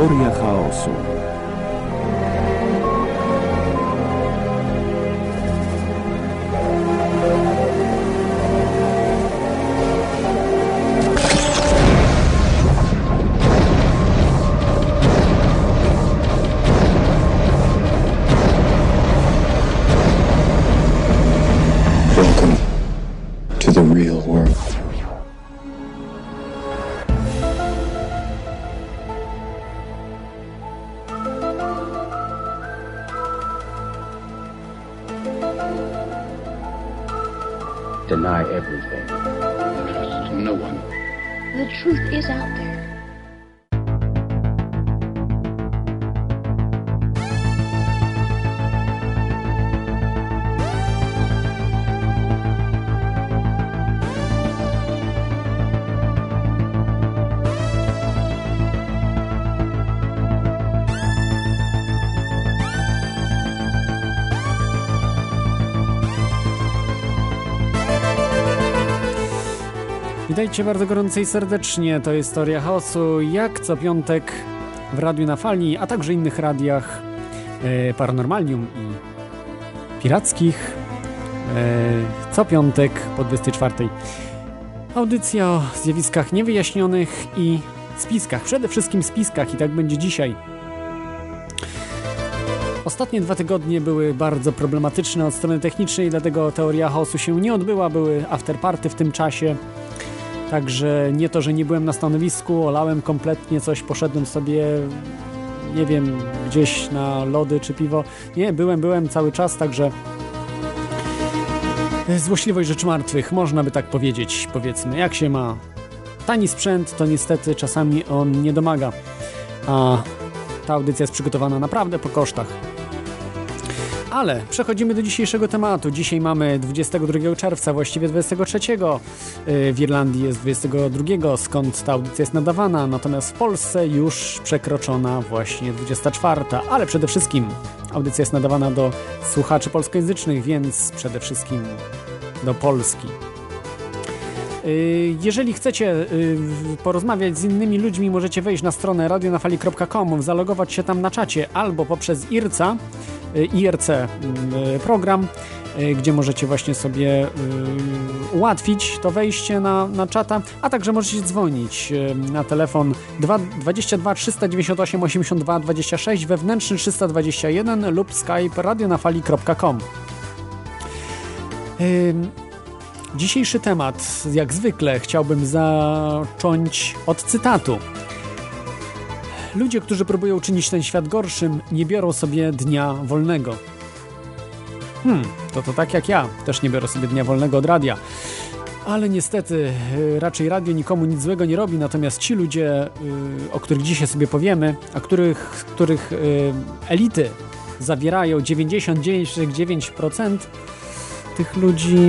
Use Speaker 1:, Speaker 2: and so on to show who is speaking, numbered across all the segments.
Speaker 1: Teoria chaosu.
Speaker 2: Welcome to the real world.
Speaker 3: Deny everything.
Speaker 2: Trust no one.
Speaker 4: The truth is out there.
Speaker 5: Witajcie bardzo gorąco i serdecznie, to jest Teoria Chaosu, jak co piątek w Radiu na Fali, a także innych radiach Paranormalium i pirackich, co piątek po 24. Audycja o zjawiskach niewyjaśnionych i spiskach, przede wszystkim spiskach, i tak będzie dzisiaj. Ostatnie 2 tygodnie były bardzo problematyczne od strony technicznej, dlatego Teoria Chaosu się nie odbyła, były afterparty w tym czasie. Także nie to, że nie byłem na stanowisku, olałem kompletnie coś, poszedłem sobie, nie wiem, gdzieś na lody czy piwo. Nie, byłem cały czas, także złośliwość rzeczy martwych, można by tak powiedzieć, powiedzmy. Jak się ma tani sprzęt, to niestety czasami on nie domaga, a ta audycja jest przygotowana naprawdę po kosztach. Ale przechodzimy do dzisiejszego tematu. Dzisiaj mamy 22 czerwca, właściwie 23. W Irlandii jest 22, skąd ta audycja jest nadawana. Natomiast w Polsce już przekroczona właśnie 24. Ale przede wszystkim audycja jest nadawana do słuchaczy polskojęzycznych, więc przede wszystkim do Polski. Jeżeli chcecie porozmawiać z innymi ludźmi, możecie wejść na stronę radionafali.com, zalogować się tam na czacie albo poprzez IRC program, gdzie możecie właśnie sobie ułatwić to wejście na czata, a także możecie dzwonić na telefon 22 398 82 26, wewnętrzny 321 lub skype radionafali.com. Dzisiejszy temat, jak zwykle, chciałbym zacząć od cytatu. Ludzie, którzy próbują czynić ten świat gorszym, nie biorą sobie dnia wolnego. To tak jak ja, też nie biorę sobie dnia wolnego od radia. Ale niestety raczej radio nikomu nic złego nie robi, natomiast ci ludzie, o których dzisiaj sobie powiemy, a których elity zawierają 99,9% tych ludzi,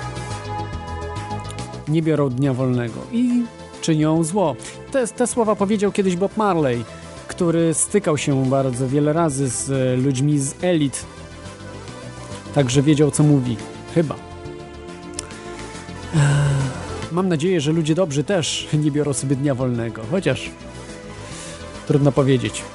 Speaker 5: nie biorą dnia wolnego i czynią zło. Te słowa powiedział kiedyś Bob Marley, który stykał się bardzo wiele razy z ludźmi z elit. Także wiedział, co mówi. Chyba. Mam nadzieję, że ludzie dobrzy też nie biorą sobie dnia wolnego. Chociaż trudno powiedzieć.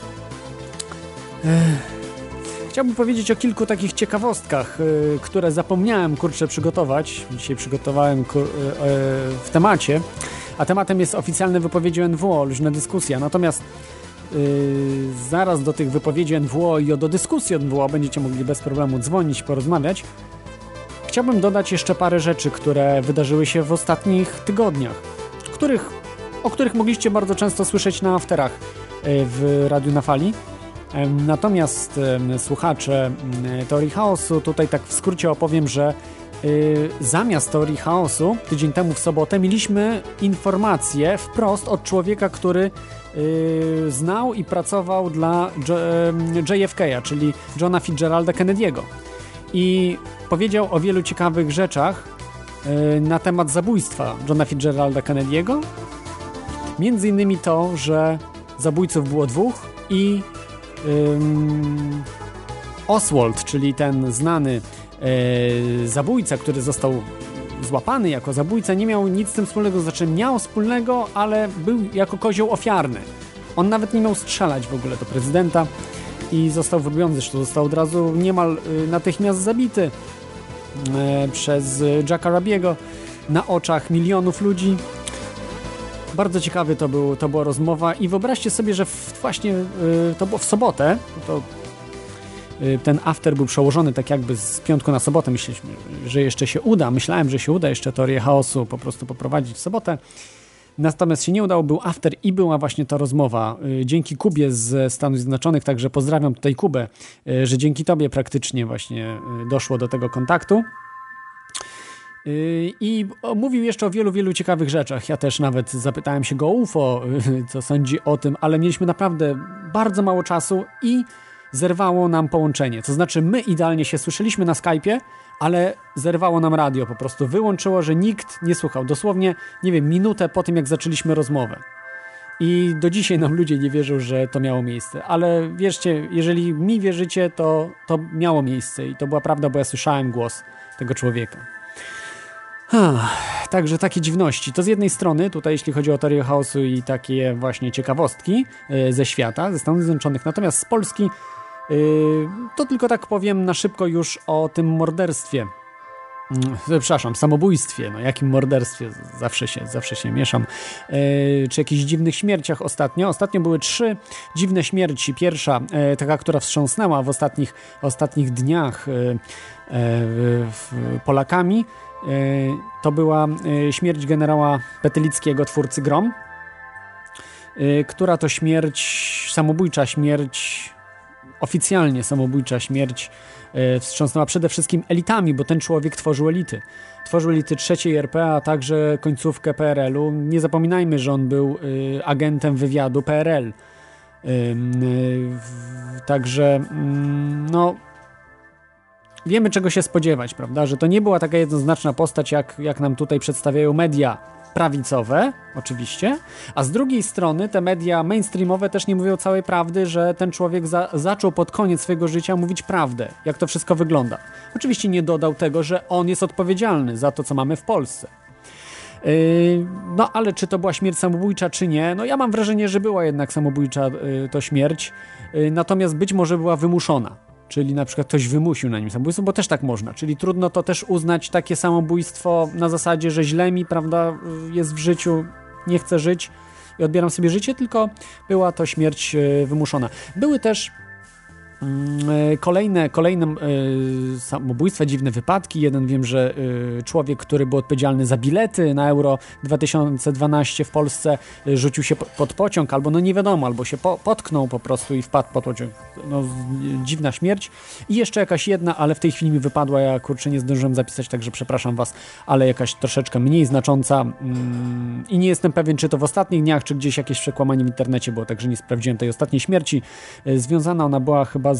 Speaker 5: Chciałbym powiedzieć o kilku takich ciekawostkach, które zapomniałem, przygotować. Dzisiaj przygotowałem w temacie. A tematem jest oficjalne wypowiedzi NWO, luźna dyskusja. Natomiast zaraz do tych wypowiedzi NWO i do dyskusji NWO będziecie mogli bez problemu dzwonić, porozmawiać. Chciałbym dodać jeszcze parę rzeczy, które wydarzyły się w ostatnich tygodniach, o których mogliście bardzo często słyszeć na afterach w Radiu na Fali. Natomiast słuchacze Teorii Chaosu, tutaj tak w skrócie opowiem, że zamiast Teorii Chaosu tydzień temu w sobotę mieliśmy informację wprost od człowieka, który znał i pracował dla JFK, czyli Johna Fitzgeralda Kennedy'ego, i powiedział o wielu ciekawych rzeczach na temat zabójstwa Johna Fitzgeralda Kennedy'ego. Między innymi to, że zabójców było 2 i Oswald, czyli ten znany zabójca, który został złapany jako zabójca, nie miał nic z tym wspólnego, znaczy miał wspólnego, ale był jako kozioł ofiarny. On nawet nie miał strzelać w ogóle do prezydenta i został wyrobiony, zresztą został od razu niemal natychmiast zabity przez Jacka Ruby'ego na oczach milionów ludzi. Bardzo ciekawy to była rozmowa i wyobraźcie sobie, że właśnie to było w sobotę, ten after był przełożony tak jakby z piątku na sobotę. Myślałem, że się uda jeszcze teorię chaosu po prostu poprowadzić w sobotę. Natomiast się nie udało, był after i była właśnie ta rozmowa. Dzięki Kubie z Stanów Zjednoczonych, także pozdrawiam tutaj Kubę, że dzięki tobie praktycznie właśnie doszło do tego kontaktu. I mówił jeszcze o wielu, wielu ciekawych rzeczach. Ja też nawet zapytałem się go o UFO, co sądzi o tym, ale mieliśmy naprawdę bardzo mało czasu i zerwało nam połączenie. To znaczy my idealnie się słyszeliśmy na Skype'ie, ale zerwało nam radio, po prostu wyłączyło, że nikt nie słuchał. Dosłownie, nie wiem, minutę po tym, jak zaczęliśmy rozmowę. I do dzisiaj nam ludzie nie wierzą, że to miało miejsce. Ale wierzcie, jeżeli mi wierzycie, to miało miejsce i to była prawda, bo ja słyszałem głos tego człowieka. Także takie dziwności. To z jednej strony, tutaj jeśli chodzi o teorię chaosu i takie właśnie ciekawostki ze świata, ze Stanów Zjednoczonych, natomiast z Polski to tylko tak powiem na szybko już o tym morderstwie. Przepraszam, samobójstwie. No jakim morderstwie? Zawsze się mieszam. Czy jakichś dziwnych śmierciach ostatnio? Ostatnio były 3 dziwne śmierci. Pierwsza, taka, która wstrząsnęła w ostatnich dniach Polakami, to była śmierć generała Petylickiego, twórcy Grom, która to oficjalnie samobójcza śmierć wstrząsnęła przede wszystkim elitami, bo ten człowiek tworzył elity. Tworzył elity III RP, a także końcówkę PRL-u. Nie zapominajmy, że on był agentem wywiadu PRL. Także no wiemy, czego się spodziewać, prawda? Że to nie była taka jednoznaczna postać, jak nam tutaj przedstawiają media prawicowe, oczywiście, a z drugiej strony te media mainstreamowe też nie mówią całej prawdy, że ten człowiek zaczął pod koniec swojego życia mówić prawdę, jak to wszystko wygląda. Oczywiście nie dodał tego, że on jest odpowiedzialny za to, co mamy w Polsce. No ale czy to była śmierć samobójcza, czy nie? No ja mam wrażenie, że była jednak samobójcza to śmierć, natomiast być może była wymuszona. Czyli na przykład ktoś wymusił na nim samobójstwo, bo też tak można. Czyli trudno to też uznać takie samobójstwo na zasadzie, że źle mi, prawda, jest w życiu, nie chcę żyć i odbieram sobie życie, tylko była to śmierć wymuszona. Były też kolejne samobójstwa, dziwne wypadki. Jeden wiem, że człowiek, który był odpowiedzialny za bilety na Euro 2012 w Polsce, rzucił się pod pociąg, albo no nie wiadomo, albo się potknął po prostu i wpadł pod pociąg. No, dziwna śmierć. I jeszcze jakaś jedna, ale w tej chwili mi wypadła, ja kurczę nie zdążyłem zapisać, także przepraszam was, ale jakaś troszeczkę mniej znacząca i nie jestem pewien, czy to w ostatnich dniach, czy gdzieś jakieś przekłamanie w internecie było, także nie sprawdziłem tej ostatniej śmierci. Związana ona była chyba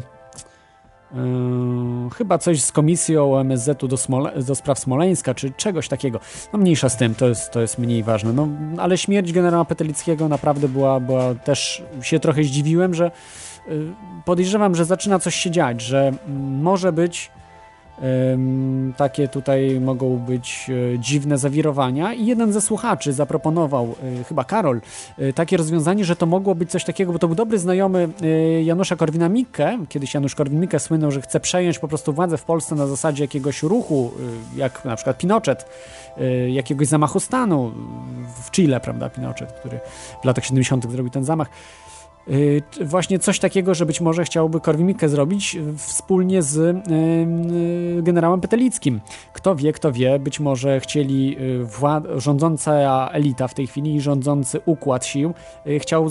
Speaker 5: chyba coś z komisją MSZ-u do spraw Smoleńska, czy czegoś takiego. No mniejsza z tym, to jest mniej ważne. No, ale śmierć generała Petylickiego naprawdę była też się trochę zdziwiłem, że podejrzewam, że zaczyna coś się dziać, że może być takie tutaj mogą być dziwne zawirowania i jeden ze słuchaczy zaproponował, chyba Karol, takie rozwiązanie, że to mogło być coś takiego, bo to był dobry znajomy Janusza Korwina-Mikke. Kiedyś Janusz Korwin-Mikke słynął, że chce przejąć po prostu władzę w Polsce na zasadzie jakiegoś ruchu, jak na przykład Pinochet, jakiegoś zamachu stanu w Chile, prawda, Pinochet, który w latach 70. zrobił ten zamach. Właśnie coś takiego, że być może chciałby Korwin-Mikke zrobić wspólnie z generałem Petylickim. Kto wie, być może chcieli rządząca elita w tej chwili i rządzący układ sił chciał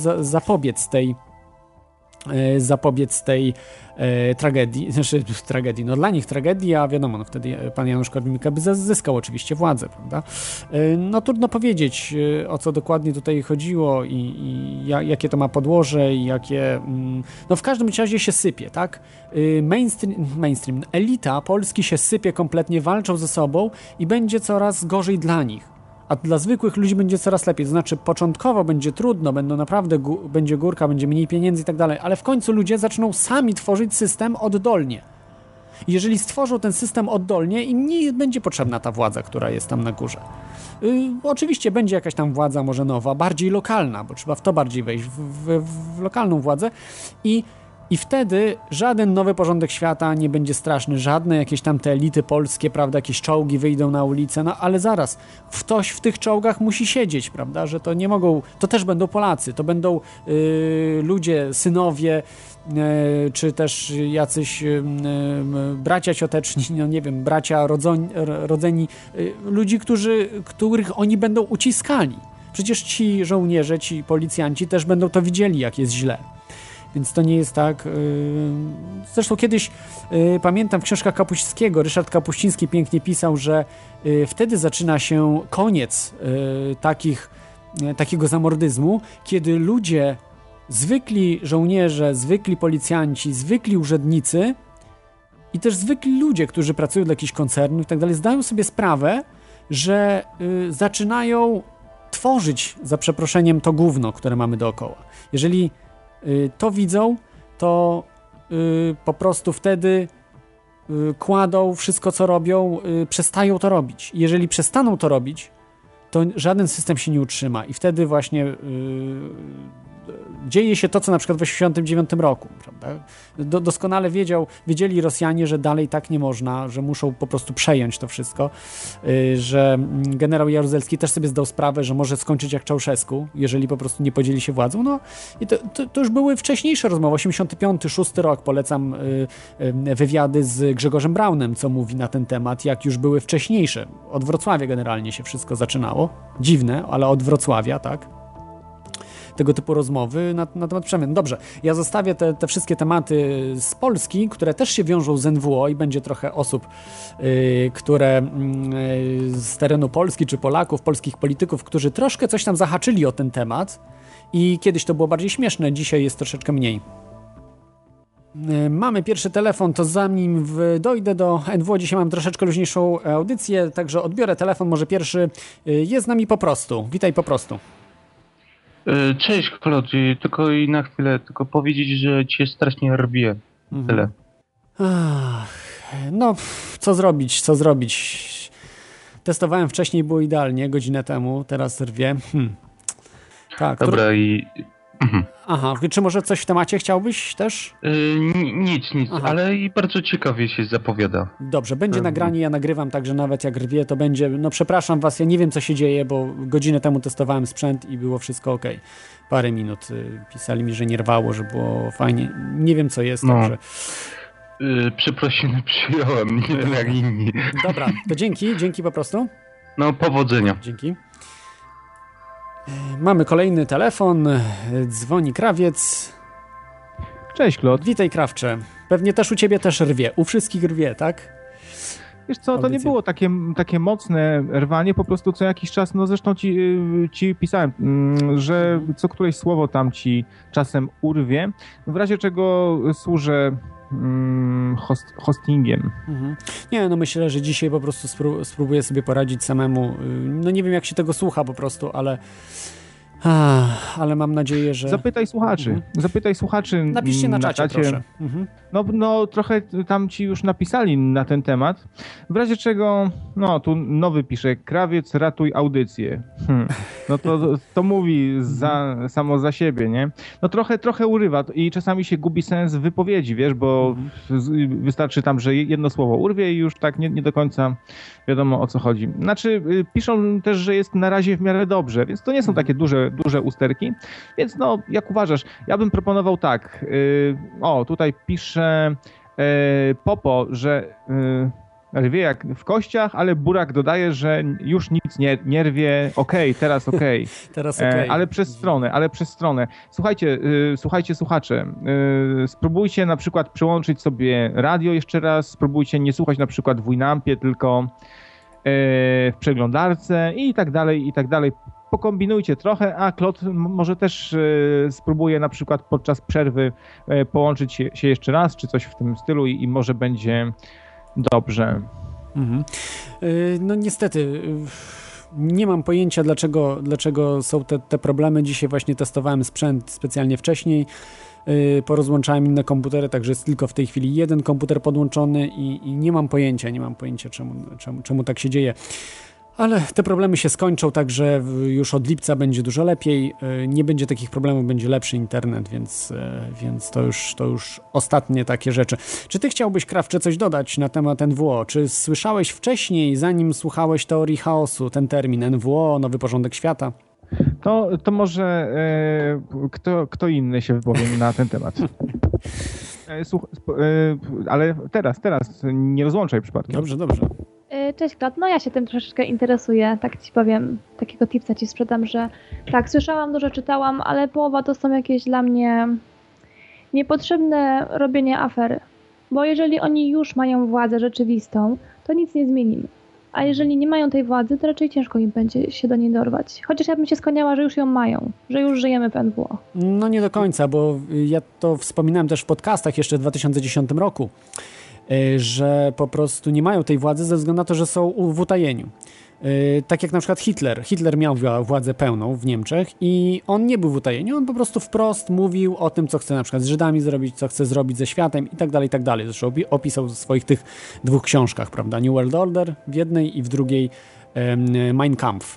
Speaker 5: zapobiec tej tragedii, no dla nich tragedia, wiadomo, no wtedy pan Janusz Korwin-Mikke by zyskał oczywiście władzę, prawda? No trudno powiedzieć, o co dokładnie tutaj chodziło i jakie to ma podłoże i jakie, no w każdym razie się sypie, tak? Mainstream, elita Polski się sypie kompletnie, walczą ze sobą i będzie coraz gorzej dla nich. A dla zwykłych ludzi będzie coraz lepiej. To znaczy początkowo będzie trudno, będzie górka, będzie mniej pieniędzy i tak dalej, ale w końcu ludzie zaczną sami tworzyć system oddolnie. I jeżeli stworzą ten system oddolnie, im nie będzie potrzebna ta władza, która jest tam na górze. Oczywiście będzie jakaś tam władza może nowa, bardziej lokalna, bo trzeba w to bardziej wejść, w lokalną władzę i wtedy żaden nowy porządek świata nie będzie straszny, żadne jakieś tam te elity polskie, prawda, jakieś czołgi wyjdą na ulicę, no ale zaraz, ktoś w tych czołgach musi siedzieć, prawda, że to nie mogą, to też będą Polacy, to będą ludzie, synowie, czy też jacyś bracia cioteczni, no nie wiem, bracia rodzeni, ludzi, których oni będą uciskali. Przecież ci żołnierze, ci policjanci też będą to widzieli, jak jest źle. Więc to nie jest tak. Zresztą kiedyś pamiętam w książkach Kapuścińskiego, Ryszard Kapuściński pięknie pisał, że wtedy zaczyna się koniec takiego zamordyzmu, kiedy ludzie, zwykli żołnierze, zwykli policjanci, zwykli urzędnicy i też zwykli ludzie, którzy pracują dla jakichś koncernów i tak dalej, zdają sobie sprawę, że zaczynają tworzyć, za przeproszeniem, to gówno, które mamy dookoła. Jeżeli to widzą, to po prostu wtedy kładą wszystko, co robią, przestają to robić. Jeżeli przestaną to robić, to żaden system się nie utrzyma i wtedy właśnie dzieje się to, co na przykład w 1989 roku. Prawda? Doskonale wiedzieli Rosjanie, że dalej tak nie można, że muszą po prostu przejąć to wszystko, że generał Jaruzelski też sobie zdał sprawę, że może skończyć jak Czałszewsku, jeżeli po prostu nie podzieli się władzą. No i to już były wcześniejsze rozmowy. 85, 6 rok, polecam wywiady z Grzegorzem Braunem, co mówi na ten temat, jak już były wcześniejsze. Od Wrocławia generalnie się wszystko zaczynało. Dziwne, ale od Wrocławia, tak? Tego typu rozmowy na temat przemian. Dobrze, ja zostawię te wszystkie tematy z Polski, które też się wiążą z NWO i będzie trochę osób, które z terenu Polski, czy Polaków, polskich polityków, którzy troszkę coś tam zahaczyli o ten temat i kiedyś to było bardziej śmieszne, dzisiaj jest troszeczkę mniej. Mamy pierwszy telefon, to zanim dojdę do NWO, dzisiaj mam troszeczkę luźniejszą audycję, także odbiorę telefon, może pierwszy. Jest z nami Po prostu. Witaj Po prostu.
Speaker 1: Cześć Klodzi, tylko i na chwilę, tylko powiedzieć, że cię strasznie rwie. Tyle.
Speaker 5: No, co zrobić? Testowałem wcześniej, było idealnie, godzinę temu, teraz rwie. Tak.
Speaker 1: Dobra
Speaker 5: Aha, czy może coś w temacie chciałbyś też?
Speaker 1: Nic, ale i bardzo ciekawie się zapowiada.
Speaker 5: Dobrze, będzie nagranie, ja nagrywam, także nawet jak rwie, to będzie, no przepraszam was, ja nie wiem co się dzieje, bo godzinę temu testowałem sprzęt i było wszystko okej. Parę minut pisali mi, że nie rwało, że było fajnie, nie wiem co jest, także...
Speaker 1: Przeprosiny przyjąłem, nie wiem jak inni.
Speaker 5: Dobra, to dzięki Po prostu.
Speaker 1: No, powodzenia.
Speaker 5: Dzięki. Mamy kolejny telefon, dzwoni Krawiec.
Speaker 6: Cześć Klod.
Speaker 5: Witaj Krawcze. Pewnie też u ciebie też rwie, u wszystkich rwie, tak?
Speaker 6: Wiesz co, to nie było takie mocne rwanie, po prostu co jakiś czas, no zresztą ci pisałem, że co któreś słowo tam ci czasem urwie, w razie czego służę hostingiem.
Speaker 5: Nie, no myślę, że dzisiaj po prostu spróbuję sobie poradzić samemu. No nie wiem jak się tego słucha po prostu, ale mam nadzieję, że...
Speaker 6: Zapytaj słuchaczy.
Speaker 5: Napiszcie na czacie, proszę.
Speaker 6: No trochę tam ci już napisali na ten temat. W razie czego, no tu nowy pisze, Krawiec ratuj audycję. No to mówi samo za siebie, nie? No trochę urywa i czasami się gubi sens wypowiedzi, wiesz, bo wystarczy tam, że jedno słowo urwie i już tak nie do końca wiadomo o co chodzi. Znaczy piszą też, że jest na razie w miarę dobrze, więc to nie są takie duże usterki, więc no jak uważasz, ja bym proponował tak, tutaj pisze Popo, że rwie jak w kościach, ale Burak dodaje, że już nic nie rwie, teraz okej. Ale przez stronę. Słuchajcie słuchacze, spróbujcie na przykład przełączyć sobie radio jeszcze raz, spróbujcie nie słuchać na przykład w Winampie, tylko w przeglądarce i tak dalej. Pokombinujcie trochę, a Klot może też spróbuje na przykład podczas przerwy połączyć się jeszcze raz, czy coś w tym stylu i może będzie dobrze.
Speaker 5: No niestety nie mam pojęcia dlaczego są te problemy. Dzisiaj właśnie testowałem sprzęt specjalnie wcześniej, porozłączałem inne komputery, także jest tylko w tej chwili jeden komputer podłączony i nie mam pojęcia czemu tak się dzieje. Ale te problemy się skończą, także już od lipca będzie dużo lepiej. Nie będzie takich problemów, będzie lepszy internet, więc to już ostatnie takie rzeczy. Czy ty chciałbyś, Krawcze, coś dodać na temat NWO? Czy słyszałeś wcześniej, zanim słuchałeś teorii chaosu, ten termin NWO, nowy porządek świata?
Speaker 6: To może kto inny się wypowie na ten temat. Ale teraz, nie rozłączaj przypadkiem.
Speaker 5: Dobrze.
Speaker 7: Cześć Klot, no ja się tym troszeczkę interesuję, tak ci powiem, takiego tipsa ci sprzedam, że tak, słyszałam, dużo czytałam, ale połowa to są jakieś dla mnie niepotrzebne robienie afery. Bo jeżeli oni już mają władzę rzeczywistą, to nic nie zmienimy. A jeżeli nie mają tej władzy, to raczej ciężko im będzie się do niej dorwać. Chociaż ja bym się skłaniała, że już ją mają, że już żyjemy w NWO.
Speaker 5: No nie do końca, bo ja to wspominałem też w podcastach jeszcze w 2010 roku, że po prostu nie mają tej władzy ze względu na to, że są w utajeniu. Tak jak na przykład Hitler. Hitler miał władzę pełną w Niemczech i on nie był w utajeniu, on po prostu wprost mówił o tym, co chce na przykład z Żydami zrobić, co chce zrobić ze światem i tak dalej, i tak dalej. Zresztą opisał w swoich tych 2 książkach, prawda? New World Order w jednej i w drugiej Mein Kampf.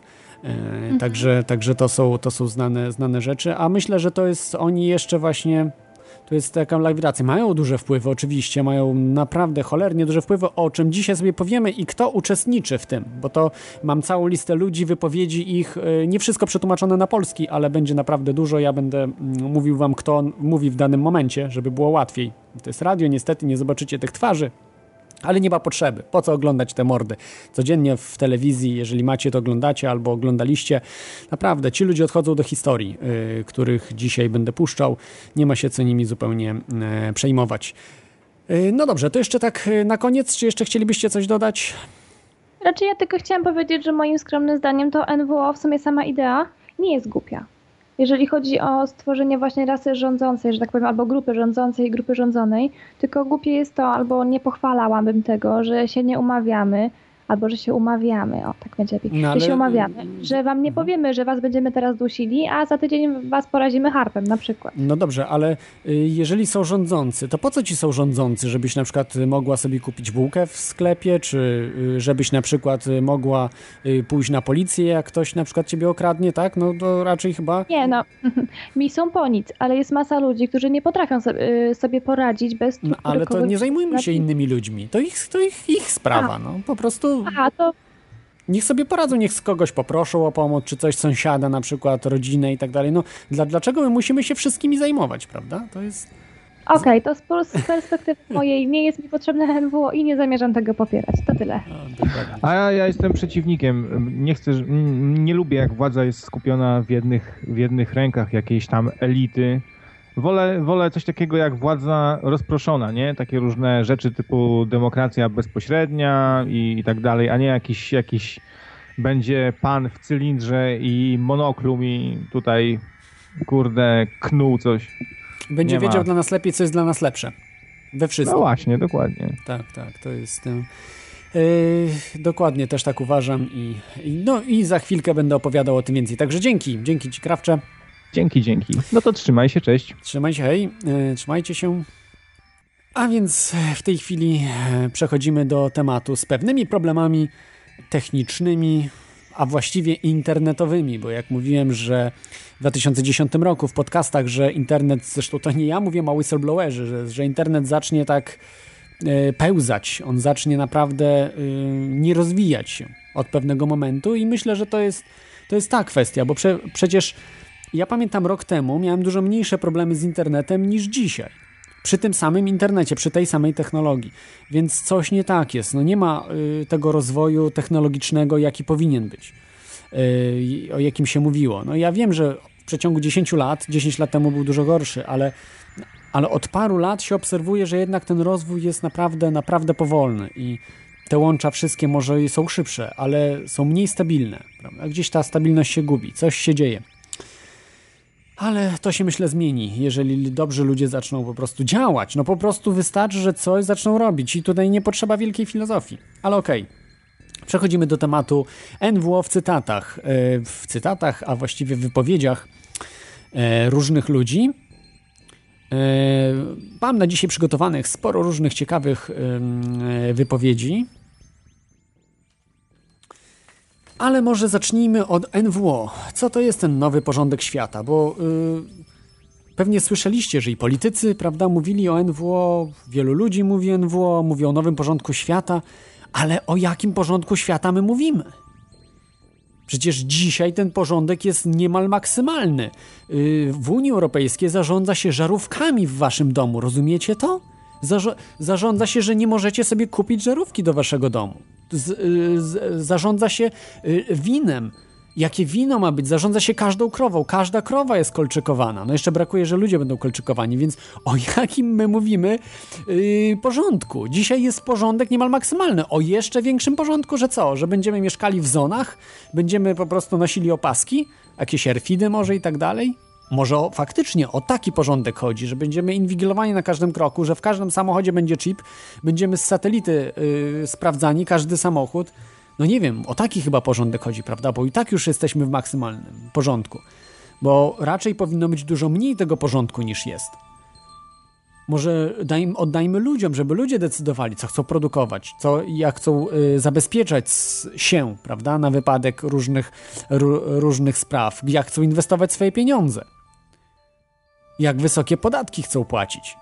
Speaker 5: Także to są znane rzeczy, a myślę, że to jest oni jeszcze właśnie. To jest taka lawidacja. Mają duże wpływy, oczywiście, mają naprawdę cholernie duże wpływy, o czym dzisiaj sobie powiemy i kto uczestniczy w tym, bo to mam całą listę ludzi, wypowiedzi ich, nie wszystko przetłumaczone na polski, ale będzie naprawdę dużo. Ja będę mówił wam, kto mówi w danym momencie, żeby było łatwiej. To jest radio, niestety nie zobaczycie tych twarzy, ale nie ma potrzeby. Po co oglądać te mordy? Codziennie w telewizji, jeżeli macie, to oglądacie albo oglądaliście. Naprawdę, ci ludzie odchodzą do historii, których dzisiaj będę puszczał. Nie ma się co nimi zupełnie przejmować. No dobrze, to jeszcze tak na koniec, czy jeszcze chcielibyście coś dodać?
Speaker 7: Raczej ja tylko chciałam powiedzieć, że moim skromnym zdaniem to NWO, w sumie sama idea, nie jest głupia. Jeżeli chodzi o stworzenie właśnie rasy rządzącej, że tak powiem, albo grupy rządzącej i grupy rządzonej, tylko głupie jest to, albo nie pochwalałabym tego, że się nie umawiamy, albo że się umawiamy, o tak będzie lepiej,
Speaker 5: No, ale...
Speaker 7: że się umawiamy, że wam nie powiemy, że was będziemy teraz dusili, a za tydzień was porazimy harpem na przykład.
Speaker 5: No dobrze, ale jeżeli są rządzący, to po co ci są rządzący? Żebyś na przykład mogła sobie kupić bułkę w sklepie, czy żebyś na przykład mogła pójść na policję, jak ktoś na przykład ciebie okradnie, tak? No to raczej chyba...
Speaker 7: Nie no, mi są po nic, ale jest masa ludzi, którzy nie potrafią sobie poradzić bez...
Speaker 5: No, ale to nie zajmujmy się innymi ludźmi, to ich sprawa, no po prostu...
Speaker 7: Aha, to...
Speaker 5: Niech sobie poradzą, niech z kogoś poproszą o pomoc, czy coś, sąsiada na przykład, rodzinę i tak dalej. No, dlaczego my musimy się wszystkimi zajmować, prawda? To jest...
Speaker 7: Okej, to z perspektywy mojej nie jest mi potrzebne NWO i nie zamierzam tego popierać. To tyle.
Speaker 6: A ja jestem przeciwnikiem. Nie lubię, jak władza jest skupiona w jednych rękach jakiejś tam elity. Wolę coś takiego jak władza rozproszona, nie? Takie różne rzeczy typu demokracja bezpośrednia i tak dalej, a nie jakiś będzie pan w cylindrze i monoklu mi tutaj, kurde, knuł coś.
Speaker 5: Będzie wiedział dla nas lepiej, co jest dla nas lepsze. We wszystkim.
Speaker 6: No właśnie, dokładnie.
Speaker 5: Tak, to jest... dokładnie, też tak uważam i za chwilkę będę opowiadał o tym więcej. Także dzięki ci, Krawcze.
Speaker 6: Dzięki. No to trzymaj się, cześć.
Speaker 5: Trzymaj się, hej, trzymajcie się. A więc w tej chwili przechodzimy do tematu z pewnymi problemami technicznymi, a właściwie internetowymi, bo jak mówiłem, że w 2010 roku w podcastach, że internet, zresztą to nie ja mówię o whistleblowerze, że internet zacznie tak pełzać, on zacznie naprawdę nie rozwijać się od pewnego momentu i myślę, że to jest ta kwestia, bo przecież ja pamiętam rok temu miałem dużo mniejsze problemy z internetem niż dzisiaj. Przy tym samym internecie, przy tej samej technologii. Więc coś nie tak jest. No nie ma tego rozwoju technologicznego, jaki powinien być. O jakim się mówiło. No ja wiem, że w przeciągu 10 lat temu był dużo gorszy, ale od paru lat się obserwuje, że jednak ten rozwój jest naprawdę powolny i te łącza wszystkie może są szybsze, ale są mniej stabilne. Prawda? Gdzieś ta stabilność się gubi. Coś się dzieje. Ale to się, myślę, zmieni, jeżeli dobrzy ludzie zaczną po prostu działać. No po prostu wystarczy, że coś zaczną robić i tutaj nie potrzeba wielkiej filozofii. Ale okej. Przechodzimy do tematu NWO w cytatach, a właściwie w wypowiedziach różnych ludzi. Mam na dzisiaj przygotowanych sporo różnych ciekawych wypowiedzi. Ale może zacznijmy od NWO. Co to jest ten nowy porządek świata? Bo pewnie słyszeliście, że i politycy, prawda, mówili o NWO, wielu ludzi mówi o NWO, mówi o nowym porządku świata, ale o jakim porządku świata my mówimy? Przecież dzisiaj ten porządek jest niemal maksymalny. W Unii Europejskiej zarządza się żarówkami w waszym domu, rozumiecie to? Zarządza się, że nie możecie sobie kupić żarówki do waszego domu. Zarządza się winem. Jakie wino ma być? Zarządza się każdą krową. Każda krowa jest kolczykowana. No jeszcze brakuje, że ludzie będą kolczykowani, więc o jakim my mówimy porządku? Dzisiaj jest porządek niemal maksymalny. O jeszcze większym porządku, że co? Że będziemy mieszkali w zonach? Będziemy po prostu nosili opaski? Jakieś erfidy może i tak dalej? Może faktycznie o taki porządek chodzi, że będziemy inwigilowani na każdym kroku, że w każdym samochodzie będzie chip, będziemy z satelity sprawdzani, każdy samochód. No nie wiem, o taki chyba porządek chodzi, prawda? Bo i tak już jesteśmy w maksymalnym porządku. Bo raczej powinno być dużo mniej tego porządku niż jest. Może oddajmy ludziom, żeby ludzie decydowali, co chcą produkować, jak chcą zabezpieczać się, prawda? Na wypadek różnych spraw, jak chcą inwestować swoje pieniądze. Jak wysokie podatki chcą płacić.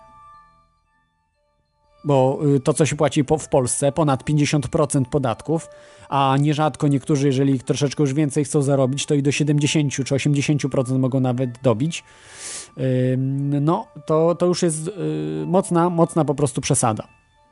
Speaker 5: Bo to, co się płaci w Polsce, ponad 50% podatków, a nierzadko niektórzy, jeżeli troszeczkę już więcej chcą zarobić, to i do 70 czy 80% mogą nawet dobić, no to już jest mocna po prostu przesada.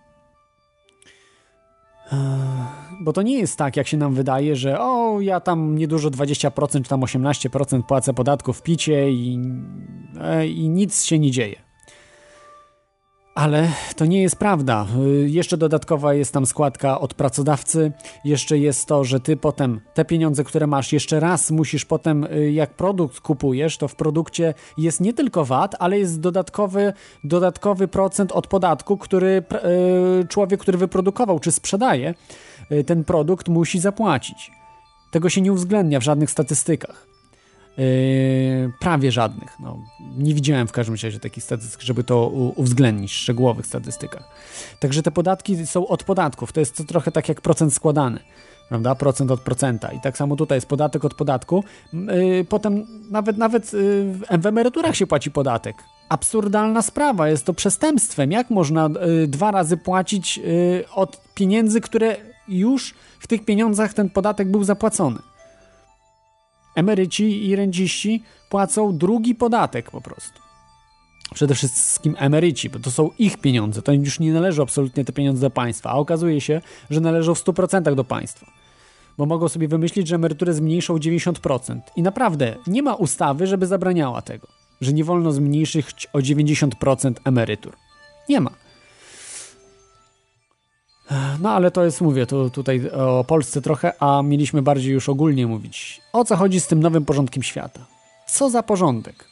Speaker 5: Bo to nie jest tak, jak się nam wydaje, że ja tam niedużo 20% czy tam 18% płacę podatków w picie i nic się nie dzieje. Ale to nie jest prawda. Jeszcze dodatkowa jest tam składka od pracodawcy. Jeszcze jest to, że ty potem te pieniądze, które masz, jeszcze raz musisz potem, jak produkt kupujesz, to w produkcie jest nie tylko VAT, ale jest dodatkowy procent od podatku, który człowiek, który wyprodukował czy sprzedaje ten produkt, musi zapłacić. Tego się nie uwzględnia w żadnych statystykach. Prawie żadnych. No, nie widziałem w każdym razie takich statystyk, żeby to uwzględnić w szczegółowych statystykach. Także te podatki są od podatków. To jest to trochę tak jak procent składany, prawda? Procent od procenta. I tak samo tutaj jest podatek od podatku. Potem nawet w emeryturach się płaci podatek. Absurdalna sprawa. Jest to przestępstwem. Jak można 2 razy płacić od pieniędzy, które już w tych pieniądzach ten podatek był zapłacony? Emeryci i renciści płacą drugi podatek po prostu. Przede wszystkim emeryci, bo to są ich pieniądze. To już nie należą absolutnie te pieniądze do państwa, a okazuje się, że należą w 100% do państwa. Bo mogą sobie wymyślić, że emeryturę zmniejszą o 90%. I naprawdę nie ma ustawy, żeby zabraniała tego. Że nie wolno zmniejszyć o 90% emerytur. Nie ma. No ale to jest, mówię, to tutaj o Polsce trochę, a mieliśmy bardziej już ogólnie mówić. O co chodzi z tym nowym porządkiem świata? Co za porządek?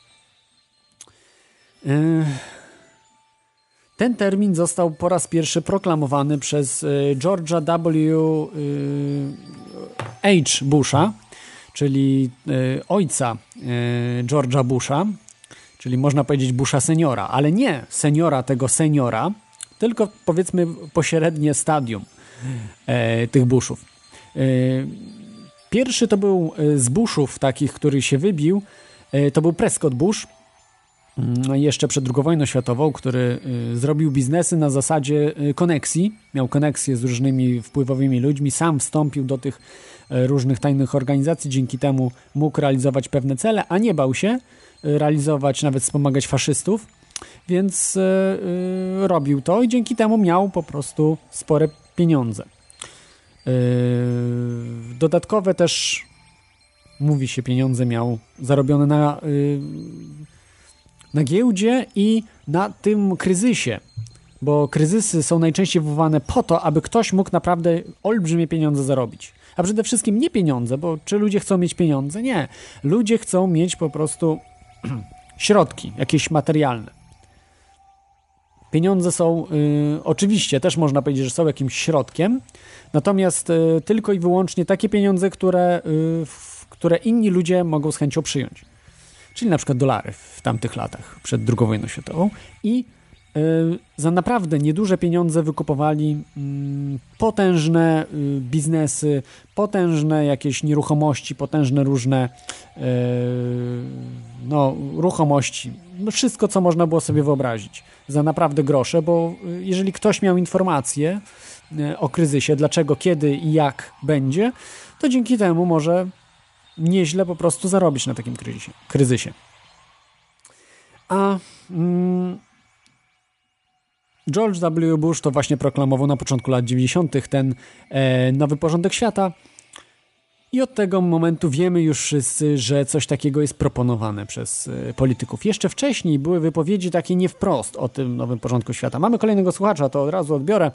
Speaker 5: Ten termin został po raz pierwszy proklamowany przez George'a H. Busha, czyli ojca George'a Busha, czyli można powiedzieć Busha seniora, ale nie seniora tego seniora, tylko powiedzmy pośrednie stadium tych Bushów. Pierwszy to był z Bushów takich, który się wybił, to był Prescott Bush, jeszcze przed II wojną światową, który zrobił biznesy na zasadzie koneksji, miał koneksje z różnymi wpływowymi ludźmi, sam wstąpił do tych różnych tajnych organizacji, dzięki temu mógł realizować pewne cele, a nie bał się realizować, nawet wspomagać faszystów, więc robił to i dzięki temu miał po prostu spore pieniądze. Dodatkowe też, mówi się, pieniądze miał zarobione na giełdzie i na tym kryzysie, bo kryzysy są najczęściej wywoływane po to, aby ktoś mógł naprawdę olbrzymie pieniądze zarobić. A przede wszystkim nie pieniądze, bo czy ludzie chcą mieć pieniądze? Nie. Ludzie chcą mieć po prostu środki, jakieś materialne. Pieniądze są, oczywiście też można powiedzieć, że są jakimś środkiem, natomiast tylko i wyłącznie takie pieniądze, które inni ludzie mogą z chęcią przyjąć. Czyli na przykład dolary w tamtych latach, przed II wojną światową. I za naprawdę nieduże pieniądze wykupowali potężne biznesy, potężne jakieś nieruchomości, potężne różne ruchomości. Wszystko, co można było sobie wyobrazić. Za naprawdę grosze, bo jeżeli ktoś miał informacje o kryzysie, dlaczego, kiedy i jak będzie, to dzięki temu może nieźle po prostu zarobić na takim kryzysie. A George W. Bush to właśnie proklamował na początku lat 90. ten nowy porządek świata i od tego momentu wiemy już wszyscy, że coś takiego jest proponowane przez polityków. Jeszcze wcześniej były wypowiedzi takie nie wprost o tym nowym porządku świata. Mamy kolejnego słuchacza, to od razu odbiorę.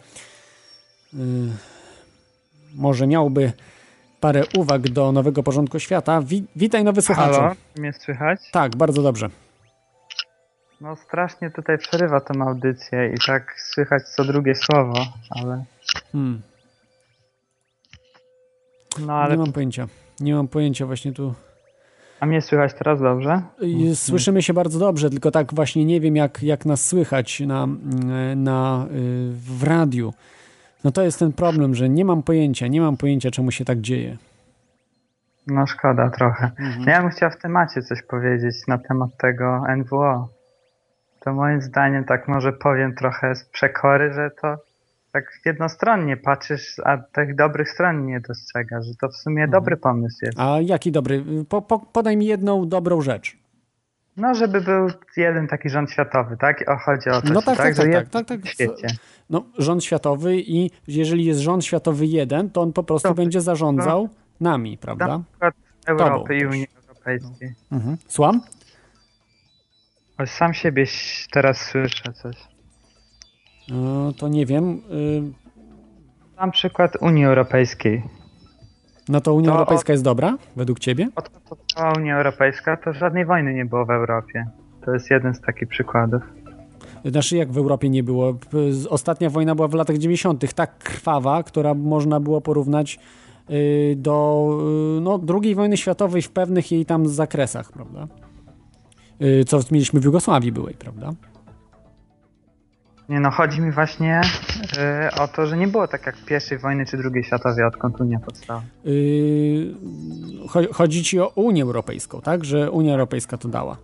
Speaker 5: Może miałby parę uwag do nowego porządku świata. Witaj, nowy słuchaczu.
Speaker 8: Halo, mnie słychać?
Speaker 5: Tak, bardzo dobrze.
Speaker 8: No strasznie tutaj przerywa tą audycję i tak słychać co drugie słowo, ale... No ale...
Speaker 5: Nie mam pojęcia właśnie tu.
Speaker 8: A mnie słychać teraz dobrze?
Speaker 5: Słyszymy się bardzo dobrze, tylko tak właśnie nie wiem jak nas słychać w radiu. No to jest ten problem, że nie mam pojęcia czemu się tak dzieje.
Speaker 8: No szkoda trochę. Ja bym chciał w temacie coś powiedzieć na temat tego NWO. To moim zdaniem, tak może powiem trochę z przekory, że to tak jednostronnie patrzysz, a tych dobrych stron nie dostrzegasz, że to w sumie dobry pomysł jest.
Speaker 5: A jaki dobry? Podaj mi jedną dobrą rzecz.
Speaker 8: No, żeby był jeden taki rząd światowy, tak? Chodzi o to,
Speaker 5: no tak,
Speaker 8: tak. W świecie.
Speaker 5: No, rząd światowy i jeżeli jest rząd światowy jeden, to on po prostu będzie zarządzał nami, prawda?
Speaker 8: Na przykład Europy i Unii Europejskiej.
Speaker 5: Słucham?
Speaker 8: O, sam siebie teraz słyszę coś.
Speaker 5: No, to nie wiem.
Speaker 8: Sam przykład Unii Europejskiej.
Speaker 5: No to Unia Europejska jest dobra, według ciebie?
Speaker 8: Odkąd powstała Unia Europejska, to żadnej wojny nie było w Europie. To jest jeden z takich przykładów.
Speaker 5: Znaczy jak w Europie nie było? Ostatnia wojna była w latach 90. tak krwawa, która można było porównać do II wojny światowej w pewnych jej tam zakresach, prawda? Co mieliśmy w Jugosławii byłej, prawda?
Speaker 8: Nie no, chodzi mi właśnie o to, że nie było tak jak I wojny czy II światowej, odkąd Unia powstała.
Speaker 5: Chodzi ci o Unię Europejską, tak? Że Unia Europejska to dała.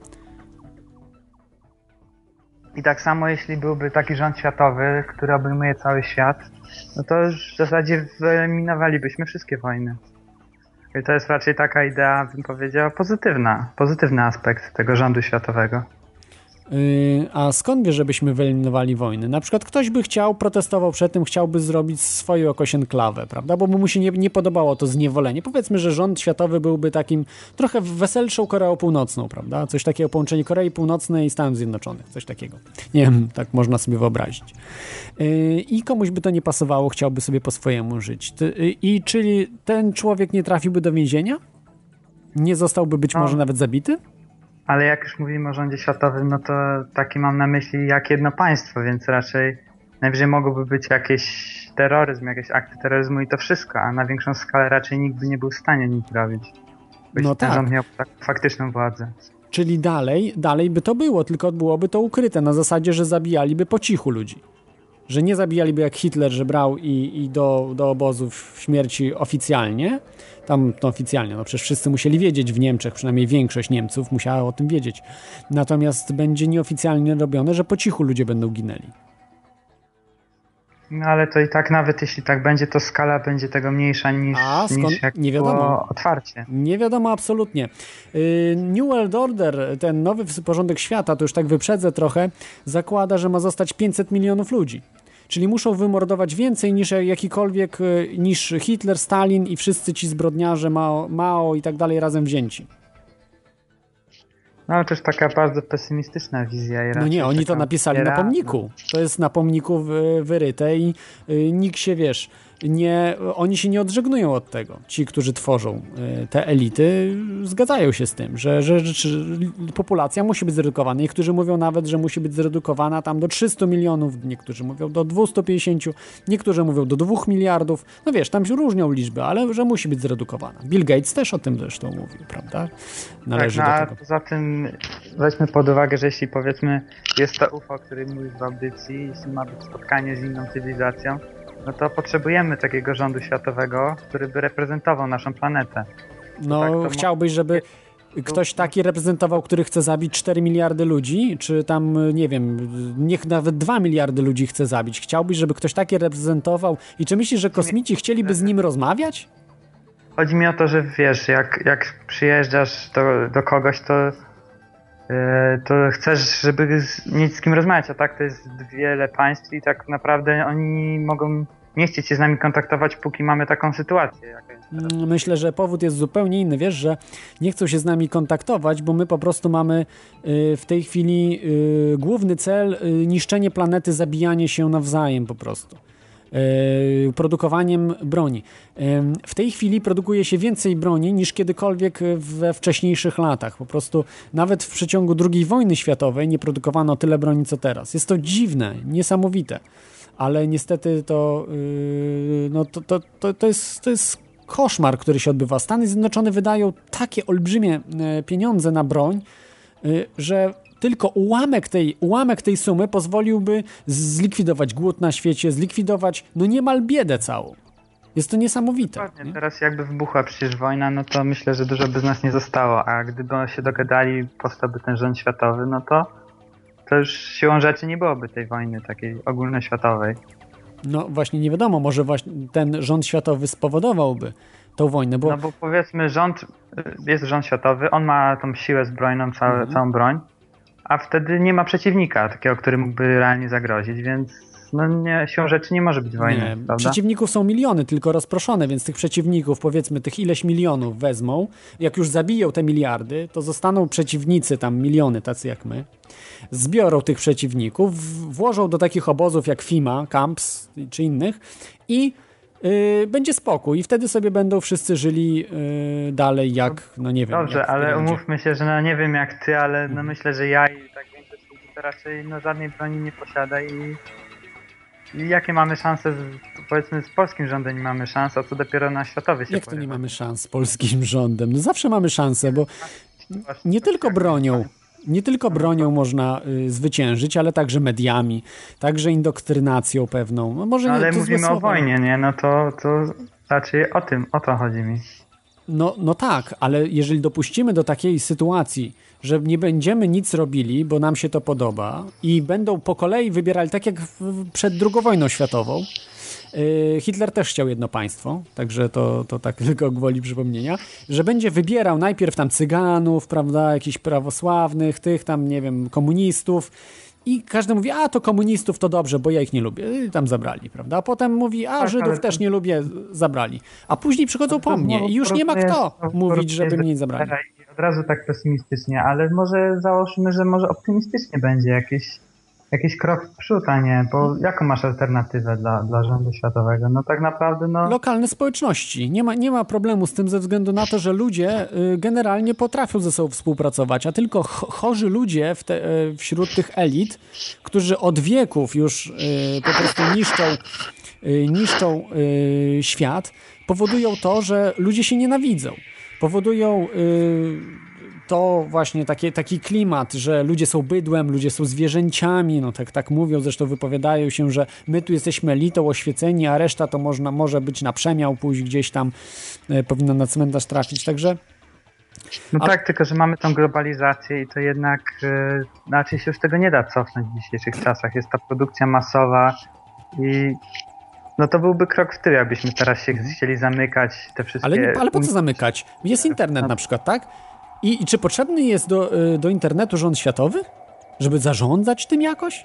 Speaker 8: I tak samo jeśli byłby taki rząd światowy, który obejmuje cały świat, no to już w zasadzie wyeliminowalibyśmy wszystkie wojny. I to jest raczej taka idea, bym powiedział, pozytywny aspekt tego rządu światowego.
Speaker 5: A skąd wiesz, żebyśmy wyeliminowali wojny? Na przykład ktoś by protestował przed tym, chciałby zrobić swoją jakąś enklawę, prawda? Bo mu się nie podobało to zniewolenie. Powiedzmy, że rząd światowy byłby takim trochę weselszą Koreą Północną, prawda? Coś takiego, połączenie Korei Północnej i Stanów Zjednoczonych, coś takiego. Nie wiem, tak można sobie wyobrazić. I komuś by to nie pasowało, chciałby sobie po swojemu żyć. Czyli ten człowiek nie trafiłby do więzienia? Nie zostałby być może nawet zabity?
Speaker 8: Ale jak już mówimy o rządzie światowym, no to taki mam na myśli jak jedno państwo, więc raczej najwyżej mogłoby być jakiś terroryzm, jakieś akty terroryzmu i to wszystko, a na większą skalę raczej nikt by nie był w stanie nic robić.
Speaker 5: No
Speaker 8: ten
Speaker 5: tak.
Speaker 8: rząd miał faktyczną władzę.
Speaker 5: Czyli dalej by to było, tylko byłoby to ukryte na zasadzie, że zabijaliby po cichu ludzi. Że nie zabijaliby jak Hitler, że brał i do obozów śmierci oficjalnie. Tam to oficjalnie, no przecież wszyscy musieli wiedzieć w Niemczech, przynajmniej większość Niemców musiała o tym wiedzieć. Natomiast będzie nieoficjalnie robione, że po cichu ludzie będą ginęli.
Speaker 8: No ale to i tak nawet jeśli tak będzie, to skala będzie tego mniejsza niż jak
Speaker 5: nie wiadomo.
Speaker 8: było otwarcie.
Speaker 5: Nie wiadomo absolutnie. New World Order, ten nowy porządek świata, to już tak wyprzedzę trochę, zakłada, że ma zostać 500 milionów ludzi. Czyli muszą wymordować więcej niż Hitler, Stalin i wszyscy ci zbrodniarze, Mao i tak dalej razem wzięci.
Speaker 8: No to już taka bardzo pesymistyczna wizja.
Speaker 5: No nie, oni to napisali na pomniku. To jest na pomniku wyryte i nikt się, oni się nie odżegnują od tego. Ci, którzy tworzą te elity, zgadzają się z tym, że populacja musi być zredukowana. Niektórzy mówią nawet, że musi być zredukowana tam do 300 milionów, niektórzy mówią do 250, niektórzy mówią do 2 miliardów. No wiesz, tam się różnią liczby, ale że musi być zredukowana. Bill Gates też o tym zresztą mówił, prawda? Należy
Speaker 8: tak,
Speaker 5: do
Speaker 8: a
Speaker 5: tego.
Speaker 8: poza tym weźmy pod uwagę, że jeśli powiedzmy jest to UFO, o którym mówisz w audycji, jeśli ma być spotkanie z inną cywilizacją, no to potrzebujemy takiego rządu światowego, który by reprezentował naszą planetę.
Speaker 5: No,
Speaker 8: tak, to
Speaker 5: chciałbyś, żeby ktoś taki reprezentował, który chce zabić 4 miliardy ludzi, czy tam, nie wiem, niech nawet 2 miliardy ludzi chce zabić. Chciałbyś, żeby ktoś taki reprezentował i czy myślisz, że kosmici chcieliby z nim rozmawiać?
Speaker 8: Chodzi mi o to, że wiesz, jak przyjeżdżasz do kogoś, to chcesz, żeby mieć z kim rozmawiać, a tak to jest wiele państw i tak naprawdę oni mogą nie chcieć się z nami kontaktować, póki mamy taką sytuację.
Speaker 5: Myślę, że powód jest zupełnie inny, wiesz, że nie chcą się z nami kontaktować, bo my po prostu mamy w tej chwili główny cel niszczenie planety, zabijanie się nawzajem po prostu. Produkowaniem broni. W tej chwili produkuje się więcej broni niż kiedykolwiek we wcześniejszych latach. Po prostu nawet w przeciągu II wojny światowej nie produkowano tyle broni co teraz. Jest to dziwne, niesamowite, ale niestety to jest koszmar, który się odbywa. Stany Zjednoczone wydają takie olbrzymie pieniądze na broń, że tylko ułamek tej sumy pozwoliłby zlikwidować głód na świecie, zlikwidować niemal biedę całą. Jest to niesamowite.
Speaker 8: Dokładnie. Teraz jakby wybuchła przecież wojna, no to myślę, że dużo by z nas nie zostało, a gdyby się dogadali, powstałby ten rząd światowy, no to już siłą rzeczy nie byłoby tej wojny takiej ogólnoświatowej.
Speaker 5: No właśnie nie wiadomo, może właśnie ten rząd światowy spowodowałby tą wojnę, bo...
Speaker 8: No bo powiedzmy jest rząd światowy, on ma tą siłę zbrojną, całą broń, a wtedy nie ma przeciwnika takiego, który mógłby realnie zagrozić, więc siłą rzeczy nie może być wojny, prawda?
Speaker 5: Przeciwników są miliony, tylko rozproszone, więc tych przeciwników, powiedzmy, tych ileś milionów wezmą, jak już zabiją te miliardy, to zostaną przeciwnicy, tam miliony, tacy jak my, zbiorą tych przeciwników, włożą do takich obozów jak FEMA, Camps czy innych i będzie spokój i wtedy sobie będą wszyscy żyli dalej jak, nie wiem.
Speaker 8: Dobrze, ale umówmy się, że nie wiem jak ty, ale myślę, że ja i tak większość ludzi to raczej żadnej broni nie posiada i jakie mamy szanse, powiedzmy z polskim rządem nie mamy szans, a co dopiero na światowy się
Speaker 5: Jak to nie mamy szans z polskim rządem? No zawsze mamy szansę, bo nie tylko bronią można zwyciężyć, ale także mediami, także indoktrynacją pewną. No może
Speaker 8: ale mówimy o wojnie, nie? No to raczej o to chodzi mi.
Speaker 5: No tak, ale jeżeli dopuścimy do takiej sytuacji, że nie będziemy nic robili, bo nam się to podoba i będą po kolei wybierali, tak jak przed II wojną światową, Hitler też chciał jedno państwo, także to tak tylko gwoli przypomnienia, że będzie wybierał najpierw tam Cyganów, prawda, jakichś prawosławnych, tych tam, nie wiem, komunistów i każdy mówi, to komunistów to dobrze, bo ja ich nie lubię, i tam zabrali, prawda, a potem mówi, Żydów też nie lubię, zabrali, a później przychodzą po mnie i już nie ma kto mówić, żeby mnie nie zabrali.
Speaker 8: Od razu tak pesymistycznie, ale może załóżmy, że może optymistycznie będzie jakiś krok w przód, a nie, bo jaką masz alternatywę dla rządu światowego? No tak naprawdę
Speaker 5: Lokalne społeczności. Nie ma problemu z tym ze względu na to, że ludzie generalnie potrafią ze sobą współpracować, a tylko chorzy ludzie wśród tych elit, którzy od wieków już po prostu niszczą świat, powodują to, że ludzie się nienawidzą. Powodują to właśnie taki klimat, że ludzie są bydłem, ludzie są zwierzęciami, tak mówią, zresztą wypowiadają się, że my tu jesteśmy elitą, oświeceni, a reszta to może być na przemiał, pójść gdzieś tam, powinno na cmentarz trafić, także...
Speaker 8: tak, tylko że mamy tą globalizację i to jednak raczej się już tego nie da cofnąć w dzisiejszych czasach. Jest ta produkcja masowa i to byłby krok w tył, jakbyśmy teraz się chcieli zamykać te wszystkie...
Speaker 5: Ale po co zamykać? Jest internet na przykład, tak? I czy potrzebny jest do internetu rząd światowy? Żeby zarządzać tym jakoś?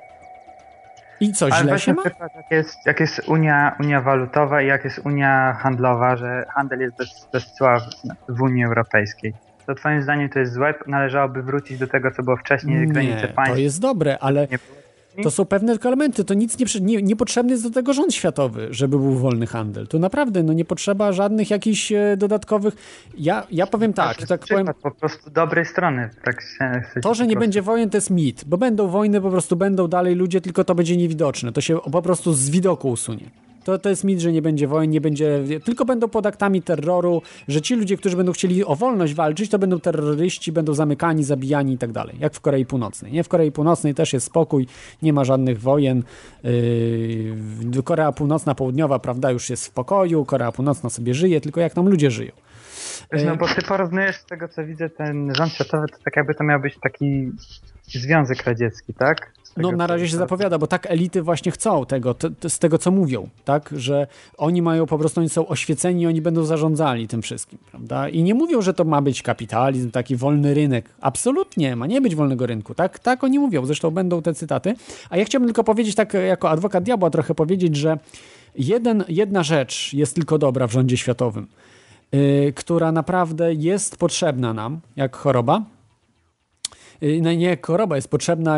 Speaker 5: I co, źle się ma?
Speaker 8: Jak jest Unia walutowa i jak jest Unia handlowa, że handel jest bez cła w Unii Europejskiej. To twoim zdaniem to jest złe? Należałoby wrócić do tego, co było wcześniej, granice państw?
Speaker 5: To jest dobre, ale To są pewne tylko elementy, to nic niepotrzebny jest do tego rząd światowy, żeby był wolny handel. Tu naprawdę nie potrzeba żadnych jakichś dodatkowych... Ja powiem tak, powiem...
Speaker 8: po prostu dobrej strony. Tak się
Speaker 5: to, że nie będzie wojen, to jest mit, bo będą wojny, po prostu będą dalej ludzie, tylko to będzie niewidoczne. To się po prostu z widoku usunie. To jest mit, że nie będzie wojen, tylko będą pod aktami terroru, że ci ludzie, którzy będą chcieli o wolność walczyć, to będą terroryści, będą zamykani, zabijani i tak dalej, jak w Korei Północnej. Nie? W Korei Północnej też jest spokój, nie ma żadnych wojen. Korea Północna, Południowa, prawda, już jest w pokoju, Korea Północna sobie żyje, tylko jak tam ludzie żyją.
Speaker 8: No bo ty porównujesz z tego, co widzę, ten rząd światowy, to tak jakby to miał być taki Związek Radziecki, tak?
Speaker 5: No na razie się zapowiada, bo tak elity właśnie chcą tego, z tego co mówią, tak, że oni mają po prostu, oni są oświeceni i oni będą zarządzali tym wszystkim, prawda, i nie mówią, że to ma być kapitalizm, taki wolny rynek, absolutnie, ma nie być wolnego rynku, tak oni mówią, zresztą będą te cytaty, a ja chciałbym tylko powiedzieć, tak jako adwokat diabła trochę powiedzieć, że jedna rzecz jest tylko dobra w rządzie światowym, która naprawdę jest potrzebna nam, jak choroba. Nie jak choroba, jest potrzebna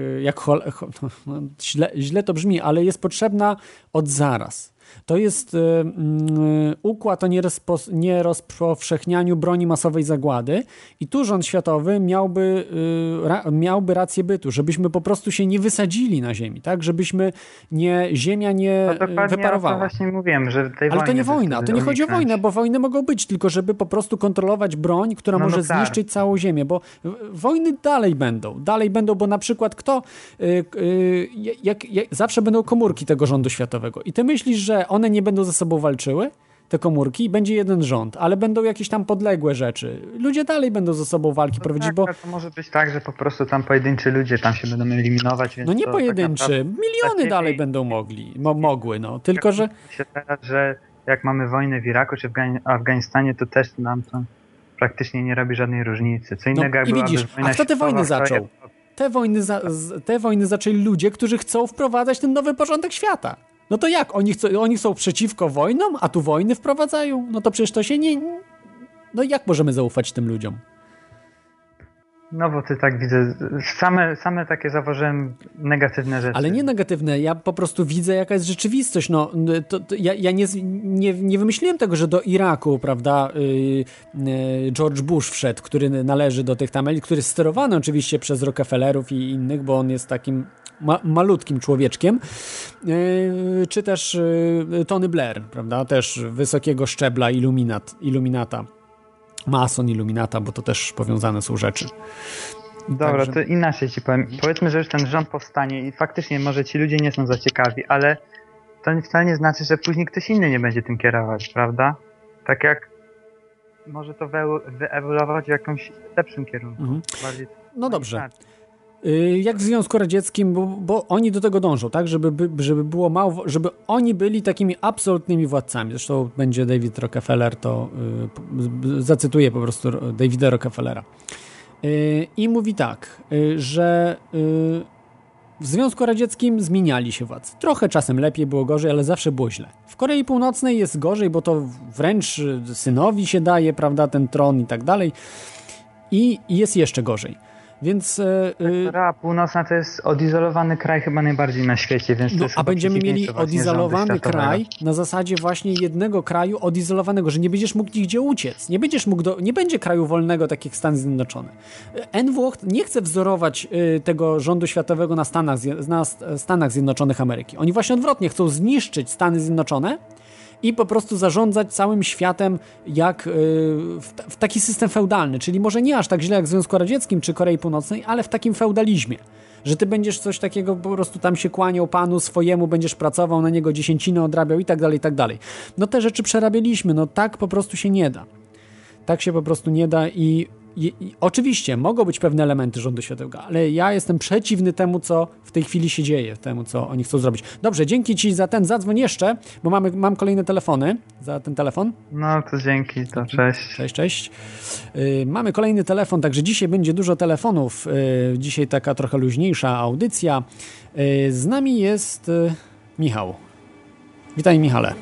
Speaker 5: źle to brzmi, ale jest potrzebna od zaraz. To jest układ o nierozpowszechnianiu broni masowej zagłady i tu rząd światowy miałby rację bytu, żebyśmy po prostu się nie wysadzili na ziemi, tak? Żebyśmy ziemia nie wyparowała.
Speaker 8: To właśnie mówiłem, że tej
Speaker 5: ale to nie wojna, to nie chodzi o wojnę, bo wojny mogą być, tylko żeby po prostu kontrolować broń, która może zniszczyć całą ziemię, bo wojny dalej będą, bo na przykład zawsze będą komórki tego rządu światowego i ty myślisz, że one nie będą ze sobą walczyły, te komórki, i będzie jeden rząd, ale będą jakieś tam podległe rzeczy. Ludzie dalej będą ze sobą walki prowadzić,
Speaker 8: tak,
Speaker 5: bo...
Speaker 8: To może być tak, że po prostu tam pojedynczy ludzie tam się będą eliminować. Więc
Speaker 5: nie pojedynczy,
Speaker 8: tak
Speaker 5: miliony dalej będą mogły, tylko że...
Speaker 8: się teraz, że jak mamy wojnę w Iraku czy w Afganistanie, to też nam to praktycznie nie robi żadnej różnicy. Co innego jak
Speaker 5: i widzisz, a kto te wojny zaczął? Te wojny zaczęli ludzie, którzy chcą wprowadzać ten nowy porządek świata. No to jak? Oni są przeciwko wojnom, a tu wojny wprowadzają? No to przecież to się nie... No jak możemy zaufać tym ludziom?
Speaker 8: No bo ty tak widzę, same takie zauważyłem negatywne rzeczy.
Speaker 5: Ale nie negatywne, ja po prostu widzę, jaka jest rzeczywistość. No, ja nie wymyśliłem tego, że do Iraku, prawda, George Bush wszedł, który należy do tych tam elit, który jest sterowany oczywiście przez Rockefellerów i innych, bo on jest takim malutkim człowieczkiem, czy też Tony Blair, prawda, też wysokiego szczebla iluminata. Mason, iluminata, bo to też powiązane są rzeczy.
Speaker 8: Dobra, także... to inaczej ci powiem. Powiedzmy, że już ten rząd powstanie i faktycznie może ci ludzie nie są za ciekawi, ale to wcale nie znaczy, że później ktoś inny nie będzie tym kierować, prawda? Tak jak może to wyewoluować w jakimś lepszym kierunku. Bardziej...
Speaker 5: No dobrze. Jak w Związku Radzieckim, bo oni do tego dążą, tak, żeby było mało, żeby oni byli takimi absolutnymi władcami. Zresztą będzie David Rockefeller, to zacytuję po prostu Davida Rockefellera. I mówi tak, że w Związku Radzieckim zmieniali się władze. Trochę czasem lepiej, było gorzej, ale zawsze było źle. W Korei Północnej jest gorzej, bo to wręcz synowi się daje, prawda, ten tron i tak dalej. I jest jeszcze gorzej. Więc
Speaker 8: Korea Północna to jest odizolowany kraj chyba najbardziej na świecie, więc to jest
Speaker 5: a będziemy mieli odizolowany kraj na zasadzie właśnie jednego kraju odizolowanego, że nie będziesz mógł nigdzie uciec. Nie będzie kraju wolnego, tak jak Stany Zjednoczone. NWO nie chce wzorować tego rządu światowego na Stanach Zjednoczonych Ameryki. Oni właśnie odwrotnie chcą zniszczyć Stany Zjednoczone i po prostu zarządzać całym światem jak w taki system feudalny, czyli może nie aż tak źle jak w Związku Radzieckim czy Korei Północnej, ale w takim feudalizmie, że ty będziesz coś takiego, po prostu tam się kłaniał panu swojemu, będziesz pracował na niego, dziesięcinę odrabiał i tak dalej, i tak dalej. No te rzeczy przerabialiśmy, no tak po prostu się nie da. Tak się po prostu nie da i oczywiście mogą być pewne elementy rządu światowego, ale ja jestem przeciwny temu, co w tej chwili się dzieje, temu, co oni chcą zrobić. Dobrze, dzięki ci za ten, zadzwoń jeszcze, bo mam kolejne telefony, za ten telefon.
Speaker 8: No to dzięki, to cześć.
Speaker 5: Cześć. Mamy kolejny telefon, także dzisiaj będzie dużo telefonów, dzisiaj taka trochę luźniejsza audycja. Z nami jest Michał. Witaj, Michale.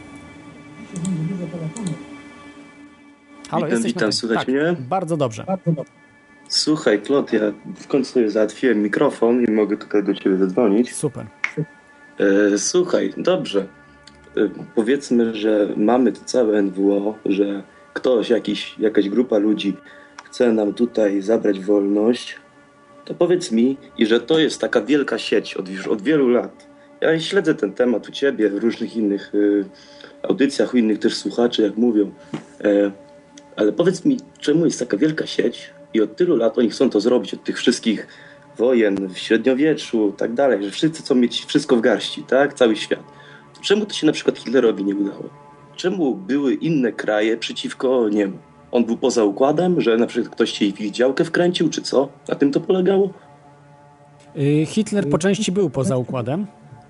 Speaker 5: Halo,
Speaker 9: witam, słychać
Speaker 5: tak,
Speaker 9: mnie?
Speaker 5: Bardzo dobrze.
Speaker 9: Słuchaj, Klot, ja w końcu sobie załatwiłem mikrofon i mogę tutaj do ciebie zadzwonić.
Speaker 5: Super.
Speaker 9: Słuchaj, dobrze. Powiedzmy, że mamy to całe NWO, że ktoś, jakaś grupa ludzi chce nam tutaj zabrać wolność, to powiedz mi, i że to jest taka wielka sieć już od wielu lat. Ja śledzę ten temat u ciebie, w różnych innych audycjach, u innych też słuchaczy, jak mówią. Ale powiedz mi, czemu jest taka wielka sieć i od tylu lat oni chcą to zrobić, od tych wszystkich wojen w średniowieczu, tak dalej, że wszyscy chcą mieć wszystko w garści, tak? Cały świat. To czemu to się na przykład Hitlerowi nie udało? Czemu były inne kraje przeciwko niemu? On był poza układem, że na przykład ktoś się w ich działkę wkręcił, czy co? Na tym to polegało?
Speaker 5: Hitler po części był poza układem.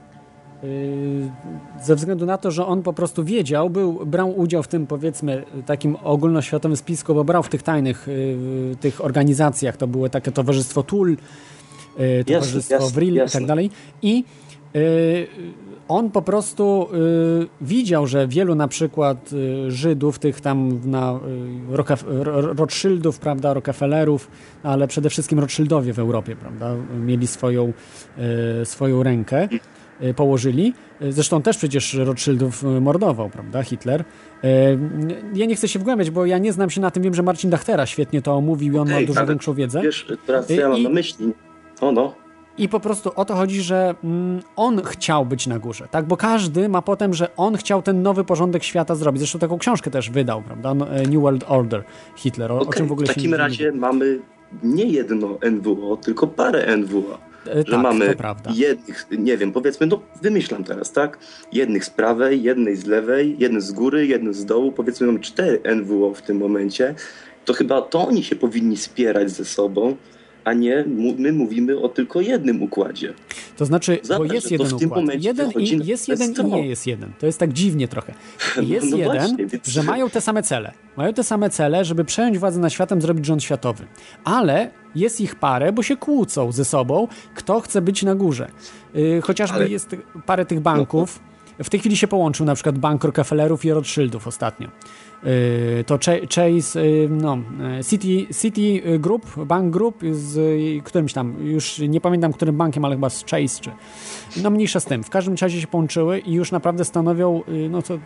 Speaker 5: Ze względu na to, że on po prostu wiedział, brał udział w tym, powiedzmy, takim ogólnoświatowym spisku, bo brał w tych tajnych tych organizacjach, to było takie Towarzystwo Tul, Towarzystwo Vril i tak dalej. I on po prostu widział, że wielu na przykład Żydów, tych tam Rothschildów, prawda, Rockefellerów, ale przede wszystkim Rothschildowie w Europie, prawda, mieli swoją rękę, położyli. Zresztą też przecież Rothschildów mordował, prawda, Hitler. Ja nie chcę się wgłębiać, bo ja nie znam się na tym, wiem, że Marcin Dachtera świetnie to omówił i on ma dużo większą wiedzę.
Speaker 9: Wiesz, teraz co ja mam na myśli.
Speaker 5: I po prostu o to chodzi, że on chciał być na górze, tak? Bo każdy ma potem, że on chciał ten nowy porządek świata zrobić. Zresztą taką książkę też wydał, prawda? New World Order Hitler, o czym w ogóle
Speaker 9: w takim razie mamy nie jedno NWO, tylko parę NWO. Że
Speaker 5: tak,
Speaker 9: mamy
Speaker 5: to prawda.
Speaker 9: jednych, nie wiem, powiedzmy, no wymyślam teraz, tak? Jednych z prawej, jednej z lewej, jeden z góry, jeden z dołu, powiedzmy mamy 4 NWO w tym momencie, to chyba to oni się powinni spierać ze sobą, a nie my mówimy o tylko jednym układzie.
Speaker 5: To znaczy,
Speaker 9: Zobacz,
Speaker 5: bo jest jeden układ. Jeden i jest jeden i nie jest jeden. To jest tak dziwnie trochę. Jest jeden,
Speaker 9: właśnie, więc...
Speaker 5: że mają te same cele. Mają te same cele, żeby przejąć władzę nad światem, zrobić rząd światowy. Ale jest ich parę, bo się kłócą ze sobą, kto chce być na górze. Chociażby jest parę tych banków. W tej chwili się połączył na przykład bank Rockefellerów i Rothschildów ostatnio. To Chase, City Group, Bank Group z którymś tam, już nie pamiętam którym bankiem, ale chyba z Chase, czy no mniejsza z tym. W każdym razie się połączyły i już naprawdę stanowią no to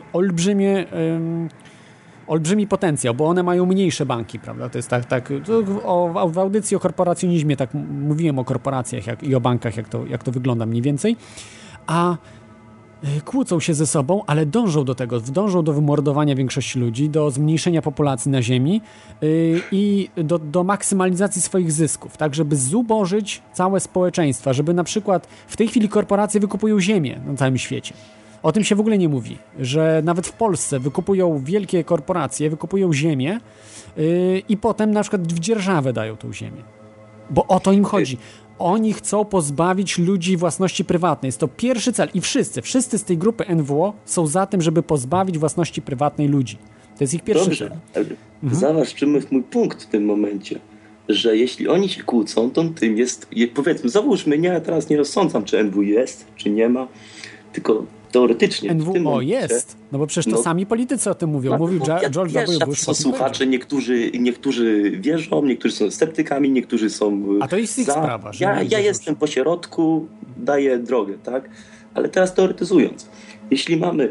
Speaker 5: olbrzymi potencjał, bo one mają mniejsze banki, prawda? To jest tak w audycji o korporacjonizmie tak mówiłem o korporacjach i o bankach, jak to wygląda mniej więcej. A kłócą się ze sobą, ale dążą do tego, dążą do wymordowania większości ludzi, do zmniejszenia populacji na Ziemi i do maksymalizacji swoich zysków, tak, żeby zubożyć całe społeczeństwa, żeby na przykład w tej chwili korporacje wykupują ziemię na całym świecie. O tym się w ogóle nie mówi, że nawet w Polsce wykupują wielkie korporacje, wykupują ziemię i potem na przykład w dzierżawę dają tą ziemię. Bo o to im chodzi. Oni chcą pozbawić ludzi własności prywatnej. Jest to pierwszy cel i wszyscy z tej grupy NWO są za tym, żeby pozbawić własności prywatnej ludzi. To jest ich pierwszy cel.
Speaker 9: Zobacz, czym jest mój punkt w tym momencie. Że jeśli oni się kłócą, to tym jest, powiedzmy, załóżmy, ja teraz nie rozsądzam, czy NWO jest, czy nie ma, tylko teoretycznie.
Speaker 5: NWO
Speaker 9: w tym momencie,
Speaker 5: jest, no bo przecież to sami politycy o tym mówią. Mówił George W. Bush.
Speaker 9: Są słuchacze, niektórzy wierzą, niektórzy są sceptykami, niektórzy są
Speaker 5: a to jest ich sprawa.
Speaker 9: Ja jestem po środku, daję drogę, tak? Ale teraz teoretyzując, jeśli mamy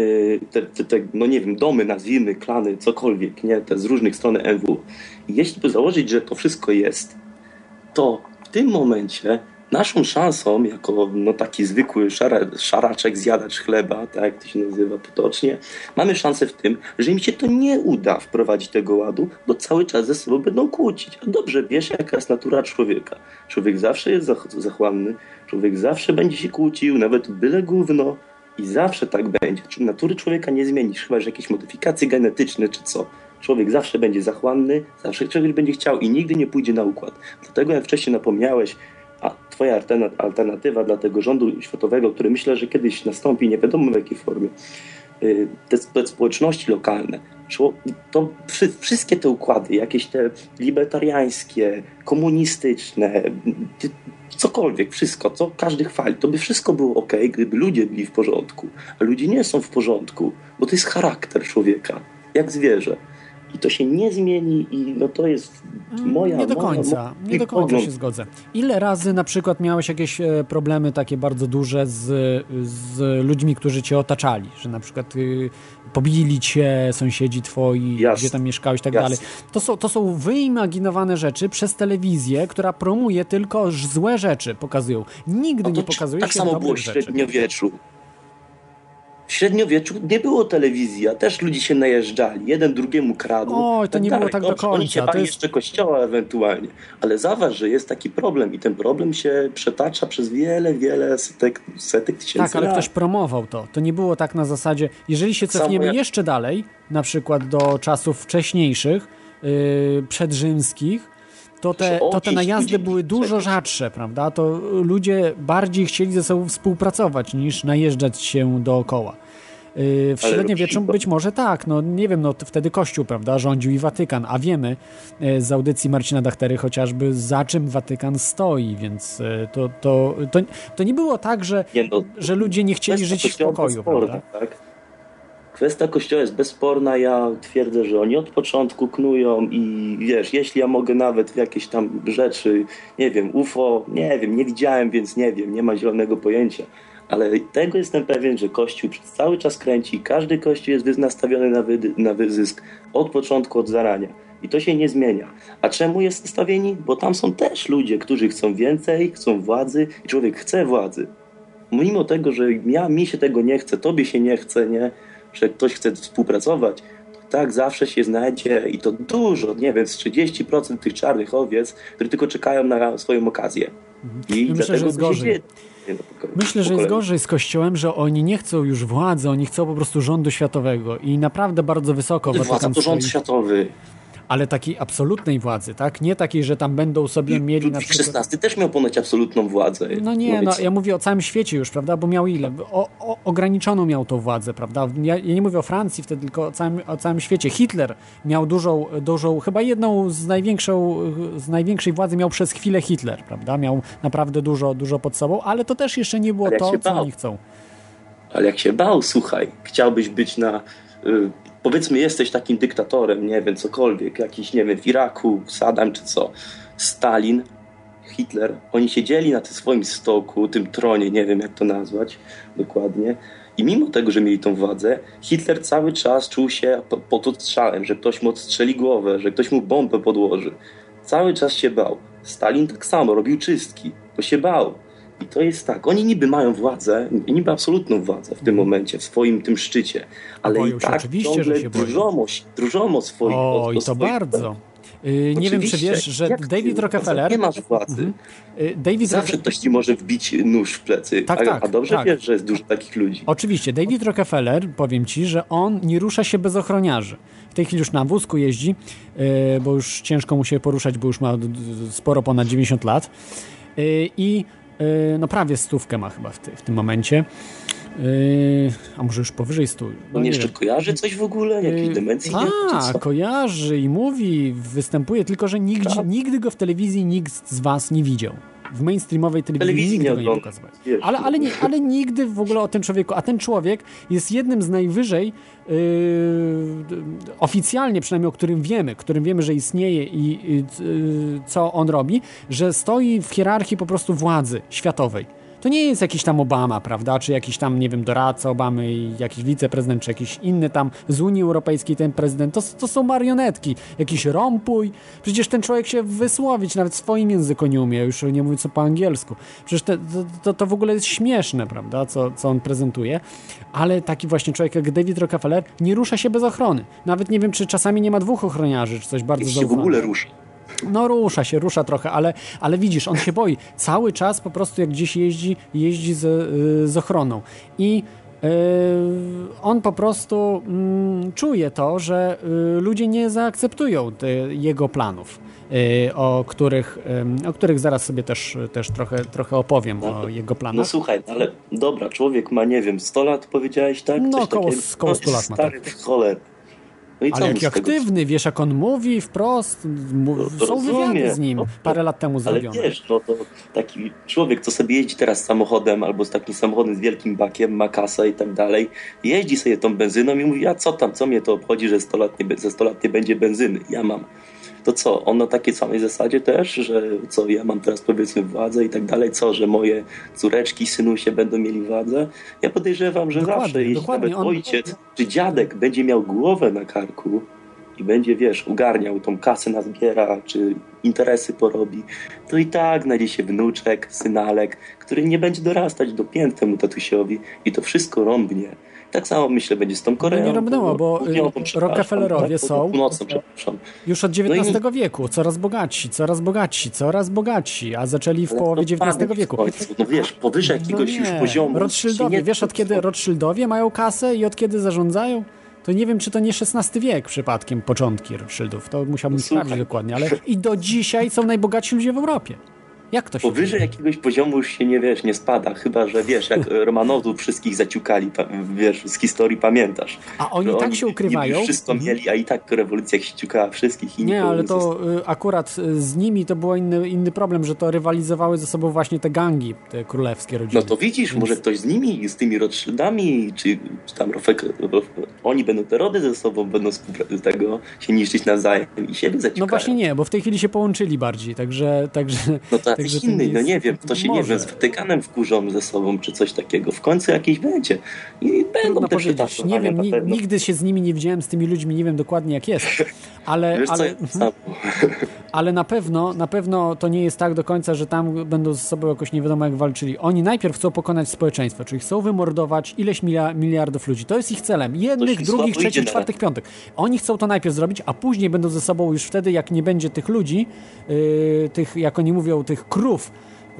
Speaker 9: no nie wiem, domy, nazwijmy, klany, cokolwiek, nie, te z różnych stron NWO. I jeśli by założyć, że to wszystko jest, to w tym momencie naszą szansą, jako no, taki zwykły szaraczek, zjadacz chleba, tak jak to się nazywa potocznie, mamy szansę w tym, że im się to nie uda wprowadzić tego ładu, bo cały czas ze sobą będą kłócić. A dobrze wiesz, jaka jest natura człowieka. Człowiek zawsze jest zachłanny, człowiek zawsze będzie się kłócił, nawet byle gówno i zawsze tak będzie. Natury człowieka nie zmienisz, chyba że jakieś modyfikacje genetyczne czy co. Człowiek zawsze będzie zachłanny, zawsze czegoś będzie chciał i nigdy nie pójdzie na układ. Dlatego jak wcześniej napomniałeś, a twoja alternatywa dla tego rządu światowego, który myślę, że kiedyś nastąpi, nie wiadomo w jakiej formie, te społeczności lokalne, to wszystkie te układy, jakieś te libertariańskie, komunistyczne, cokolwiek, wszystko, co każdy chwali, to by wszystko było okej, gdyby ludzie byli w porządku. A ludzie nie są w porządku, bo to jest charakter człowieka, jak zwierzę. I to się nie zmieni i no to jest moja...
Speaker 5: Nie do końca się zgodzę. Ile razy na przykład miałeś jakieś problemy takie bardzo duże z ludźmi, którzy cię otaczali? Że na przykład pobili cię sąsiedzi twoi, gdzie tam mieszkałeś i tak dalej. To są wyimaginowane rzeczy przez telewizję, która promuje tylko złe rzeczy, pokazują. Nigdy nie pokazuje
Speaker 9: tak
Speaker 5: się
Speaker 9: samo
Speaker 5: dobrych
Speaker 9: było w
Speaker 5: rzeczy.
Speaker 9: średniowieczu. W średniowieczu nie było telewizji, a też ludzie się najeżdżali, jeden drugiemu kradł.
Speaker 5: Oj, to nie było tak do końca.
Speaker 9: Oni się bali jeszcze kościoła ewentualnie. Ale zauważ, że jest taki problem i ten problem się przetacza przez wiele setek tysięcy lat.
Speaker 5: Tak, ale ktoś promował to. To nie było tak na zasadzie, jeżeli się cofniemy jeszcze dalej, na przykład do czasów wcześniejszych, przedrzymskich, to te najazdy były dużo rzadsze, prawda? To ludzie bardziej chcieli ze sobą współpracować niż najeżdżać się dookoła. W średniowieczu być może tak, no nie wiem, no wtedy Kościół, prawda, rządził i Watykan, a wiemy z audycji Marcina Dachtery chociażby za czym Watykan stoi, więc to nie było tak, że ludzie nie chcieli żyć w pokoju, prawda?
Speaker 9: Tak? Kwestia Kościoła jest bezsporna, ja twierdzę, że oni od początku knują i wiesz, jeśli ja mogę nawet w jakieś tam rzeczy, nie wiem, UFO, nie widziałem, więc nie wiem, nie ma zielonego pojęcia, ale tego jestem pewien, że Kościół przez cały czas kręci i każdy Kościół jest nastawiony na wyzysk od początku, od zarania i to się nie zmienia. A czemu jest nastawieni? Bo tam są też ludzie, którzy chcą więcej, chcą władzy i człowiek chce władzy. Mimo tego, że mi się tego nie chce, tobie się nie chce, nie? Że ktoś chce współpracować, to tak zawsze się znajdzie i to dużo, nie wiem, z 30% tych czarnych owiec, które tylko czekają na swoją okazję. I
Speaker 5: myślę, że jest gorzej. Myślę, że jest gorzej z Kościołem, że oni nie chcą już władzy, oni chcą po prostu rządu światowego i naprawdę bardzo wysoko.
Speaker 9: Władza to rząd światowy.
Speaker 5: Ale takiej absolutnej władzy, tak? Nie takiej, że tam będą sobie mieli na przykład...
Speaker 9: XVI też miał ponoć absolutną władzę.
Speaker 5: No nie, ja mówię o całym świecie już, prawda? Bo miał ile? Ograniczoną miał tą władzę, prawda? Ja nie mówię o Francji wtedy, tylko o całym świecie. Hitler miał dużą, chyba jedną z największej władzy miał przez chwilę Hitler, prawda? Miał naprawdę dużo pod sobą, ale to też jeszcze nie było to, co oni chcą.
Speaker 9: Ale jak się bał, słuchaj, chciałbyś być na... Powiedzmy, jesteś takim dyktatorem, nie wiem, cokolwiek, jakiś, nie wiem, w Iraku, Saddam czy co, Stalin, Hitler, oni siedzieli na tym swoim stoku, tym tronie, nie wiem jak to nazwać dokładnie i mimo tego, że mieli tą władzę, Hitler cały czas czuł się pod odstrzałem, że ktoś mu odstrzeli głowę, że ktoś mu bombę podłoży. Cały czas się bał. Stalin tak samo, robił czystki, bo się bał. I to jest tak, oni niby mają władzę, niby absolutną władzę w tym momencie, w swoim tym szczycie, ale i tak ciągle drżą swoich...
Speaker 5: O, i to bardzo. Nie wiem, czy wiesz, że David Rockefeller...
Speaker 9: Nie masz władzy. Zawsze ktoś ci może wbić nóż w plecy, a dobrze wiesz, że jest dużo takich ludzi.
Speaker 5: Oczywiście, David Rockefeller, powiem ci, że on nie rusza się bez ochroniarzy. W tej chwili już na wózku jeździ, bo już ciężko mu się poruszać, bo już ma sporo ponad 90 lat. I no prawie 100 ma chyba w tym momencie. A może już powyżej 100.
Speaker 9: On jeszcze kojarzy coś w ogóle? Jakiejś demencji?
Speaker 5: Tak, kojarzy i mówi, występuje, tylko że nigdy go w telewizji nikt z was nie widział. W mainstreamowej telewizji nigdy go nie pokazywał. Ale nigdy w ogóle o tym człowieku. A ten człowiek jest jednym z najwyżej oficjalnie, przynajmniej o którym wiemy, że istnieje i co on robi, że stoi w hierarchii po prostu władzy światowej. To nie jest jakiś tam Obama, prawda, czy jakiś tam, nie wiem, doradca Obamy i jakiś wiceprezydent, czy jakiś inny tam z Unii Europejskiej ten prezydent. To są marionetki. Jakiś Rompuj. Przecież ten człowiek się wysłowić nawet w swoim języku nie umie, już nie mówiąc po angielsku. Przecież to w ogóle jest śmieszne, prawda, co on prezentuje. Ale taki właśnie człowiek jak David Rockefeller nie rusza się bez ochrony. Nawet nie wiem, czy czasami nie ma 2 ochroniarzy, czy coś bardzo zaufane.
Speaker 9: Się w ogóle rusza.
Speaker 5: No rusza trochę, ale widzisz, on się boi. Cały czas po prostu jak gdzieś jeździ z ochroną. I on po prostu czuje to, że ludzie nie zaakceptują jego planów, o których zaraz sobie też trochę opowiem o jego planach.
Speaker 9: No słuchaj, ale dobra, człowiek ma, nie wiem, 100 lat powiedziałeś, tak?
Speaker 5: No koło 100 lat ma.
Speaker 9: Stary cholera. No i co
Speaker 5: Ale
Speaker 9: mu
Speaker 5: jaki
Speaker 9: z tego?
Speaker 5: aktywny, wiesz jak on mówi wprost, są wywiady z nim parę lat temu
Speaker 9: Ale
Speaker 5: zrobione.
Speaker 9: wiesz, no to taki człowiek, co sobie jeździ teraz samochodem albo z takim samochodem z wielkim bakiem, ma kasę i tak dalej, jeździ sobie tą benzyną i mówi, a co tam, co mnie to obchodzi, że za 100 lat nie będzie benzyny, ja mam. To co, on na takiej samej zasadzie też, że co, ja mam teraz powiedzmy władzę i tak dalej, co, że moje córeczki, synusie będą mieli władzę? Ja podejrzewam, że
Speaker 5: Dokładnie,
Speaker 9: zawsze, jeśli
Speaker 5: dokładnie.
Speaker 9: nawet ojciec czy dziadek będzie miał głowę na karku i będzie, wiesz, ugarniał tą kasę nazbiera, czy interesy porobi, to i tak znajdzie się wnuczek, synalek, który nie będzie dorastać do pięt temu tatusiowi i to wszystko rąbnie. Tak samo myślę będzie z tą Koreą.
Speaker 5: No nie rąbnęło, bo
Speaker 9: południową,
Speaker 5: Rockefellerowie
Speaker 9: tak?
Speaker 5: są
Speaker 9: Północną, przepraszam.
Speaker 5: już od XIX wieku, coraz bogatsi, a zaczęli w
Speaker 9: Ale
Speaker 5: połowie
Speaker 9: to
Speaker 5: XIX
Speaker 9: panie,
Speaker 5: wieku.
Speaker 9: No wiesz, powyżej jakiegoś już poziomu.
Speaker 5: Rothschildowie,
Speaker 9: się nie-
Speaker 5: wiesz od kiedy Rothschildowie mają kasę i od kiedy zarządzają? To nie wiem, czy to nie XVI wiek przypadkiem, początki Rothschildów. To musiałbym
Speaker 9: No, słuchaj.
Speaker 5: sprawdzić dokładnie, ale i do dzisiaj są najbogatsi ludzie w Europie. Jak to się
Speaker 9: Powyżej
Speaker 5: dzieje?
Speaker 9: jakiegoś poziomu już się nie spada, chyba że wiesz, jak Romanowów wszystkich zaciukali, wiesz, z historii pamiętasz.
Speaker 5: A oni
Speaker 9: Że
Speaker 5: tak się ukrywają.
Speaker 9: Niby wszystko mieli, a i tak rewolucja się ciukała wszystkich. I
Speaker 5: Nie,
Speaker 9: nikogo
Speaker 5: ale
Speaker 9: zostało.
Speaker 5: to akurat z nimi to był inny problem, że to rywalizowały ze sobą właśnie te gangi, te królewskie rodziny.
Speaker 9: No to widzisz,
Speaker 5: Więc-
Speaker 9: może ktoś z nimi, z tymi Rothschildami, czy tam oni będą te rody ze sobą, będą z tego się niszczyć nawzajem i siebie zaciukają.
Speaker 5: No właśnie nie, bo w tej chwili się połączyli bardziej, także
Speaker 9: No to
Speaker 5: także
Speaker 9: jakiś
Speaker 5: to
Speaker 9: inny,
Speaker 5: nie
Speaker 9: no
Speaker 5: jest-
Speaker 9: nie wiem, to się nie
Speaker 5: może.
Speaker 9: wiem, z Watykanem wkurzą ze sobą, czy coś takiego. W końcu jakiś będzie. I będą
Speaker 5: Trudno
Speaker 9: te
Speaker 5: powiedzieć.
Speaker 9: przetaflowania
Speaker 5: Nie wiem,
Speaker 9: na pewno.
Speaker 5: nigdy się z nimi nie widziałem, z tymi ludźmi, nie wiem dokładnie jak jest. Ale,
Speaker 9: Wiesz co,
Speaker 5: ale,
Speaker 9: ja tak samo.
Speaker 5: ale na pewno to nie jest tak do końca, że tam będą ze sobą jakoś nie wiadomo jak walczyli. Oni najpierw chcą pokonać społeczeństwo, czyli chcą wymordować ileś miliardów ludzi. To jest ich celem. Jednych,
Speaker 9: To się
Speaker 5: drugich,
Speaker 9: słabo idzie
Speaker 5: trzecich,
Speaker 9: na
Speaker 5: czwartych, piątych. Oni chcą to najpierw zrobić, a później będą ze sobą już wtedy, jak nie będzie tych ludzi, tych, jak oni mówią, tych krów,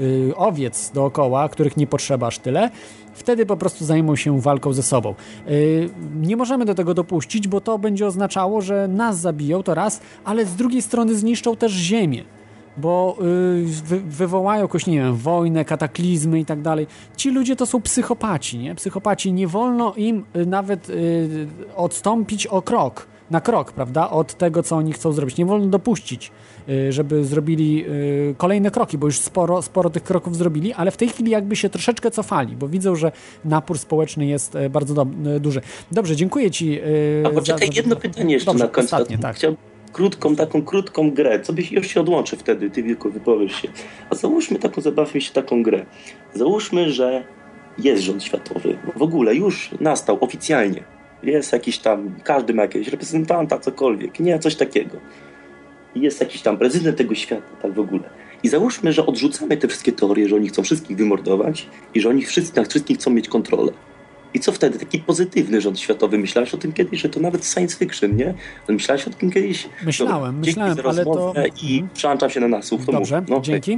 Speaker 5: owiec dookoła, których nie potrzeba aż tyle, wtedy po prostu zajmą się walką ze sobą. Nie możemy do tego dopuścić, bo to będzie oznaczało, że nas zabiją, to raz, ale z drugiej strony zniszczą też ziemię, bo wywołają jakoś, nie wiem, wojnę, kataklizmy i tak dalej. Ci ludzie to są psychopaci, nie? Psychopaci, nie wolno im nawet odstąpić na krok, prawda, od tego, co oni chcą zrobić. Nie wolno dopuścić, żeby zrobili kolejne kroki, bo już sporo tych kroków zrobili, ale w tej chwili jakby się troszeczkę cofali, bo widzą, że napór społeczny jest bardzo duży. Dobrze, dziękuję Ci.
Speaker 9: A poczekaj, jedno pytanie jeszcze
Speaker 5: Dobrze,
Speaker 9: na końcu.
Speaker 5: ostatnie, tak.
Speaker 9: Chciałbym taką krótką grę. Co byś już się odłączy wtedy, ty Wilku, wypowiesz się. A załóżmy zabawmy się taką grę. Załóżmy, że jest rząd światowy. W ogóle już nastał oficjalnie. Jest jakiś tam, każdy ma jakiegoś reprezentanta, cokolwiek. Nie, coś takiego. Jest jakiś tam prezydent tego świata, tak w ogóle. I załóżmy, że odrzucamy te wszystkie teorie, że oni chcą wszystkich wymordować i że oni nad wszystkich chcą mieć kontrolę. I co wtedy? Taki pozytywny rząd światowy. Myślałeś o tym kiedyś, że to nawet science fiction, nie? Myślałeś o tym kiedyś?
Speaker 5: Myślałem,
Speaker 9: dzięki za
Speaker 5: ale to...
Speaker 9: rozmowę i przełączam się na nasłuch. To
Speaker 5: Dobrze,
Speaker 9: mów. No,
Speaker 5: dzięki.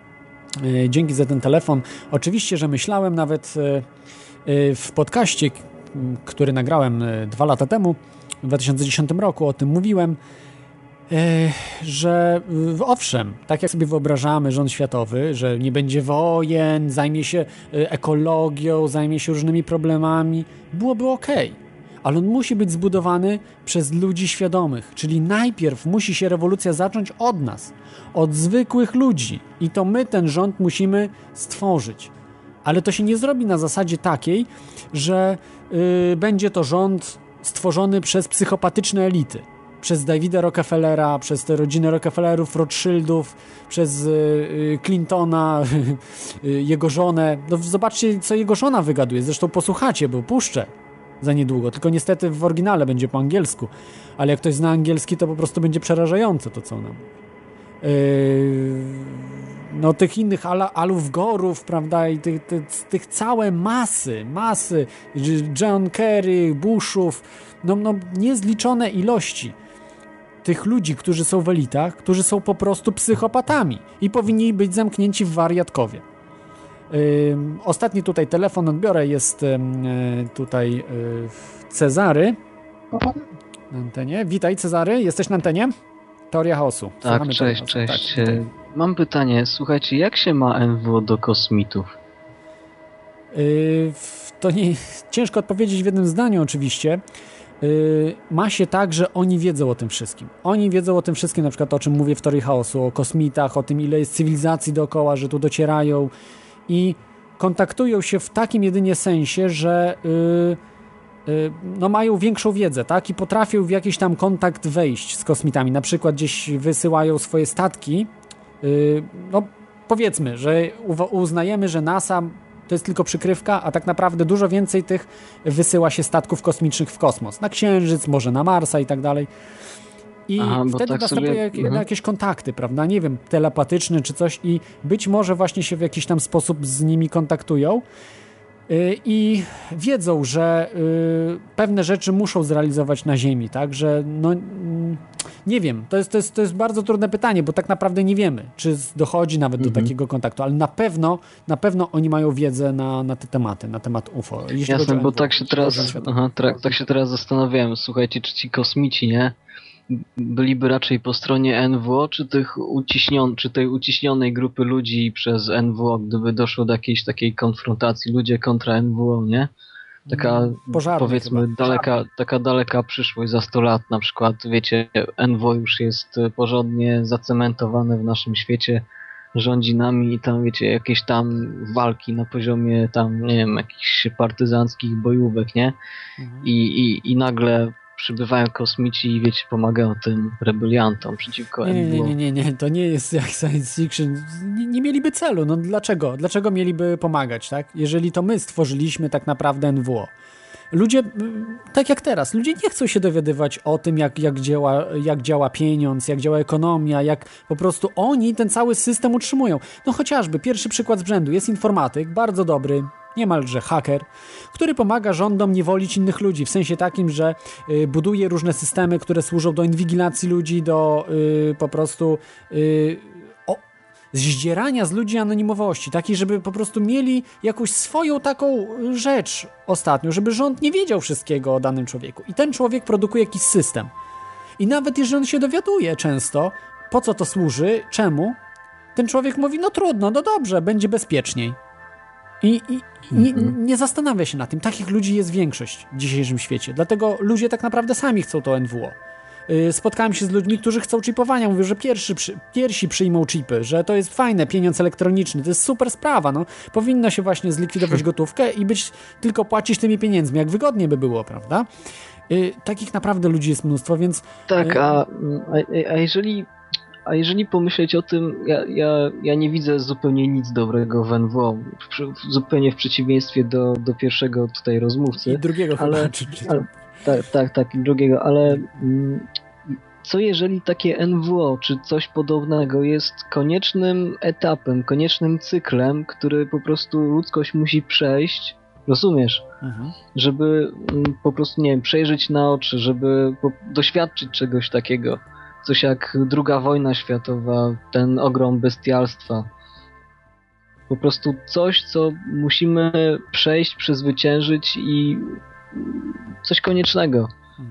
Speaker 5: Dzięki za ten telefon. Oczywiście, że myślałem nawet w podcaście, który nagrałem 2 lata temu, w 2010 roku, o tym mówiłem, że owszem, tak jak sobie wyobrażamy rząd światowy, że nie będzie wojen, zajmie się ekologią, zajmie się różnymi problemami, byłoby okej. Ale on musi być zbudowany przez ludzi świadomych, czyli najpierw musi się rewolucja zacząć od nas, od zwykłych ludzi i to my ten rząd musimy stworzyć. Ale to się nie zrobi na zasadzie takiej, że będzie to rząd stworzony przez psychopatyczne elity. Przez Davida Rockefellera, przez te rodziny Rockefellerów, Rothschildów, przez Clintona, jego żonę. No zobaczcie, co jego żona wygaduje. Zresztą posłuchacie, bo puszczę za niedługo. Tylko niestety w oryginale będzie po angielsku. Ale jak ktoś zna angielski, to po prostu będzie przerażające to, co ona mówi. No tych innych Alów Gorów, prawda, i tych całe masy, John Kerry, Bushów, no niezliczone ilości tych ludzi, którzy są w elitach, którzy są po prostu psychopatami i powinni być zamknięci w wariatkowie. Ostatni tutaj telefon odbiorę, jest tutaj Cezary na antenie. Witaj Cezary, jesteś na antenie? Teoria chaosu.
Speaker 10: Tak,
Speaker 5: Słuchamy
Speaker 10: cześć.
Speaker 5: Tak.
Speaker 10: Mam pytanie, słuchajcie, jak się ma NWO do kosmitów?
Speaker 5: To nie ciężko odpowiedzieć w jednym zdaniu oczywiście. ma się tak, że oni wiedzą o tym wszystkim. Oni wiedzą o tym wszystkim, na przykład o czym mówię w Teorii Chaosu, o kosmitach, o tym, ile jest cywilizacji dookoła, że tu docierają i kontaktują się w takim jedynie sensie, że no mają większą wiedzę, tak? I potrafią w jakiś tam kontakt wejść z kosmitami. Na przykład gdzieś wysyłają swoje statki. No powiedzmy, że uznajemy, że NASA to jest tylko przykrywka, a tak naprawdę dużo więcej tych wysyła się statków kosmicznych w kosmos. Na Księżyc, może na Marsa i tak dalej. I wtedy tak następują jakieś kontakty, prawda? Nie wiem, telepatyczne czy coś i być może właśnie się w jakiś tam sposób z nimi kontaktują i wiedzą, że pewne rzeczy muszą zrealizować na Ziemi, tak? Że no nie wiem, to jest bardzo trudne pytanie, bo tak naprawdę nie wiemy, czy dochodzi nawet do takiego kontaktu, ale na pewno oni mają wiedzę na te tematy, na temat UFO.
Speaker 10: Jasne, bo tak się teraz zastanawiałem, słuchajcie, czy ci kosmici, nie? Byliby raczej po stronie NWO, czy tej uciśnionej grupy ludzi przez NWO, gdyby doszło do jakiejś takiej konfrontacji, ludzie kontra NWO, nie? Taka, powiedzmy, taka daleka przyszłość za 100 lat na przykład, wiecie, NWO już jest porządnie zacementowane w naszym świecie, rządzi nami i tam, wiecie, jakieś tam walki na poziomie tam, nie wiem, jakichś partyzanckich bojówek, nie? I nagle przybywają kosmici i wiecie, pomagają tym rebeliantom przeciwko NWO.
Speaker 5: Nie, to nie jest jak science fiction. Nie mieliby celu. No dlaczego? Dlaczego mieliby pomagać, tak? Jeżeli to my stworzyliśmy tak naprawdę NWO. Ludzie, tak jak teraz, ludzie nie chcą się dowiadywać o tym, jak działa pieniądz, jak działa ekonomia, jak po prostu oni ten cały system utrzymują. No chociażby, pierwszy przykład z brzędu, jest informatyk, bardzo dobry, niemalże haker, który pomaga rządom niewolić innych ludzi, w sensie takim, że buduje różne systemy, które służą do inwigilacji ludzi, do po prostu zdzierania z ludzi anonimowości, takiej, żeby po prostu mieli jakąś swoją taką rzecz ostatnią, żeby rząd nie wiedział wszystkiego o danym człowieku. I ten człowiek produkuje jakiś system. I nawet jeżeli on się dowiaduje często, po co to służy, czemu, ten człowiek mówi, no trudno, no dobrze, będzie bezpieczniej. I nie zastanawia się na tym. Takich ludzi jest większość w dzisiejszym świecie. Dlatego ludzie tak naprawdę sami chcą to NWO. Spotkałem się z ludźmi, którzy chcą chipowania. Mówią, że pierwsi przyjmą chipy, że to jest fajne, pieniądz elektroniczny. To jest super sprawa. No. Powinno się właśnie zlikwidować gotówkę i tylko płacić tymi pieniędzmi. Jak wygodnie by było, prawda? Takich naprawdę ludzi jest mnóstwo, więc...
Speaker 10: Tak, a jeżeli pomyśleć o tym, ja nie widzę zupełnie nic dobrego w NWO, zupełnie w przeciwieństwie do pierwszego tutaj rozmówcy.
Speaker 5: I drugiego
Speaker 10: ale, tak, i drugiego, ale co jeżeli takie NWO, czy coś podobnego jest koniecznym etapem, koniecznym cyklem, który po prostu ludzkość musi przejść, rozumiesz? Żeby po prostu, nie wiem, przejrzeć na oczy, żeby doświadczyć czegoś takiego. Coś jak II wojna światowa, ten ogrom bestialstwa. Po prostu coś, co musimy przejść, przezwyciężyć i coś koniecznego.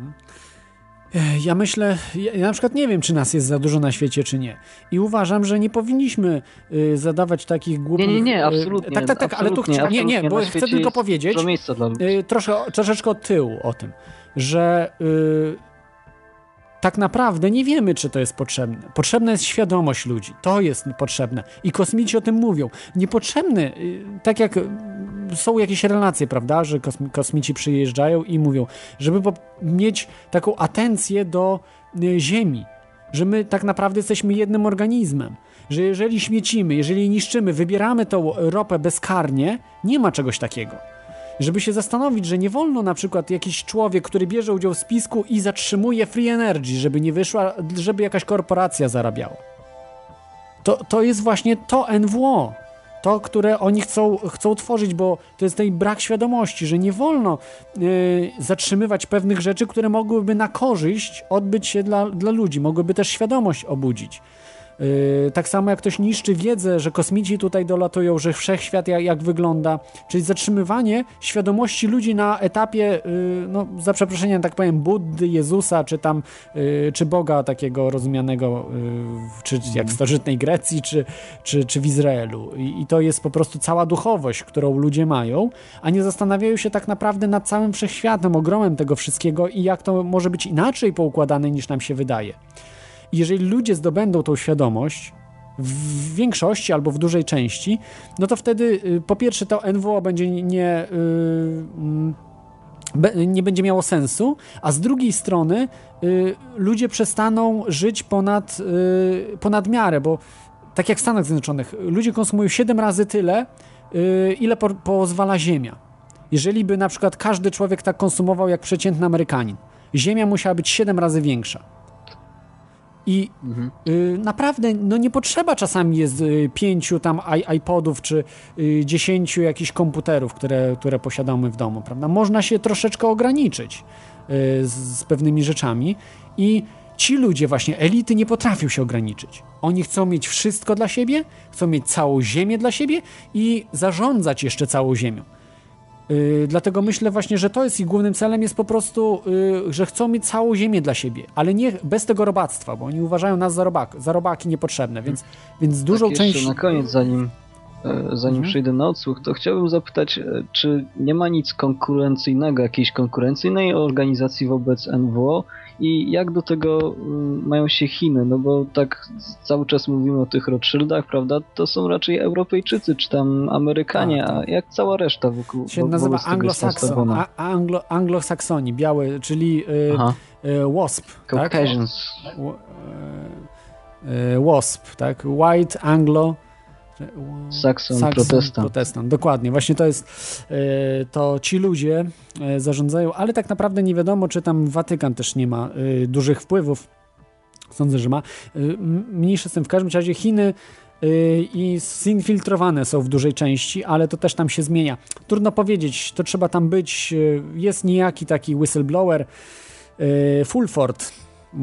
Speaker 5: Ja myślę, ja na przykład nie wiem, czy nas jest za dużo na świecie, czy nie. I uważam, że nie powinniśmy zadawać takich głupich...
Speaker 10: Nie, absolutnie.
Speaker 5: Tak, ale tu bo chcę tylko powiedzieć troszeczkę od tyłu o tym, że... tak naprawdę nie wiemy, czy to jest potrzebne. Potrzebna jest świadomość ludzi. To jest potrzebne. I kosmici o tym mówią. Niepotrzebny, tak jak są jakieś relacje, prawda, że kosmici przyjeżdżają i mówią, żeby mieć taką atencję do Ziemi, że my tak naprawdę jesteśmy jednym organizmem, że jeżeli śmiecimy, jeżeli niszczymy, wybieramy tą ropę bezkarnie, nie ma czegoś takiego. Żeby się zastanowić, że nie wolno na przykład jakiś człowiek, który bierze udział w spisku i zatrzymuje free energy, żeby nie wyszła, żeby jakaś korporacja zarabiała. To jest właśnie to NWO. To, które oni chcą tworzyć, bo to jest ten brak świadomości, że nie wolno zatrzymywać pewnych rzeczy, które mogłyby na korzyść odbyć się dla ludzi, mogłyby też świadomość obudzić. Tak samo jak ktoś niszczy wiedzę, że kosmici tutaj dolatują, że wszechświat jak wygląda, czyli zatrzymywanie świadomości ludzi na etapie, no za przeproszeniem tak powiem, Buddy, Jezusa, czy Boga takiego rozumianego, czy jak w starożytnej Grecji, czy w Izraelu. I to jest po prostu cała duchowość, którą ludzie mają, a nie zastanawiają się tak naprawdę nad całym wszechświatem, ogromem tego wszystkiego i jak to może być inaczej poukładane niż nam się wydaje. I jeżeli ludzie zdobędą tą świadomość w większości albo w dużej części, no to wtedy po pierwsze to NWO będzie nie będzie miało sensu, a z drugiej strony ludzie przestaną żyć ponad miarę, bo tak jak w Stanach Zjednoczonych, ludzie konsumują 7 razy tyle, ile pozwala Ziemia. Jeżeli by na przykład każdy człowiek tak konsumował jak przeciętny Amerykanin, Ziemia musiała być 7 razy większa. I naprawdę no nie potrzeba czasami jest 5 tam iPodów czy 10 jakichś komputerów, które posiadamy w domu, prawda? Można się troszeczkę ograniczyć z pewnymi rzeczami i ci ludzie właśnie, elity nie potrafią się ograniczyć. Oni chcą mieć wszystko dla siebie, chcą mieć całą ziemię dla siebie i zarządzać jeszcze całą ziemią. Dlatego myślę właśnie, że to jest ich głównym celem, jest po prostu, że chcą mieć całą ziemię dla siebie, ale nie bez tego robactwa, bo oni uważają nas za robaki niepotrzebne, więc dużą
Speaker 10: tak
Speaker 5: część...
Speaker 10: Jeszcze na koniec, zanim przejdę na odsłuch, to chciałbym zapytać, czy nie ma nic konkurencyjnego, jakiejś konkurencyjnej organizacji wobec NWO i jak do tego mają się Chiny, no bo tak cały czas mówimy o tych Rothschildach, prawda, to są raczej Europejczycy, czy tam Amerykanie, a jak cała reszta wokół
Speaker 5: się nazywa anglosaksoni, białe, czyli WASP,
Speaker 10: Caucasians.
Speaker 5: Tak? WASP, tak? White Anglo
Speaker 10: Saxon Protestant.
Speaker 5: Dokładnie, właśnie to jest, to ci ludzie zarządzają, ale tak naprawdę nie wiadomo, czy tam Watykan też nie ma dużych wpływów. Sądzę, że ma. Mniejsze z tym, w każdym razie Chiny i zinfiltrowane są w dużej części, ale to też tam się zmienia. Trudno powiedzieć, to trzeba tam być. Jest niejaki taki whistleblower, Fulford,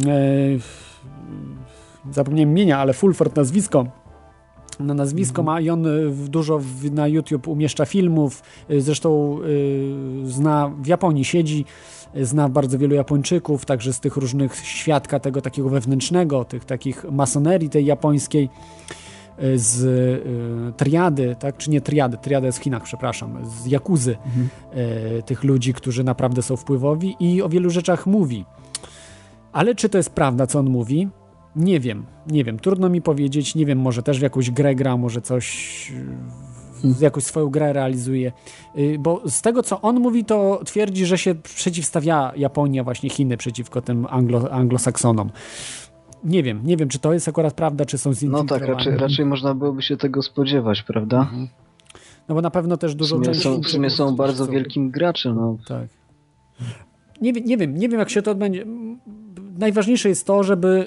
Speaker 5: zapomniałem imienia, ale Fulford nazwisko ma i on dużo na YouTube umieszcza filmów, zresztą zna, w Japonii siedzi, zna bardzo wielu Japończyków, także z tych różnych świadka tego takiego wewnętrznego, tych takich masonerii tej japońskiej, z triady, tak, czy nie triada jest w Chinach, przepraszam, z jakuzy, tych ludzi, którzy naprawdę są wpływowi i o wielu rzeczach mówi. Ale czy to jest prawda, co on mówi? Nie wiem, trudno mi powiedzieć, nie wiem, może też w jakąś grę gra, może coś, jakąś swoją grę realizuje, bo z tego, co on mówi, to twierdzi, że się przeciwstawia Japonia, właśnie Chiny przeciwko tym anglosaksonom. Nie wiem, czy to jest akurat prawda, czy są zinfiltrowane.
Speaker 10: No tak, raczej można byłoby się tego spodziewać, prawda?
Speaker 5: No bo na pewno też dużo
Speaker 10: w sumie są bardzo wielkim graczem. No.
Speaker 5: Tak. Nie wiem, jak się to odbędzie. Najważniejsze jest to, żeby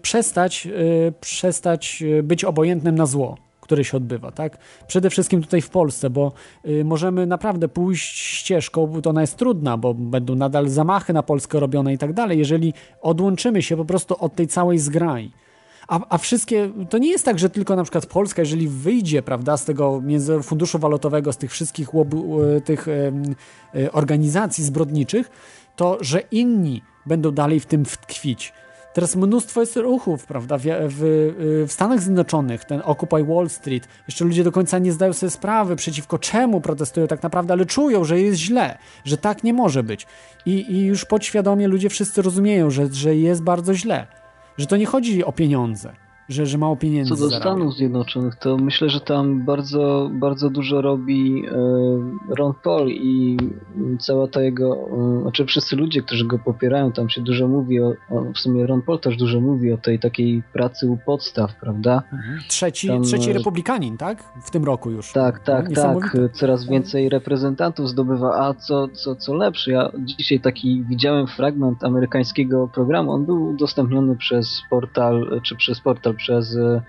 Speaker 5: przestać być obojętnym na zło, które się odbywa, tak? Przede wszystkim tutaj w Polsce, bo możemy naprawdę pójść ścieżką, bo ona jest trudna, bo będą nadal zamachy na Polskę robione i tak dalej, jeżeli odłączymy się po prostu od tej całej zgrai. A wszystkie, to nie jest tak, że tylko na przykład Polska, jeżeli wyjdzie, prawda, z tego Międzynarodowego Funduszu Walutowego, z tych wszystkich tych organizacji zbrodniczych, to że inni będą dalej w tym tkwić. Teraz mnóstwo jest ruchów, prawda, w Stanach Zjednoczonych, ten Occupy Wall Street, jeszcze ludzie do końca nie zdają sobie sprawy, przeciwko czemu protestują tak naprawdę, ale czują, że jest źle, że tak nie może być. I już podświadomie ludzie wszyscy rozumieją, że jest bardzo źle, że to nie chodzi o pieniądze, że mało pieniędzy
Speaker 10: Co do Stanów Zjednoczonych, to myślę, że tam bardzo, bardzo dużo robi Ron Paul i cała ta jego, znaczy wszyscy ludzie, którzy go popierają, tam się dużo mówi w sumie Ron Paul też dużo mówi o tej takiej pracy u podstaw, prawda?
Speaker 5: Trzeci republikanin, tak? W tym roku już.
Speaker 10: Tak. Coraz więcej reprezentantów zdobywa, a co lepsze, ja dzisiaj taki widziałem fragment amerykańskiego programu, on był udostępniony przez portal, przez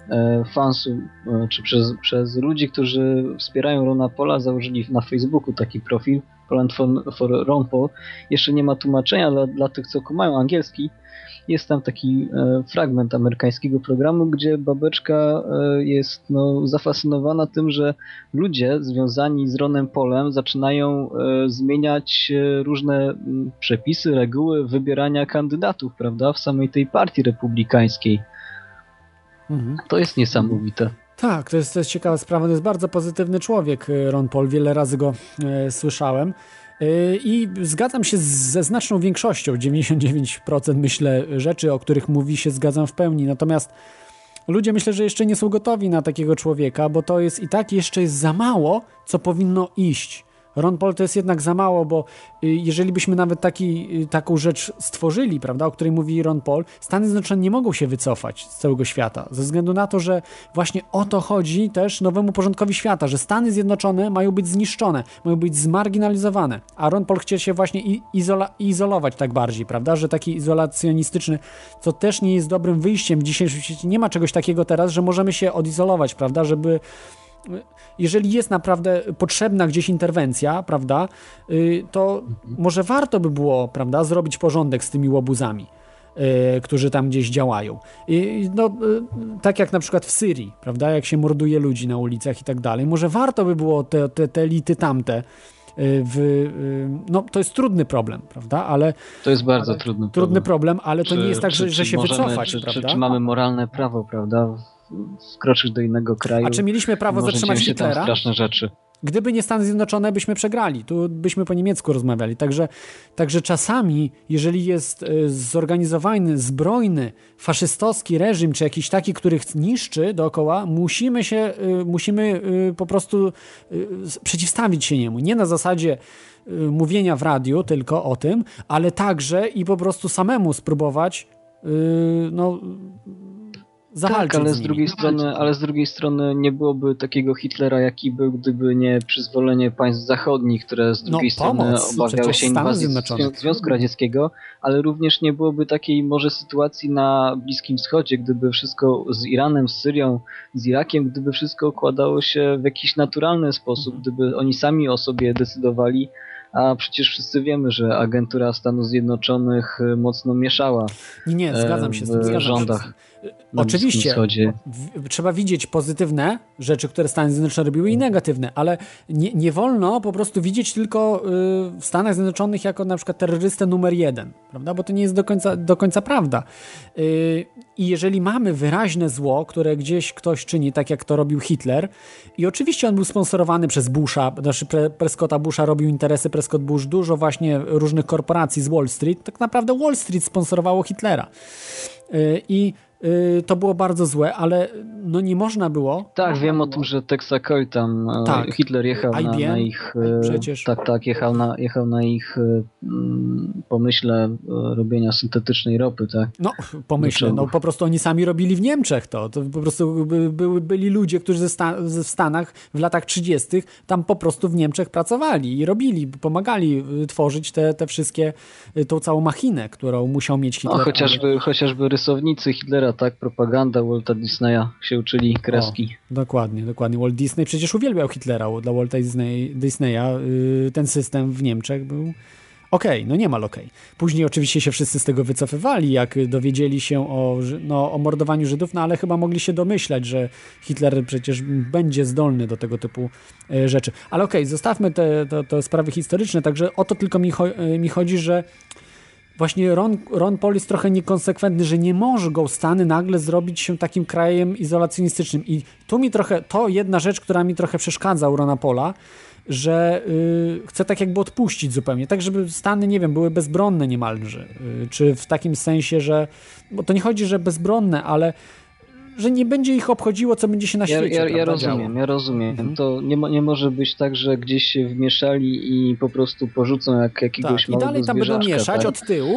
Speaker 10: fansów, czy przez ludzi, którzy wspierają Rona Paula, założyli na Facebooku taki profil Poland for Ron Paul. Jeszcze nie ma tłumaczenia dla tych, co kumają angielski. Jest tam taki fragment amerykańskiego programu, gdzie babeczka jest zafascynowana tym, że ludzie związani z Ronem Paulem zaczynają zmieniać różne przepisy, reguły wybierania kandydatów, prawda, w samej tej partii republikańskiej. To jest niesamowite.
Speaker 5: Tak, to jest ciekawa sprawa. To jest bardzo pozytywny człowiek, Ron Paul. Wiele razy go słyszałem. I zgadzam się ze znaczną większością, 99% myślę rzeczy, o których mówi, się zgadzam w pełni. Natomiast ludzie myślę, że jeszcze nie są gotowi na takiego człowieka, bo to jest i tak jeszcze jest za mało, co powinno iść. Ron Paul to jest jednak za mało, bo jeżeli byśmy nawet taką rzecz stworzyli, prawda, o której mówi Ron Paul, Stany Zjednoczone nie mogą się wycofać z całego świata, ze względu na to, że właśnie o to chodzi też nowemu porządkowi świata, że Stany Zjednoczone mają być zniszczone, mają być zmarginalizowane, a Ron Paul chce się właśnie izolować tak bardziej, prawda, że taki izolacjonistyczny, co też nie jest dobrym wyjściem w dzisiejszym świecie. Nie ma czegoś takiego teraz, że możemy się odizolować, prawda, żeby... Jeżeli jest naprawdę potrzebna gdzieś interwencja, prawda, to może warto by było, prawda, zrobić porządek z tymi łobuzami, którzy tam gdzieś działają. Tak jak na przykład w Syrii, prawda, jak się morduje ludzi na ulicach i tak dalej. Może warto by było te elity tamte to jest trudny problem, prawda, ale... To jest
Speaker 10: bardzo trudny problem,
Speaker 5: ale to nie jest tak, że się wycofać, prawda?
Speaker 10: Czy mamy moralne prawo, prawda, wkroczyć do innego kraju.
Speaker 5: A czy mieliśmy prawo zatrzymać Hitlera?
Speaker 10: Tam straszne rzeczy.
Speaker 5: Gdyby nie Stany Zjednoczone, byśmy przegrali. Tu byśmy po niemiecku rozmawiali. Także czasami, jeżeli jest zorganizowany, zbrojny, faszystowski reżim, czy jakiś taki, który niszczy dookoła, musimy po prostu przeciwstawić się niemu. Nie na zasadzie mówienia w radiu tylko o tym, ale także i po prostu samemu spróbować zawalczyć.
Speaker 10: Tak, ale z drugiej strony nie byłoby takiego Hitlera, jaki był, gdyby nie przyzwolenie państw zachodnich, które z drugiej strony obawiały się inwazji Związku Radzieckiego, ale również nie byłoby takiej może sytuacji na Bliskim Wschodzie, gdyby wszystko z Iranem, z Syrią, z Irakiem, gdyby wszystko układało się w jakiś naturalny sposób, gdyby oni sami o sobie decydowali, a przecież wszyscy wiemy, że agentura Stanów Zjednoczonych mocno mieszała
Speaker 5: zgadzam się z tym,
Speaker 10: rządach.
Speaker 5: Oczywiście trzeba widzieć pozytywne rzeczy, które Stany Zjednoczone robiły i negatywne, ale nie wolno po prostu widzieć tylko w Stanach Zjednoczonych jako na przykład terrorystę numer 1, prawda? Bo to nie jest do końca prawda. I jeżeli mamy wyraźne zło, które gdzieś ktoś czyni, tak jak to robił Hitler, i oczywiście on był sponsorowany przez Busha, znaczy Prescotta Busha, robił interesy Prescott Bush, dużo właśnie różnych korporacji z Wall Street, tak naprawdę Wall Street sponsorowało Hitlera. I to było bardzo złe, ale nie można było...
Speaker 10: Tak, wiem o tym, że Texaco tam Hitler jechał na ich...
Speaker 5: Przecież.
Speaker 10: Jechał na ich pomyśle robienia syntetycznej ropy, tak?
Speaker 5: Po prostu oni sami robili w Niemczech to po prostu byli ludzie, którzy w Stanach w latach 30. tam po prostu w Niemczech pracowali i robili, pomagali tworzyć te wszystkie, tą całą machinę, którą musiał mieć Hitler.
Speaker 10: Chociażby rysownicy Hitlera, tak, propaganda Walta Disneya się uczyli kreski.
Speaker 5: Dokładnie. Walt Disney przecież uwielbiał Hitlera. Dla Walta Disneya ten system w Niemczech był niemal okej. Później oczywiście się wszyscy z tego wycofywali, jak dowiedzieli się o mordowaniu Żydów, ale chyba mogli się domyślać, że Hitler przecież będzie zdolny do tego typu rzeczy. Ale zostawmy te sprawy historyczne, także o to tylko mi chodzi, że właśnie Ron Paul jest trochę niekonsekwentny, że nie mogą Stany nagle zrobić się takim krajem izolacjonistycznym. I tu to jedna rzecz, która mi trochę przeszkadza u Rona Paula, że chce tak jakby odpuścić zupełnie, tak żeby Stany, nie wiem, były bezbronne niemalże. Czy w takim sensie, że... Bo to nie chodzi, że bezbronne, ale że nie będzie ich obchodziło, co będzie się na świecie.
Speaker 10: Ja rozumiem. To nie może być tak, że gdzieś się wmieszali i po prostu porzucą jak jakiegoś małego
Speaker 5: i dalej tam będą mieszać
Speaker 10: tak?
Speaker 5: od tyłu,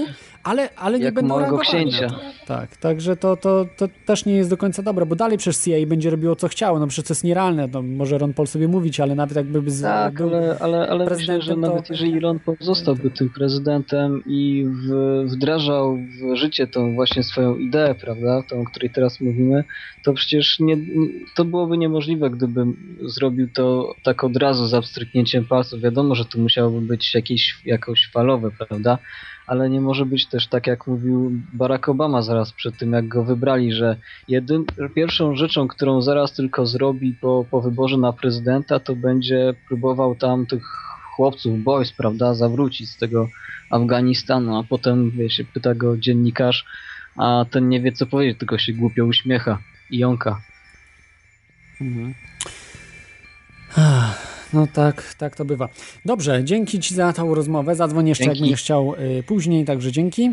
Speaker 5: Ale nie
Speaker 10: Jak
Speaker 5: będą
Speaker 10: małego
Speaker 5: reagowali
Speaker 10: księcia.
Speaker 5: na to. Tak, także to też nie jest do końca dobre, bo dalej przecież CIA będzie robiło co chciało, no przecież to jest nierealne, no, może Ron Paul sobie mówić, ale nawet jakby
Speaker 10: Tak,
Speaker 5: był
Speaker 10: ale myślę, że nawet jeżeli Ron Paul zostałby tym prezydentem i wdrażał w życie tą właśnie swoją ideę, prawda, tą, o której teraz mówimy, to przecież to byłoby niemożliwe, gdyby zrobił to tak od razu z abstryknięciem palców. Wiadomo, że to musiałoby być jakoś falowe, prawda? Ale nie może być też tak, jak mówił Barack Obama zaraz przed tym, jak go wybrali, że pierwszą rzeczą, którą zaraz tylko zrobi po wyborze na prezydenta, to będzie próbował tam tych chłopców, boys, prawda, zawrócić z tego Afganistanu, a potem się pyta go dziennikarz, a ten nie wie co powiedzieć, tylko się głupio uśmiecha i jąka.
Speaker 5: Mhm. No tak to bywa. Dobrze, dzięki Ci za tą rozmowę. Zadzwoń jeszcze, jak będziesz chciał później, także dzięki.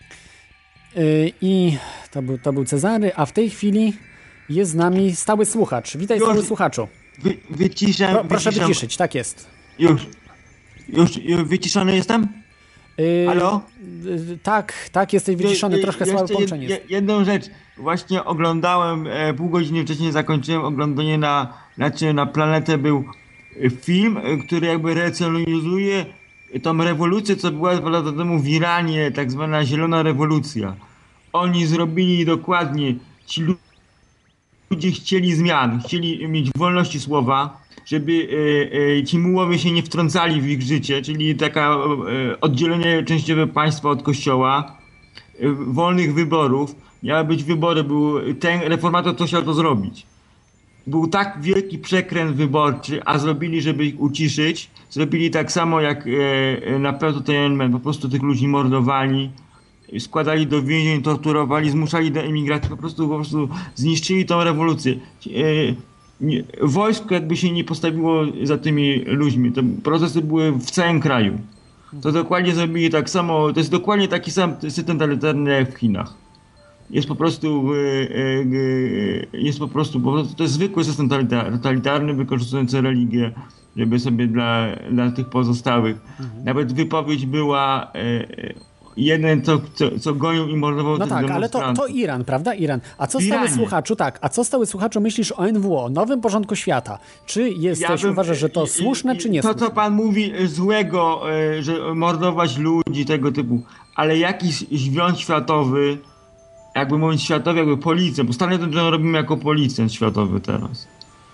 Speaker 5: I to był Cezary, a w tej chwili jest z nami stały słuchacz. Witaj, stały słuchaczu.
Speaker 11: Wyciszę.
Speaker 5: Proszę wyciszyć, tak jest.
Speaker 11: Już wyciszony jestem? Halo?
Speaker 5: Tak, jesteś wyciszony, troszkę słabe połączenie jest.
Speaker 11: Jedną rzecz, właśnie oglądałem, pół godziny wcześniej zakończyłem oglądanie na Planetę, był film, który jakby recenzuje tą rewolucję, co była 2 lata temu w Iranie, tak zwana zielona rewolucja. Oni zrobili dokładnie, ci ludzie chcieli zmian, chcieli mieć wolności słowa, żeby ci mułowie się nie wtrącali w ich życie, czyli taka oddzielenie częściowe państwa od kościoła, wolnych wyborów. Miały być wybory, ten reformator co chciał to zrobić. Był tak wielki przekręt wyborczy, a zrobili, żeby ich uciszyć, zrobili tak samo jak na Plateau Tiananmen, po prostu tych ludzi mordowali, składali do więzień, torturowali, zmuszali do emigracji, po prostu zniszczyli tą rewolucję. Wojsko jakby się nie postawiło za tymi ludźmi, te procesy były w całym kraju. To dokładnie zrobili tak samo, to jest dokładnie taki sam system totalitarny jak w Chinach. Jest po prostu to jest zwykły system totalitarny wykorzystujący religię, żeby sobie dla tych pozostałych. Nawet wypowiedź była jeden, co gonił i mordował tych demonstrantów.
Speaker 5: Ale to Iran, prawda? Iran. A co stały słuchaczu myślisz o NWO, nowym porządku świata? Czy uważasz, że to słuszne, czy nie?
Speaker 11: To, co pan mówi złego, że mordować ludzi, tego typu, ale jakiś związek światowy, jakby mówiąc światowy, jakby policjant, bo Stany Zjednoczone robimy jako policjant światowy teraz.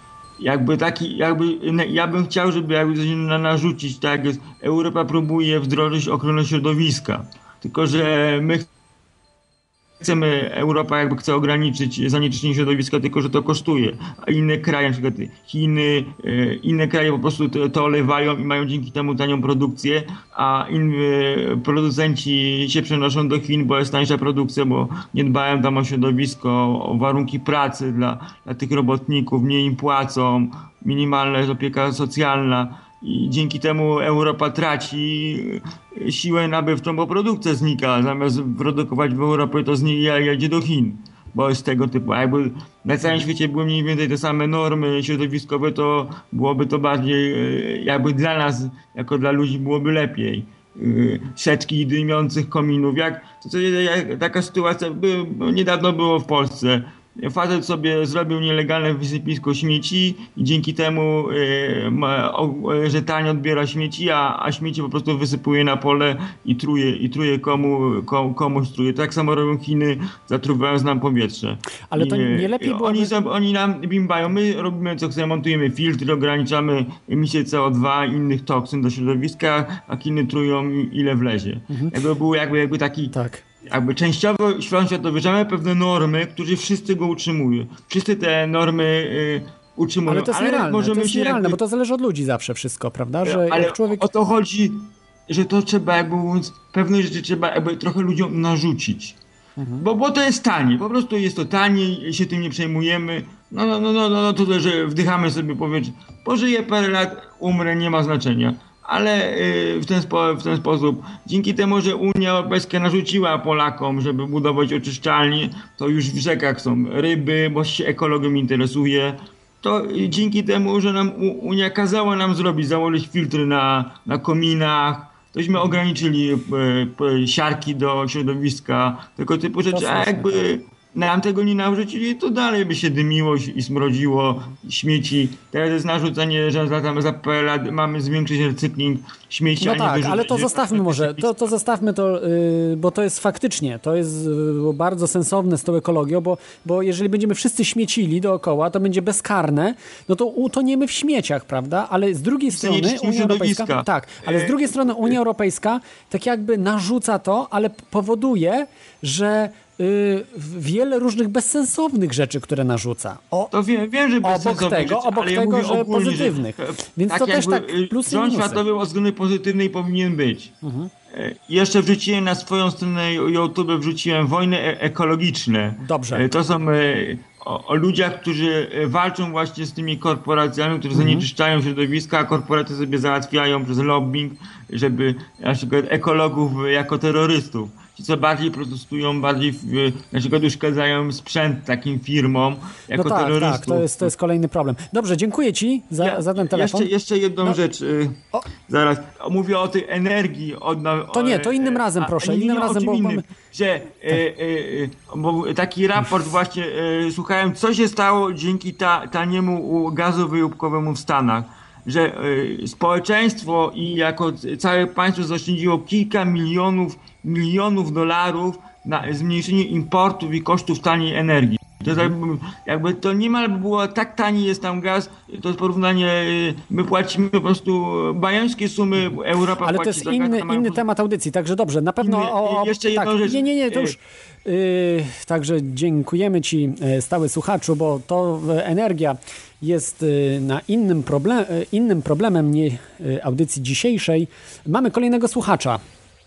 Speaker 11: Ja bym chciał, żeby coś narzucić, tak jak jest, Europa próbuje wdrożyć ochronę środowiska, tylko że my chcemy, Europa jakby chce ograniczyć zanieczyszczenie środowiska, tylko że to kosztuje, a inne kraje, na przykład Chiny, inne kraje po prostu to olewają i mają dzięki temu tanią produkcję, a producenci się przenoszą do Chin, bo jest tańsza produkcja, bo nie dbają tam o środowisko, o warunki pracy dla tych robotników, mniej im płacą, minimalna jest opieka socjalna. I dzięki temu Europa traci siłę nabywczą, bo produkcja znika. Zamiast produkować w Europie, to jedzie do Chin, bo jest tego typu. A jakby na całym świecie były mniej więcej te same normy środowiskowe, to byłoby to bardziej, jakby dla nas, jako dla ludzi, byłoby lepiej. Setki dymiących kominów. Taka sytuacja niedawno było w Polsce. Facet sobie zrobił nielegalne wysypisko śmieci i dzięki temu, rzetelnie odbiera śmieci, a śmieci po prostu wysypuje na pole i truje komuś truje. Tak samo robią Chiny, zatruwając nam powietrze.
Speaker 5: Ale to nie lepiej było...
Speaker 11: Oni nam bimbają, my robimy co chcemy, montujemy filtry, ograniczamy emisję CO2 i innych toksyn do środowiska, a Chiny trują ile wlezie. Jakby był jakby taki... Tak. Jakby częściowo światowy, mamy pewne normy, które wszyscy go utrzymują. Wszyscy te normy utrzymują.
Speaker 5: Ale to jest nierealne, bo to zależy od ludzi zawsze wszystko, prawda? Że
Speaker 11: ale
Speaker 5: jak człowiek...
Speaker 11: o to chodzi, że to trzeba jakby mówiąc, pewne rzeczy trzeba jakby trochę ludziom narzucić. Bo to jest tanie, po prostu jest to taniej, się tym nie przejmujemy. No to, że wdychamy sobie powietrze. Pożyję parę lat, umrę, nie ma znaczenia. Ale w ten sposób, dzięki temu, że Unia Europejska narzuciła Polakom, żeby budować oczyszczalnie, to już w rzekach są ryby, bo się ekologią interesuje, to dzięki temu, że nam Unia kazała nam założyć filtry na kominach, tośmy ograniczyli siarki do środowiska, tego typu rzeczy, a jakby nam tego nie narzucili, to dalej by się dymiło i smrodziło śmieci. Teraz jest narzucenie, że za parę lat mamy zwiększyć recykling śmieci,
Speaker 5: no
Speaker 11: a nie
Speaker 5: tak,
Speaker 11: wyrzucać.
Speaker 5: ale to zostawmy może, to zostawmy to, bo to jest faktycznie, to jest bardzo sensowne z tą ekologią, bo jeżeli będziemy wszyscy śmiecili dookoła, to będzie bezkarne, no to utoniemy w śmieciach, prawda? Ale z drugiej strony Unia Europejska, tak, ale z drugiej strony Unia Europejska tak jakby narzuca to, ale powoduje, że wiele różnych bezsensownych rzeczy, które narzuca.
Speaker 11: To wiem, że bezsensownych
Speaker 5: obok tego, że
Speaker 11: ogólnie,
Speaker 5: pozytywnych. Więc
Speaker 11: tak
Speaker 5: to też tak plusy i
Speaker 11: rząd
Speaker 5: minusy.
Speaker 11: światowy od strony pozytywnej powinien być. Jeszcze wrzuciłem na swoją stronę YouTube, wrzuciłem wojny ekologiczne.
Speaker 5: Dobrze.
Speaker 11: To są o ludziach, którzy walczą właśnie z tymi korporacjami, które zanieczyszczają środowiska, a korporacje sobie załatwiają przez lobbying, żeby na przykład ekologów jako terrorystów. Ci, co bardziej protestują, bardziej na przykład uszkadzają sprzęt takim firmom jako terrorystów.
Speaker 5: Tak, to jest kolejny problem. Dobrze, dziękuję Ci za ten telefon.
Speaker 11: Jeszcze jedną rzecz. Zaraz. Mówię o tej energii.
Speaker 5: To innym razem, proszę. Innym razem, bo mamy...
Speaker 11: Że bo taki raport właśnie słuchałem, co się stało dzięki taniemu gazu wyłupkowemu w Stanach. Że społeczeństwo i jako całe państwo zaoszczędziło kilka milionów dolarów na zmniejszenie importów i kosztów taniej energii. To jest jakby to niemal było tak tani jest tam gaz, to jest porównanie, my płacimy po prostu bajańskie sumy, Europa
Speaker 5: ale
Speaker 11: płaci
Speaker 5: to jest inny temat audycji, także dobrze, na pewno
Speaker 11: jeszcze jedną rzecz.
Speaker 5: Nie, to już także dziękujemy Ci, stały słuchaczu, bo to energia jest innym problemem nie audycji dzisiejszej. Mamy kolejnego słuchacza.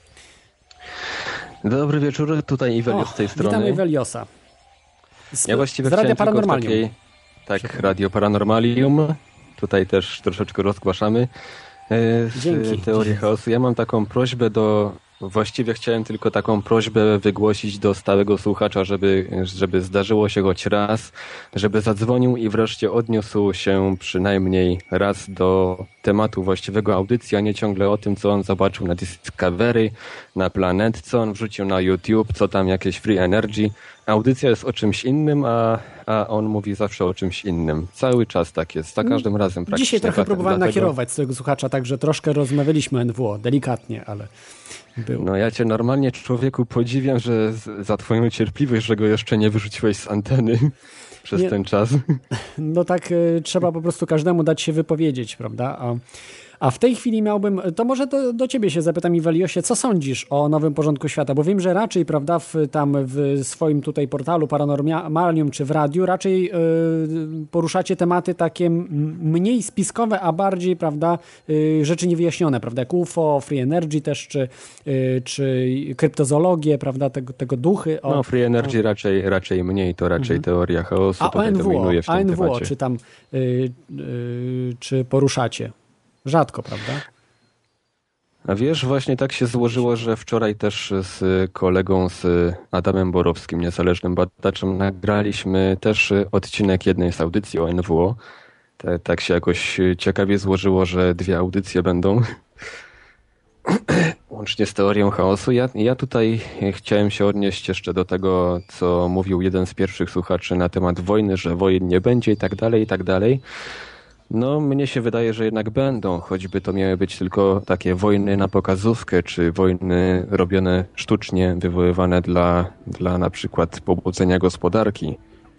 Speaker 12: Dobry wieczór, tutaj Iwelios z tej strony.
Speaker 5: Witamy Iweliosa.
Speaker 12: Ja właściwie
Speaker 5: z Radia Paranormalium.
Speaker 12: Radio Paranormalium. Tutaj też troszeczkę rozgłaszamy teorię chaosu. Ja mam taką prośbę właściwie chciałem tylko taką prośbę wygłosić do stałego słuchacza, żeby zdarzyło się choć raz, żeby zadzwonił i wreszcie odniósł się przynajmniej raz do tematu właściwego audycji, a nie ciągle o tym, co on zobaczył na Discovery, na Planet, co on wrzucił na YouTube, co tam jakieś Free Energy. Audycja jest o czymś innym, a on mówi zawsze o czymś innym. Cały czas tak jest, za każdym razem praktycznie.
Speaker 5: Dzisiaj trochę próbowałem nakierować swojego słuchacza, także troszkę rozmawialiśmy NWO, delikatnie, ale było.
Speaker 12: No ja cię normalnie, człowieku, podziwiam, że za twoją cierpliwość, że go jeszcze nie wyrzuciłeś z anteny przez ten czas.
Speaker 5: No tak, trzeba po prostu każdemu dać się wypowiedzieć, prawda? A w tej chwili to może do ciebie się zapytam, Iweliosie, co sądzisz o nowym porządku świata? Bo wiem, że raczej, prawda, w swoim tutaj portalu Paranormalium czy w radiu raczej poruszacie tematy takie mniej spiskowe, a bardziej, prawda, rzeczy niewyjaśnione, prawda, jak UFO, Free Energy też, czy kryptozoologię, prawda, tego duchy.
Speaker 12: No, Free Energy raczej mniej, to raczej teoria chaosu.
Speaker 5: A NWO, czy tam, czy poruszacie? Rzadko, prawda?
Speaker 12: A wiesz, właśnie tak się złożyło, że wczoraj też z kolegą, z Adamem Borowskim, niezależnym badaczem, nagraliśmy też odcinek jednej z audycji o NWO. Tak się jakoś ciekawie złożyło, że 2 audycje będą. Łącznie z teorią chaosu. Ja tutaj chciałem się odnieść jeszcze do tego, co mówił jeden z pierwszych słuchaczy na temat wojny, że wojen nie będzie i tak dalej, i tak dalej. No, mnie się wydaje, że jednak będą, choćby to miały być tylko takie wojny na pokazówkę, czy wojny robione sztucznie, wywoływane dla na przykład pobudzenia gospodarki.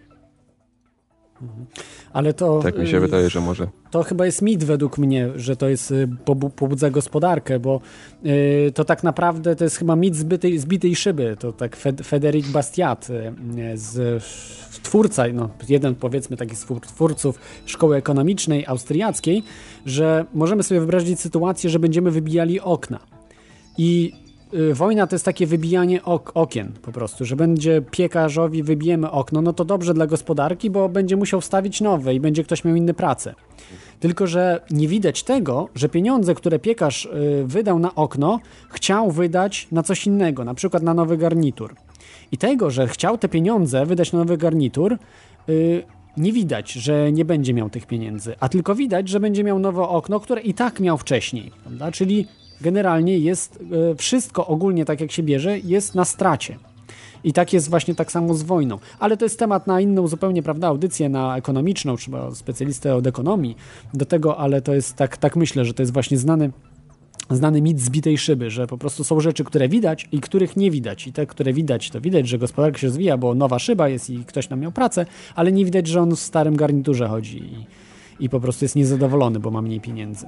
Speaker 5: Ale to...
Speaker 12: Tak mi się wydaje, że może.
Speaker 5: To chyba jest mit według mnie, że to jest pobudza gospodarkę, bo to tak naprawdę to jest chyba mit zbitej szyby. To tak Frédéric Bastiat, twórca, jeden powiedzmy takich twórców szkoły ekonomicznej austriackiej, że możemy sobie wyobrazić sytuację, że będziemy wybijali okna. I wojna to jest takie wybijanie okien po prostu, że będzie piekarzowi wybijemy okno, no to dobrze dla gospodarki, bo będzie musiał wstawić nowe i będzie ktoś miał inne pracę. Tylko że nie widać tego, że pieniądze, które piekarz wydał na okno, chciał wydać na coś innego, na przykład na nowy garnitur. I tego, że chciał te pieniądze wydać na nowy garnitur, nie widać, że nie będzie miał tych pieniędzy, a tylko widać, że będzie miał nowe okno, które i tak miał wcześniej, prawda? Czyli generalnie jest wszystko ogólnie tak jak się bierze, jest na stracie. I tak jest właśnie tak samo z wojną. Ale to jest temat na inną zupełnie, prawda, audycję, na ekonomiczną, trzeba specjalistę od ekonomii do tego, ale to jest tak myślę, że to jest właśnie znany mit zbitej szyby, że po prostu są rzeczy, które widać i których nie widać. I te, które widać, to widać, że gospodarka się rozwija, bo nowa szyba jest i ktoś tam miał pracę, ale nie widać, że on w starym garniturze chodzi i po prostu jest niezadowolony, bo ma mniej pieniędzy.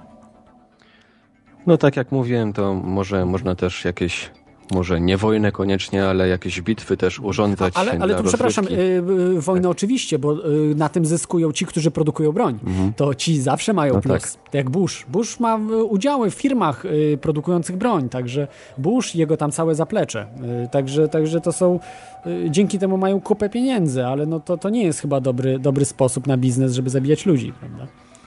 Speaker 12: No tak jak mówiłem, to może można też jakieś, może nie wojnę koniecznie, ale jakieś bitwy też urządzać.
Speaker 5: Ale tu przepraszam, wojnę oczywiście, bo na tym zyskują ci, którzy produkują broń. To ci zawsze mają plus. Tak jak Bush. Bush ma udziały w firmach produkujących broń, także Bush i jego tam całe zaplecze. Także to są, dzięki temu mają kupę pieniędzy, ale no to nie jest chyba dobry sposób na biznes, żeby zabijać ludzi, prawda?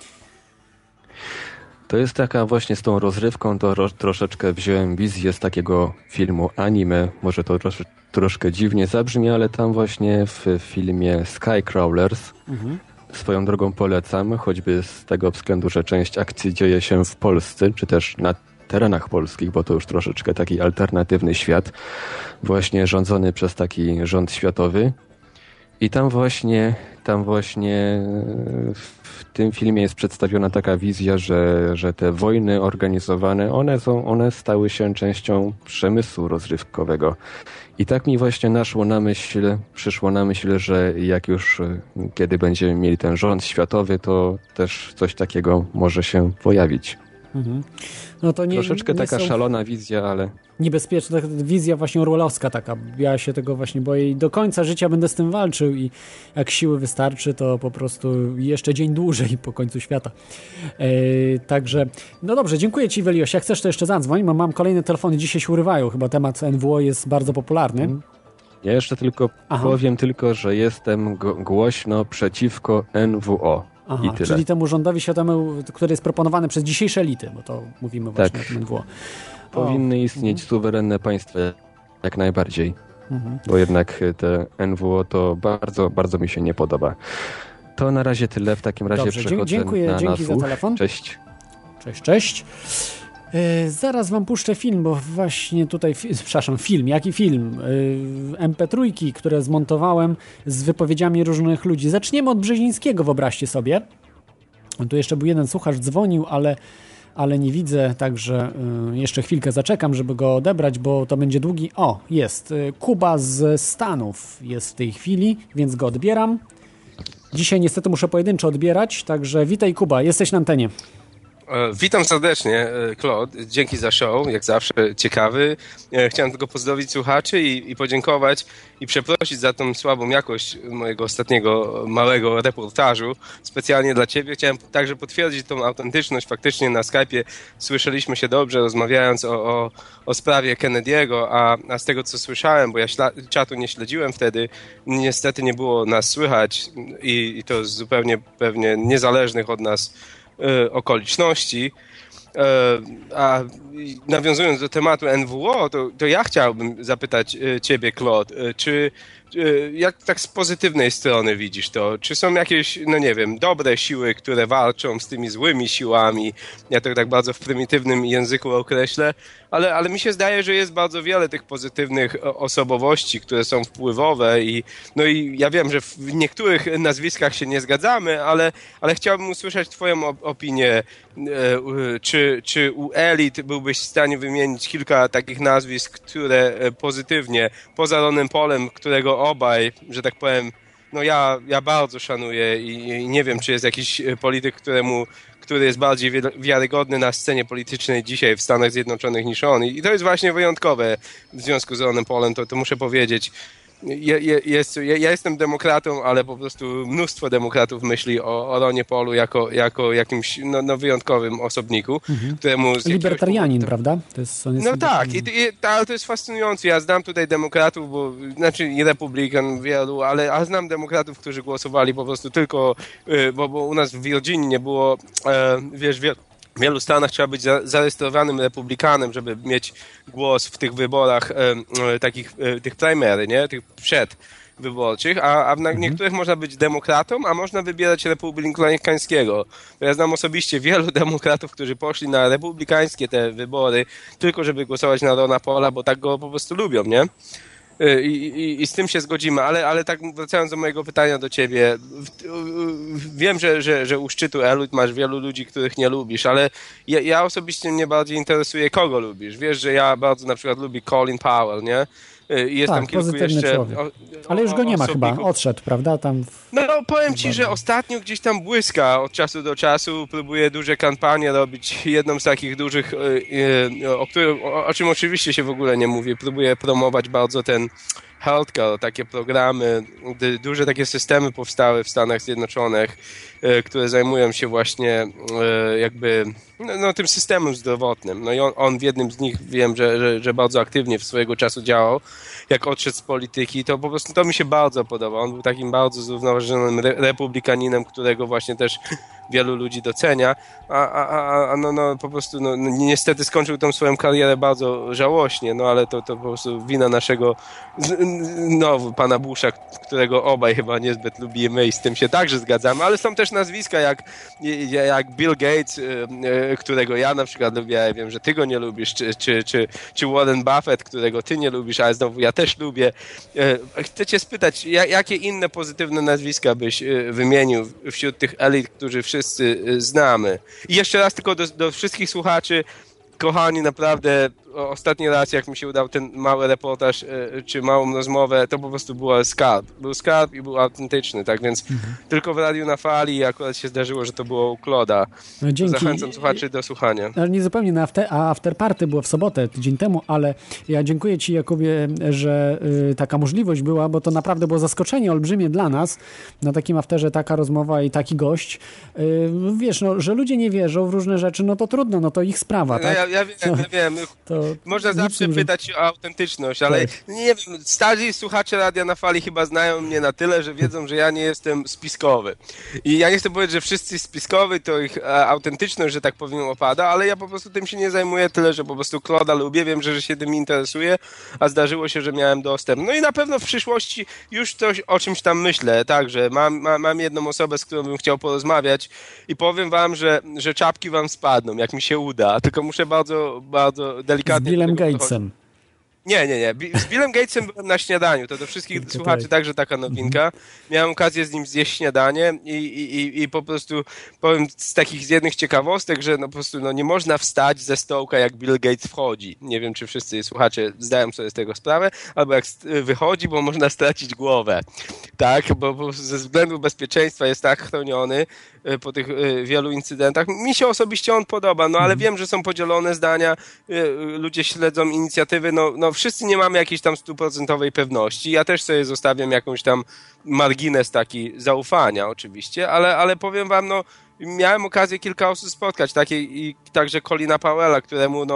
Speaker 12: To jest taka właśnie z tą rozrywką, to troszeczkę wziąłem wizję z takiego filmu anime, może to troszkę dziwnie zabrzmi, ale tam właśnie w filmie Skycrawlers, swoją drogą polecam, choćby z tego względu, że część akcji dzieje się w Polsce, czy też na terenach polskich, bo to już troszeczkę taki alternatywny świat, właśnie rządzony przez taki rząd światowy. I tam właśnie w tym filmie jest przedstawiona taka wizja, że te wojny organizowane, one stały się częścią przemysłu rozrywkowego. I tak mi właśnie przyszło na myśl, że jak już kiedy będziemy mieli ten rząd światowy, to też coś takiego może się pojawić.
Speaker 5: No to
Speaker 12: troszeczkę taka szalona wizja, ale...
Speaker 5: Niebezpieczna wizja właśnie orwellowska taka. Ja się tego właśnie boję i do końca życia będę z tym walczył i jak siły wystarczy, to po prostu jeszcze dzień dłużej po końcu świata. Także, no dobrze, dziękuję Ci, Welios. Jak chcesz, to jeszcze zadzwoń. Mam kolejne telefony, dzisiaj się urywają. Chyba temat NWO jest bardzo popularny.
Speaker 12: Ja jeszcze powiem że jestem głośno przeciwko NWO.
Speaker 5: Aha, czyli temu rządowi światowemu, który jest proponowany przez dzisiejsze elity, bo to mówimy właśnie o tym NWO.
Speaker 12: Powinny istnieć suwerenne państwa jak najbardziej, bo jednak te NWO to bardzo, bardzo mi się nie podoba. To na razie tyle, w takim razie przechodzę
Speaker 5: dziękuję za telefon.
Speaker 12: Cześć.
Speaker 5: Cześć. Zaraz wam puszczę film, bo właśnie tutaj, film, jaki film? MP3, które zmontowałem z wypowiedziami różnych ludzi. Zaczniemy od Brzezińskiego, wyobraźcie sobie. Tu jeszcze był jeden słuchacz, dzwonił, ale nie widzę, także jeszcze chwilkę zaczekam, żeby go odebrać, bo to będzie długi. O, jest. Kuba z Stanów jest w tej chwili, więc go odbieram. Dzisiaj niestety muszę pojedynczo odbierać, także witaj Kuba, jesteś na antenie.
Speaker 13: Witam serdecznie, Claude. Dzięki za show, jak zawsze ciekawy. Chciałem tylko pozdrowić słuchaczy i podziękować i przeprosić za tą słabą jakość mojego ostatniego małego reportażu. Specjalnie dla Ciebie. Chciałem także potwierdzić tą autentyczność. Faktycznie na Skype'ie słyszeliśmy się dobrze, rozmawiając o sprawie Kennedy'ego, a z tego co słyszałem, bo ja czatu nie śledziłem wtedy, niestety nie było nas słychać i to z zupełnie pewnie niezależnych od nas okoliczności. A nawiązując do tematu NWO, to ja chciałbym zapytać Ciebie, Claude, czy jak tak z pozytywnej strony widzisz to? Czy są jakieś, no nie wiem, dobre siły, które walczą z tymi złymi siłami? Ja to tak bardzo w prymitywnym języku określę, ale mi się zdaje, że jest bardzo wiele tych pozytywnych osobowości, które są wpływowe i ja wiem, że w niektórych nazwiskach się nie zgadzamy, ale chciałbym usłyszeć Twoją opinię. Czy u elit byłbyś w stanie wymienić kilka takich nazwisk, które pozytywnie, poza Ronem Paulem, którego obaj, że tak powiem, no ja bardzo szanuję i nie wiem, czy jest jakiś polityk, który jest bardziej wiarygodny na scenie politycznej dzisiaj w Stanach Zjednoczonych niż on. I to jest właśnie wyjątkowe w związku z Ronem Paulem, to muszę powiedzieć. Ja jestem demokratą, ale po prostu mnóstwo demokratów myśli o Ronie Paulu jako jakimś wyjątkowym osobniku, któremu...
Speaker 5: Libertarianin, prawda?
Speaker 13: Tak, ale to jest fascynujące. Ja znam tutaj demokratów, znaczy nie republikan wielu, ale znam demokratów, którzy głosowali po prostu tylko, bo u nas w Virginii nie było, w wielu stanach trzeba być zarejestrowanym republikanem, żeby mieć głos w tych wyborach takich, tych primary, nie? Tych wyborczych, a w niektórych można być demokratą, a można wybierać republikańskiego. Ja znam osobiście wielu demokratów, którzy poszli na republikańskie te wybory, tylko żeby głosować na Rona Paula, bo tak go po prostu lubią, nie? I z tym się zgodzimy, ale tak wracając do mojego pytania do ciebie, wiem, że u szczytu elit masz wielu ludzi, których nie lubisz, ale ja osobiście mnie bardziej interesuje, kogo lubisz. Wiesz, że ja bardzo na przykład lubię Colin Powell, nie? Jest
Speaker 5: tak,
Speaker 13: tam kilku
Speaker 5: pozytywny
Speaker 13: jeszcze
Speaker 5: człowiek. Ale już go nie ma chyba, odszedł, prawda? Tam
Speaker 13: No powiem ci, że ostatnio gdzieś tam błyska od czasu do czasu, próbuje duże kampanie robić. Jedną z takich dużych, o czym oczywiście się w ogóle nie mówi, próbuje promować bardzo ten healthcare, takie programy, duże takie systemy powstały w Stanach Zjednoczonych, które zajmują się właśnie jakby tym systemem zdrowotnym. No i on w jednym z nich wiem, że bardzo aktywnie w swojego czasu działał, jak odszedł z polityki, to po prostu to mi się bardzo podoba. On był takim bardzo zrównoważonym republikaninem, którego właśnie też wielu ludzi docenia, a po prostu niestety skończył tą swoją karierę bardzo żałośnie, no ale to po prostu wina naszego pana Busha, którego obaj chyba niezbyt lubimy i z tym się także zgadzamy, ale są też nazwiska jak Bill Gates, którego ja na przykład lubię, ja wiem, że ty go nie lubisz, czy Warren Buffett, którego ty nie lubisz, ale znowu ja też lubię. Chcę cię spytać, jakie inne pozytywne nazwiska byś wymienił wśród tych elit, którzy wszyscy znamy? I jeszcze raz tylko do wszystkich słuchaczy, kochani, naprawdę ostatni raz, jak mi się udał ten mały reportaż, czy małą rozmowę, to po prostu był skarb. Był skarb i był autentyczny, tak więc tylko w Radiu na Fali akurat się zdarzyło, że to było u Claude'a.
Speaker 5: No, dzięki.
Speaker 13: Zachęcam słuchaczy do słuchania.
Speaker 5: Ale nie zupełnie na afterparty było w sobotę, tydzień temu, ale ja dziękuję ci, Jakubie, że taka możliwość była, bo to naprawdę było zaskoczenie olbrzymie dla nas. Na takim afterze taka rozmowa i taki gość. Wiesz, że ludzie nie wierzą w różne rzeczy, no to trudno, no to ich sprawa, tak?
Speaker 13: Ja wiem. Można zawsze pytać o autentyczność, ale nie wiem, starzy słuchacze Radia na Fali chyba znają mnie na tyle, że wiedzą, że ja nie jestem spiskowy. I ja nie chcę powiedzieć, że wszyscy spiskowi to ich autentyczność, że tak powiem, opada, ale ja po prostu tym się nie zajmuję, tyle, że po prostu Claude'a lubię, wiem, że się tym interesuje, a zdarzyło się, że miałem dostęp. No i na pewno w przyszłości już coś o czymś tam myślę, także mam jedną osobę, z którą bym chciał porozmawiać i powiem wam, że czapki wam spadną, jak mi się uda, tylko muszę bardzo, bardzo delikatnie...
Speaker 5: Z Billem Gatesem.
Speaker 13: Nie. Z Billem Gatesem byłem na śniadaniu. To do wszystkich słuchaczy także taka nowinka. Miałem okazję z nim zjeść śniadanie i po prostu powiem z jednych ciekawostek, że po prostu nie można wstać ze stołka, jak Bill Gates wchodzi. Nie wiem, czy wszyscy słuchacze zdają sobie z tego sprawę, albo jak wychodzi, bo można stracić głowę. Tak, bo ze względu bezpieczeństwa jest tak chroniony po tych wielu incydentach. Mi się osobiście on podoba, ale wiem, że są podzielone zdania, ludzie śledzą inicjatywy, wszyscy nie mamy jakiejś tam 100% pewności. Ja też sobie zostawiam jakąś tam margines taki zaufania oczywiście, ale powiem wam, miałem okazję kilka osób spotkać, także Colina Powella, któremu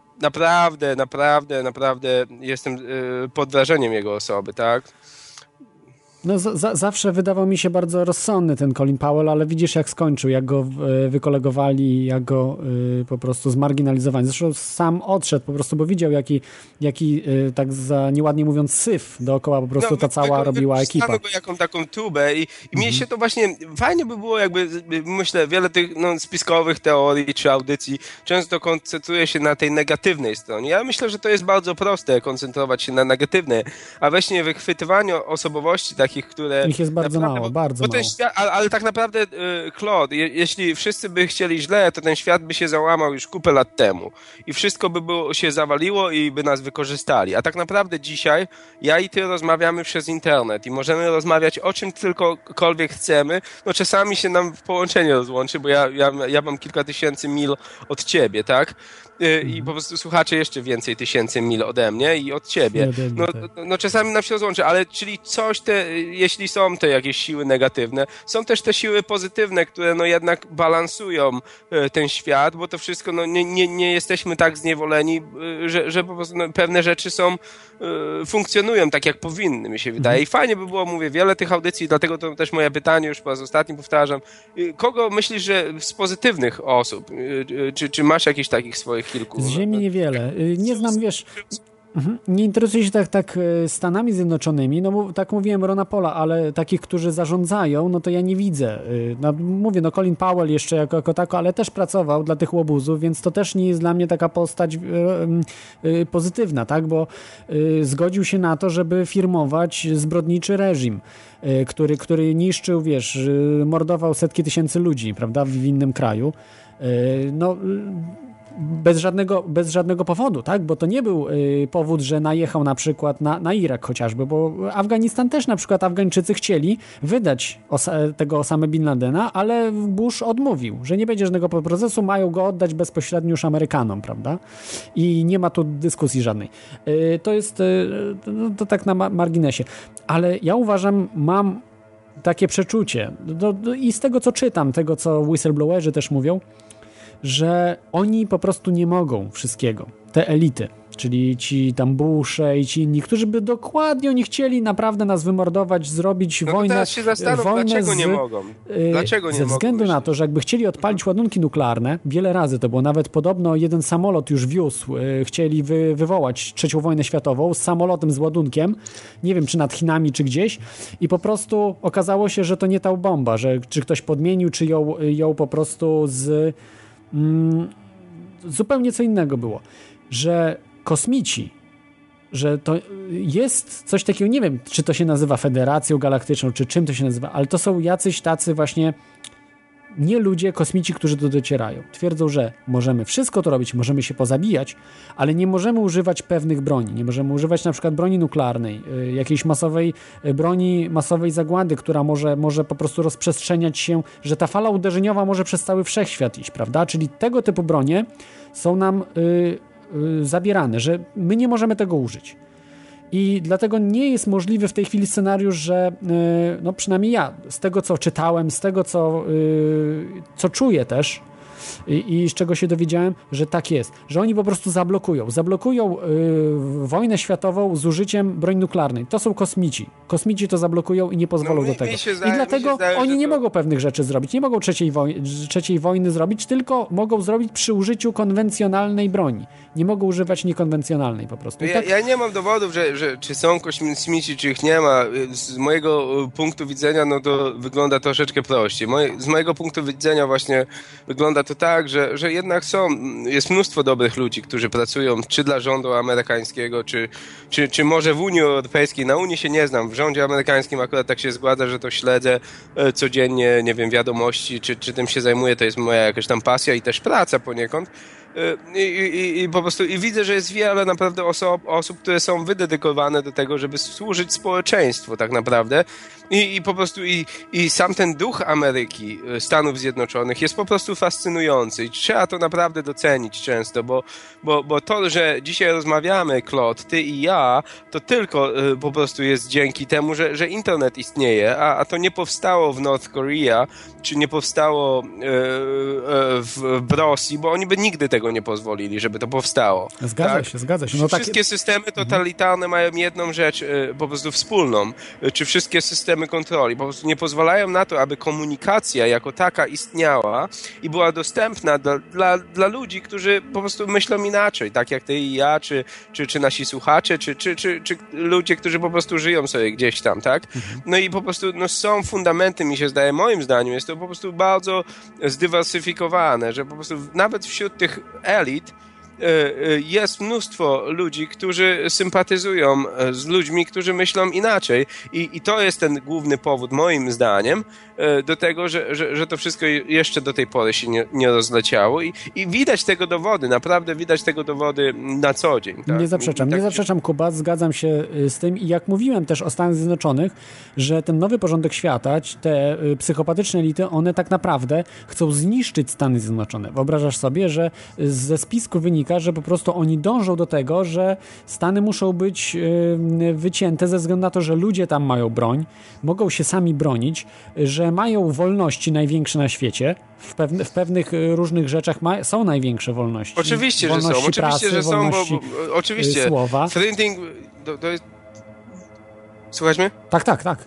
Speaker 13: naprawdę jestem pod wrażeniem jego osoby, tak?
Speaker 5: No zawsze wydawał mi się bardzo rozsądny ten Colin Powell, ale widzisz, jak skończył, jak go wykolegowali, jak go po prostu zmarginalizowali. Zresztą sam odszedł po prostu, bo widział, jaki tak za nieładnie mówiąc syf dookoła po prostu ta cała robiła ekipa.
Speaker 13: Go jaką taką tubę i mnie się to właśnie, fajnie by było jakby, myślę, wiele tych spiskowych teorii czy audycji często koncentruje się na tej negatywnej stronie. Ja myślę, że to jest bardzo proste koncentrować się na negatywnej, a właśnie wychwytywaniu osobowości takich, które...
Speaker 5: Ich jest bardzo mało, bardzo mało.
Speaker 13: Ale tak naprawdę, Claude, jeśli wszyscy by chcieli źle, to ten świat by się załamał już kupę lat temu. I wszystko by się zawaliło i by nas wykorzystali. A tak naprawdę dzisiaj ja i ty rozmawiamy przez internet i możemy rozmawiać o czym tylkokolwiek chcemy. Czasami się nam połączenie rozłączy, bo ja mam kilka tysięcy mil od ciebie, tak? I po prostu słuchacze jeszcze więcej tysięcy mil ode mnie i od ciebie. Czasami nam się rozłączy, ale czyli jeśli są te jakieś siły negatywne, są też te siły pozytywne, które jednak balansują ten świat, bo to wszystko, nie jesteśmy tak zniewoleni, że po prostu pewne rzeczy funkcjonują tak, jak powinny, mi się wydaje. I fajnie by było, mówię, wiele tych audycji, dlatego to też moje pytanie, już po raz ostatni powtarzam, kogo myślisz, że z pozytywnych osób, czy masz jakichś takich swoich kilku?
Speaker 5: Z ziemi niewiele. Nie znam, wiesz... Nie interesuję się tak Stanami Zjednoczonymi, no bo tak mówiłem Rona Paula, ale takich, którzy zarządzają, no to ja nie widzę. No, mówię, no Colin Powell jeszcze jako tako, ale też pracował dla tych łobuzów, więc to też nie jest dla mnie taka postać pozytywna, tak, bo zgodził się na to, żeby firmować zbrodniczy reżim, który niszczył, wiesz, mordował setki tysięcy ludzi, prawda, w innym kraju. No bez żadnego powodu, tak? Bo to nie był powód, że najechał na przykład na Irak chociażby, bo Afganistan też na przykład Afgańczycy chcieli wydać tego Osamę Bin Ladena, ale Bush odmówił, że nie będzie żadnego procesu, mają go oddać bezpośrednio już Amerykanom, prawda? I nie ma tu dyskusji żadnej. To jest to tak na marginesie. Ale ja uważam, mam takie przeczucie i z tego, co czytam, tego, co whistleblowerzy też mówią, że oni po prostu nie mogą wszystkiego. Te elity, czyli ci tam Bushe i ci inni, którzy by dokładnie oni chcieli naprawdę nas wymordować, zrobić wojnę.
Speaker 13: Teraz się zastanów, dlaczego nie mogą? Dlaczego nie
Speaker 5: ze względu na to, że jakby chcieli odpalić ładunki nuklearne, wiele razy to było, nawet podobno jeden samolot już wiózł, chcieli wywołać trzecią wojnę światową z samolotem z ładunkiem, nie wiem czy nad Chinami, czy gdzieś i po prostu okazało się, że to nie ta bomba, że czy ktoś podmienił, czy ją po prostu zupełnie co innego było, że kosmici, że to jest coś takiego, nie wiem, czy to się nazywa Federacją Galaktyczną, czy czym to się nazywa, ale to są jacyś tacy właśnie nie ludzie, kosmici, którzy tu docierają. Twierdzą, że możemy wszystko to robić, możemy się pozabijać, ale nie możemy używać pewnych broni. Nie możemy używać na przykład broni nuklearnej, jakiejś broni masowej zagłady, która może po prostu rozprzestrzeniać się, że ta fala uderzeniowa może przez cały wszechświat iść, prawda? Czyli tego typu bronie są nam zabierane, że my nie możemy tego użyć. I dlatego nie jest możliwy w tej chwili scenariusz, że no przynajmniej ja, z tego co czytałem, z tego co czuję też i z czego się dowiedziałem, że tak jest, że oni po prostu zablokują wojnę światową z użyciem broni nuklearnej. To są kosmici. Kosmici to zablokują i nie pozwolą do tego. I dlatego oni nie mogą pewnych rzeczy zrobić. Nie mogą trzeciej wojny zrobić, tylko mogą zrobić przy użyciu konwencjonalnej broni. Nie mogą używać niekonwencjonalnej po prostu.
Speaker 13: Ja nie mam dowodów, że czy są kosmici, czy ich nie ma. Z mojego punktu widzenia, no to wygląda troszeczkę prościej. Z mojego punktu widzenia właśnie wygląda to tak, że jednak jest mnóstwo dobrych ludzi, którzy pracują czy dla rządu amerykańskiego, czy może w Unii Europejskiej. Na Unii się nie znam. W rządzie amerykańskim akurat tak się składa, że to śledzę codziennie, nie wiem, wiadomości, czy tym się zajmuję. To jest moja jakaś tam pasja i też praca poniekąd. I po prostu widzę, że jest wiele naprawdę osób, które są wydedykowane do tego, żeby służyć społeczeństwu tak naprawdę i po prostu i sam ten duch Ameryki, Stanów Zjednoczonych jest po prostu fascynujący i trzeba to naprawdę docenić często, bo to, że dzisiaj rozmawiamy, Claude, ty i ja, to tylko po prostu jest dzięki temu, że internet istnieje, a to nie powstało w North Korea, czy nie powstało w Rosji, bo oni by nigdy tego nie pozwolili, żeby to powstało.
Speaker 5: Zgadza się. No
Speaker 13: wszystkie systemy totalitarne mają jedną rzecz po prostu wspólną, czy wszystkie systemy kontroli po prostu nie pozwalają na to, aby komunikacja jako taka istniała i była dostępna dla ludzi, którzy po prostu myślą inaczej, tak jak ty i ja, czy nasi słuchacze, czy ludzie, którzy po prostu żyją sobie gdzieś tam, tak? No i po prostu są fundamenty, mi się zdaje, moim zdaniem jest to po prostu bardzo zdywersyfikowane, że po prostu nawet wśród tych elit jest mnóstwo ludzi, którzy sympatyzują z ludźmi, którzy myślą inaczej i to jest ten główny powód, moim zdaniem, do tego, że to wszystko jeszcze do tej pory się nie rozleciało i widać tego dowody, naprawdę widać tego dowody na co dzień. Tak?
Speaker 5: Nie zaprzeczam, Kuba, zgadzam się z tym i jak mówiłem też o Stanach Zjednoczonych, że ten nowy porządek świata, te psychopatyczne elity, one tak naprawdę chcą zniszczyć Stany Zjednoczone. Wyobrażasz sobie, że ze spisku wynika, że po prostu oni dążą do tego, że Stany muszą być wycięte ze względu na to, że ludzie tam mają broń, mogą się sami bronić, że mają wolności największe na świecie, w pewnych różnych rzeczach są największe wolności.
Speaker 13: Oczywiście, że są. Oczywiście, że są, bo oczywiście.
Speaker 5: Słowa.
Speaker 13: To jest... Słuchaj mnie?
Speaker 5: Tak.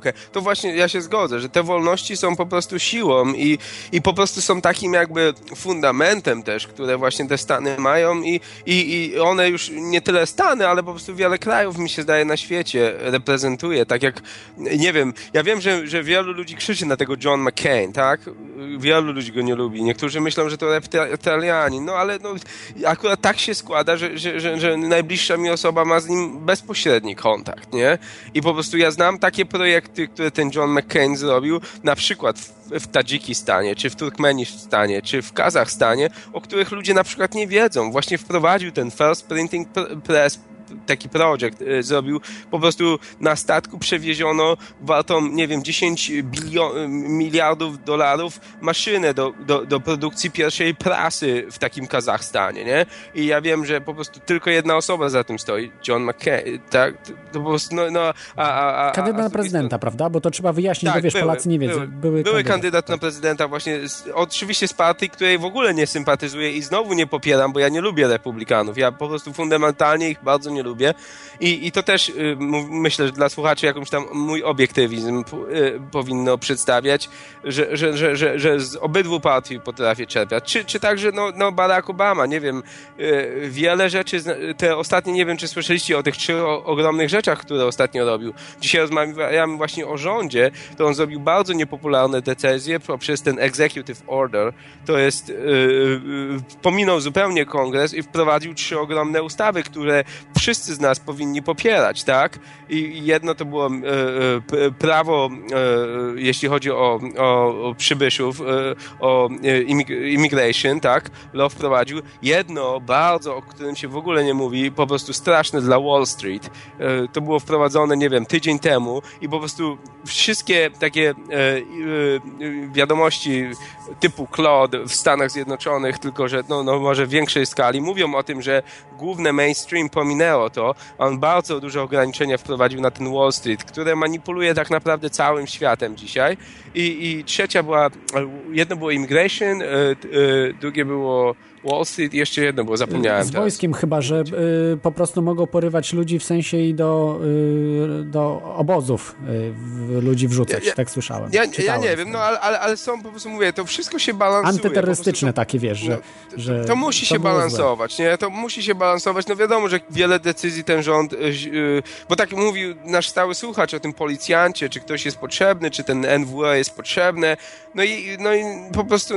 Speaker 13: To właśnie ja się zgodzę, że te wolności są po prostu siłą i po prostu są takim jakby fundamentem też, które właśnie te Stany mają i one już nie tyle Stany, ale po prostu wiele krajów, mi się zdaje, na świecie reprezentuje. Tak jak, nie wiem, ja wiem, że wielu ludzi krzyczy na tego John McCain, tak? Wielu ludzi go nie lubi. Niektórzy myślą, że to reptilianin, no ale no, akurat tak się składa, że najbliższa mi osoba ma z nim bezpośredni kontakt, nie? I po prostu ja znam takie projekty, które ten John McCain zrobił, na przykład w Tadżykistanie, czy w Turkmenistanie, czy w Kazachstanie, o których ludzie na przykład nie wiedzą. Właśnie wprowadził ten First Printing Press, taki projekt zrobił, po prostu na statku przewieziono wartą, nie wiem, 10 miliardów dolarów maszynę do produkcji pierwszej prasy w takim Kazachstanie, nie? I ja wiem, że po prostu tylko jedna osoba za tym stoi, John McCain, tak? To po prostu,
Speaker 5: kandydat na prezydenta, prawda? Bo to trzeba wyjaśnić,
Speaker 13: tak,
Speaker 5: bo wiesz, Polacy nie wiedzą.
Speaker 13: Były kandydat na prezydenta właśnie, oczywiście z partii, której w ogóle nie sympatyzuję i znowu nie popieram, bo ja nie lubię republikanów. Ja po prostu fundamentalnie ich bardzo nie lubię i to też myślę, że dla słuchaczy jakąś tam mój obiektywizm powinno przedstawiać, że z obydwu partii potrafię czerpać. Czy także no Barack Obama, nie wiem, wiele rzeczy, te ostatnie, nie wiem, czy słyszeliście o tych 3 ogromnych rzeczach, które ostatnio robił. Dzisiaj rozmawiamy właśnie o rządzie, to on zrobił bardzo niepopularne decyzje poprzez ten executive order, to jest pominął zupełnie kongres i wprowadził 3 ogromne ustawy, które wszyscy z nas powinni popierać, tak? I jedno to było prawo, jeśli chodzi o przybyszów, o immigration, tak? Law wprowadził. Jedno bardzo, o którym się w ogóle nie mówi, po prostu straszne dla Wall Street. To było wprowadzone, nie wiem, tydzień temu i po prostu wszystkie takie wiadomości typu Claude w Stanach Zjednoczonych, tylko że no może w większej skali, mówią o tym, że główne mainstream pominęło to, a on bardzo duże ograniczenia wprowadził na ten Wall Street, które manipuluje tak naprawdę całym światem dzisiaj. I trzecia była, jedno było immigration, drugie było Wall Street i jeszcze jedno było, zapomniałem.
Speaker 5: Z wojskiem chyba, że po prostu mogą porywać ludzi w sensie i do obozów ludzi wrzucać, tak słyszałem.
Speaker 13: Ja nie wiem, no ale są, po prostu mówię, to wszystko się balansuje.
Speaker 5: Antyterrorystyczne takie, wiesz, że
Speaker 13: to musi się balansować, nie? To musi się balansować. No wiadomo, że wiele decyzji ten rząd, bo tak mówił nasz stały słuchacz o tym policjancie, czy ktoś jest potrzebny, czy ten NWO jest potrzebne. No i po prostu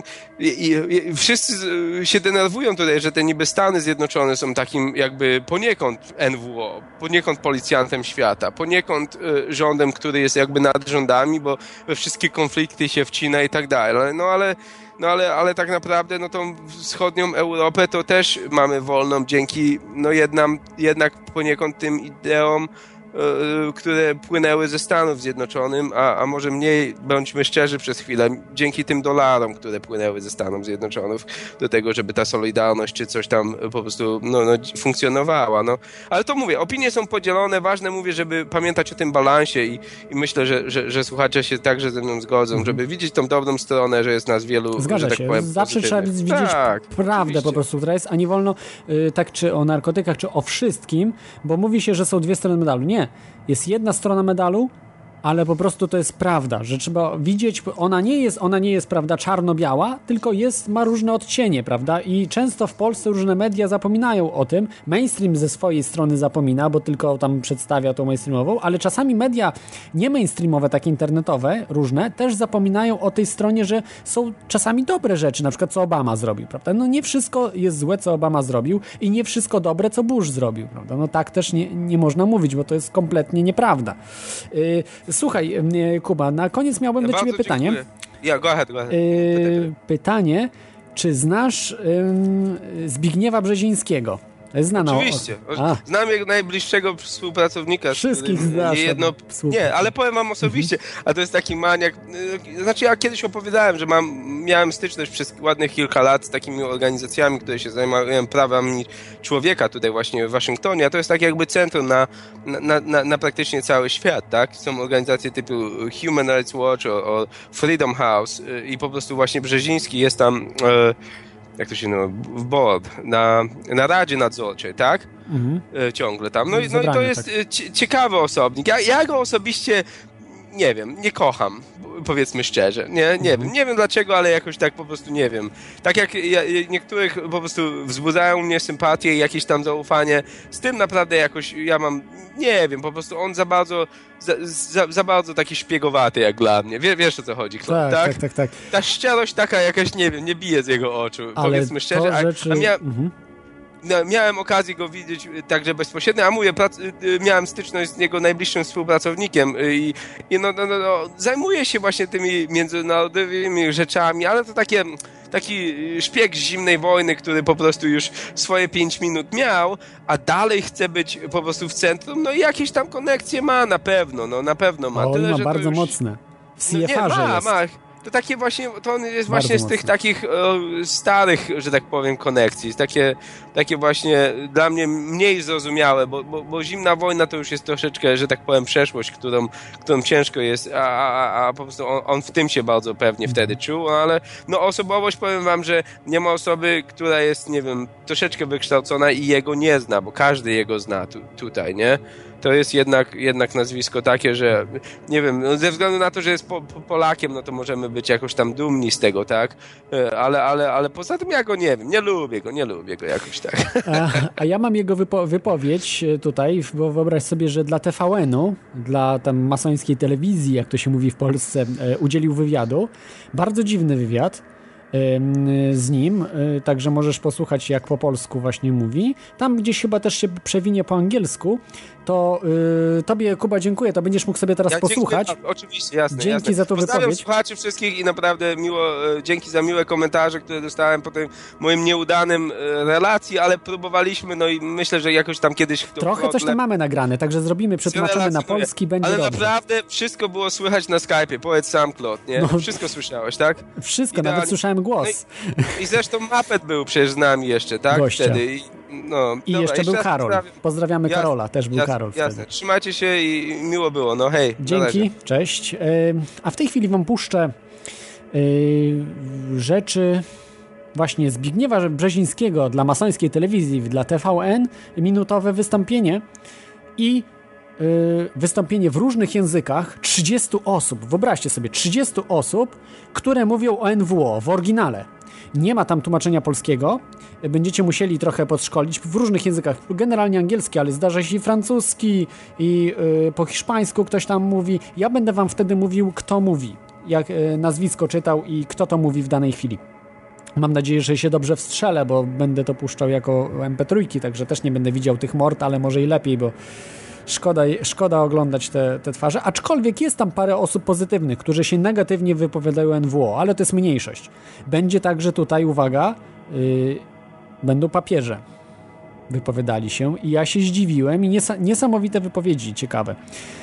Speaker 13: wszyscy się denerwują tutaj, że te niby Stany Zjednoczone są takim jakby poniekąd NWO, poniekąd policjantem świata, poniekąd rządem, który jest jakby nad rządami, bo we wszystkie konflikty się wcina i tak dalej. Ale tak naprawdę tą wschodnią Europę to też mamy wolną dzięki jednak poniekąd tym ideom, które płynęły ze Stanów Zjednoczonych, a może mniej, bądźmy szczerzy przez chwilę, dzięki tym dolarom, które płynęły ze Stanów Zjednoczonych do tego, żeby ta solidarność czy coś tam po prostu funkcjonowała. No. Ale to mówię, opinie są podzielone, ważne mówię, żeby pamiętać o tym balansie i myślę, że słuchacze się także ze mną zgodzą, żeby widzieć tą dobrą stronę, że jest nas wielu,
Speaker 5: zgadza
Speaker 13: że tak
Speaker 5: się.
Speaker 13: powiem,
Speaker 5: zawsze trzeba widzieć prawdę oczywiście. Po prostu, która jest, a nie wolno tak czy o narkotykach, czy o wszystkim, bo mówi się, że są 2 strony medalu. Nie. Jest jedna strona medalu, ale po prostu to jest prawda, że trzeba widzieć, ona nie jest prawda czarno-biała, tylko ma różne odcienie, prawda? I często w Polsce różne media zapominają o tym. Mainstream ze swojej strony zapomina, bo tylko tam przedstawia tą mainstreamową, ale czasami media nie mainstreamowe, takie internetowe, różne, też zapominają o tej stronie, że są czasami dobre rzeczy, na przykład co Obama zrobił, prawda? No nie wszystko jest złe, co Obama zrobił i nie wszystko dobre, co Bush zrobił, prawda? No tak też nie można mówić, bo to jest kompletnie nieprawda. Słuchaj, Kuba, na koniec miałbym do ciebie pytanie.
Speaker 13: Go ahead.
Speaker 5: Pytanie, czy znasz Zbigniewa Brzezińskiego? Znana
Speaker 13: Oczywiście. Znam jego najbliższego współpracownika.
Speaker 5: Wszystkich znasz.
Speaker 13: Nie, ale powiem wam osobiście, a to jest taki maniak. Znaczy ja kiedyś opowiadałem, że miałem styczność przez ładnych kilka lat z takimi organizacjami, które się zajmują prawami człowieka tutaj właśnie w Waszyngtonie, a to jest tak jakby centrum na praktycznie cały świat, tak? Są organizacje typu Human Rights Watch o Freedom House i po prostu właśnie Brzeziński jest tam jak to się nazywa, w board, na Radzie Nadzorczej, tak? Ciągle tam. No i to jest ciekawy osobnik. Ja go osobiście nie wiem, nie kocham, powiedzmy szczerze. Nie wiem dlaczego, ale jakoś tak po prostu nie wiem. Tak jak niektórych po prostu wzbudzają mnie sympatię i jakieś tam zaufanie, z tym naprawdę jakoś ja mam, nie wiem, po prostu on za bardzo taki szpiegowaty jak dla mnie. Wiesz o co chodzi, Claude,
Speaker 5: tak.
Speaker 13: Ta szczerość taka jakaś, nie wiem, nie bije z jego oczu,
Speaker 5: ale
Speaker 13: powiedzmy szczerze. Miałem okazję go widzieć także bezpośrednio, a mówię, miałem styczność z jego najbliższym współpracownikiem i zajmuje się właśnie tymi międzynarodowymi rzeczami, ale to taki szpieg z zimnej wojny, który po prostu już swoje 5 minut miał, a dalej chce być po prostu w centrum, no i jakieś tam konekcje ma na pewno ma.
Speaker 5: On
Speaker 13: Tyle,
Speaker 5: ma
Speaker 13: że
Speaker 5: bardzo
Speaker 13: już
Speaker 5: mocne. W CFR-ze jest.
Speaker 13: Ma. To takie właśnie, to on jest
Speaker 5: bardzo
Speaker 13: właśnie z
Speaker 5: mocne.
Speaker 13: tych takich starych, że tak powiem, konekcji. Takie właśnie dla mnie mniej zrozumiałe, bo zimna wojna to już jest troszeczkę, że tak powiem, przeszłość, którą ciężko jest, a po prostu on w tym się bardzo pewnie wtedy czuł, ale osobowość, powiem wam, że nie ma osoby, która jest, nie wiem, troszeczkę wykształcona i jego nie zna, bo każdy jego zna tutaj, nie? To jest jednak nazwisko takie, że nie wiem, ze względu na to, że jest Polakiem, no to możemy być jakoś tam dumni z tego, tak? Ale poza tym ja go nie wiem, nie lubię go jakoś tak.
Speaker 5: A ja mam jego wypowiedź tutaj, bo wyobraź sobie, że dla TVN-u, dla tam masońskiej telewizji, jak to się mówi w Polsce, udzielił wywiadu. Bardzo dziwny wywiad z nim, także możesz posłuchać, jak po polsku właśnie mówi. Tam gdzieś chyba też się przewinie po angielsku, to tobie, Kuba, dziękuję, to będziesz mógł sobie teraz posłuchać.
Speaker 13: Dziękuję, oczywiście, jasne.
Speaker 5: Dzięki za tą
Speaker 13: Pozdrawiam
Speaker 5: wypowiedź.
Speaker 13: słuchaczy wszystkich i naprawdę dzięki za miłe komentarze, które dostałem po tym moim nieudanym relacji, ale próbowaliśmy, no i myślę, że jakoś tam kiedyś...
Speaker 5: Trochę coś tam mamy nagrane, także zrobimy, przetłumaczone na polski, będzie
Speaker 13: ale
Speaker 5: dobrze.
Speaker 13: naprawdę wszystko było słychać na Skype'ie, powiedz sam, Claude, nie? Wszystko słyszałeś, tak?
Speaker 5: Wszystko,
Speaker 13: Idealnie.
Speaker 5: nawet słyszałem głos.
Speaker 13: No i zresztą Muppet był przecież z nami jeszcze, tak?
Speaker 5: Gościa.
Speaker 13: Wtedy.
Speaker 5: I jeszcze był Karol. Pozdrawiamy Karola, też był Karol
Speaker 13: jasne.
Speaker 5: wtedy.
Speaker 13: Trzymajcie się i miło było, no hej.
Speaker 5: Dzięki, cześć. A w tej chwili wam puszczę rzeczy właśnie Zbigniewa Brzezińskiego dla masońskiej telewizji, dla TVN, minutowe wystąpienie i wystąpienie w różnych językach 30 osób. Wyobraźcie sobie, 30 osób, które mówią o NWO w oryginale. Nie ma tam tłumaczenia polskiego. Będziecie musieli trochę podszkolić w różnych językach. Generalnie angielski, ale zdarza się i francuski, i po hiszpańsku ktoś tam mówi. Ja będę wam wtedy mówił, kto mówi, jak nazwisko czytał i kto to mówi w danej chwili. Mam nadzieję, że się dobrze wstrzelę, bo będę to puszczał jako MP3, także też nie będę widział tych mord, ale może i lepiej, bo szkoda oglądać te twarze. Aczkolwiek jest tam parę osób pozytywnych, którzy się negatywnie wypowiadają NWO, ale to jest mniejszość. Będzie także tutaj, uwaga, będą papieże wypowiadali się i ja się zdziwiłem i niesamowite wypowiedzi, ciekawe.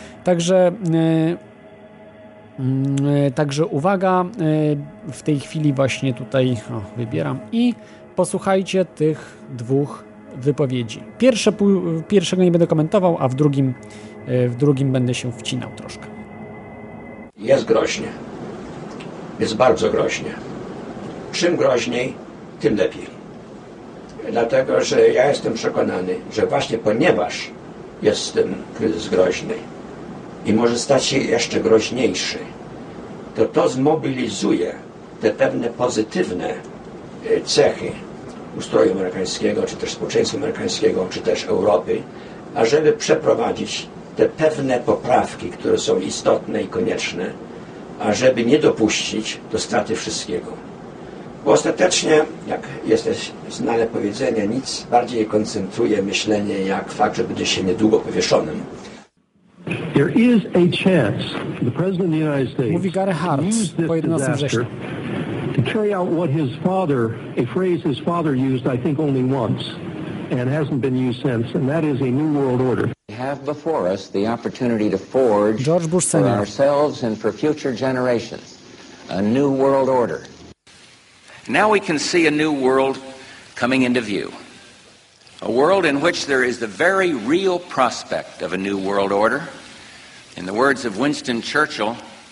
Speaker 5: Także uwaga, w tej chwili właśnie tutaj wybieram i posłuchajcie tych dwóch wypowiedzi. Pierwszego nie będę komentował, a w drugim będę się wcinał troszkę.
Speaker 14: Jest groźnie. Jest bardzo groźnie. Czym groźniej, tym lepiej. Dlatego, że ja jestem przekonany, że właśnie ponieważ jest ten kryzys groźny i może stać się jeszcze groźniejszy, to zmobilizuje te pewne pozytywne cechy ustroju amerykańskiego, czy też społeczeństwa amerykańskiego, czy też Europy, ażeby przeprowadzić te pewne poprawki, które są istotne i konieczne, ażeby nie dopuścić do straty wszystkiego. Bo ostatecznie, jak jest znane powiedzenie, nic bardziej koncentruje myślenie, jak fakt, że będzie się niedługo powieszonym.
Speaker 15: There is a chance the President of the United States
Speaker 5: mówi Gary Hart po 11 września.
Speaker 15: To carry out what his father, a phrase his father used, I think, only once, and hasn't been used since, and that is a New World Order.
Speaker 16: We have before us the opportunity to forge
Speaker 5: George Bush
Speaker 16: for
Speaker 5: Sr.
Speaker 16: ourselves and for future generations a New World Order.
Speaker 17: Now we can see a new world coming into view. A world in which there is the very real prospect of a new world order. In the words of Winston Churchill,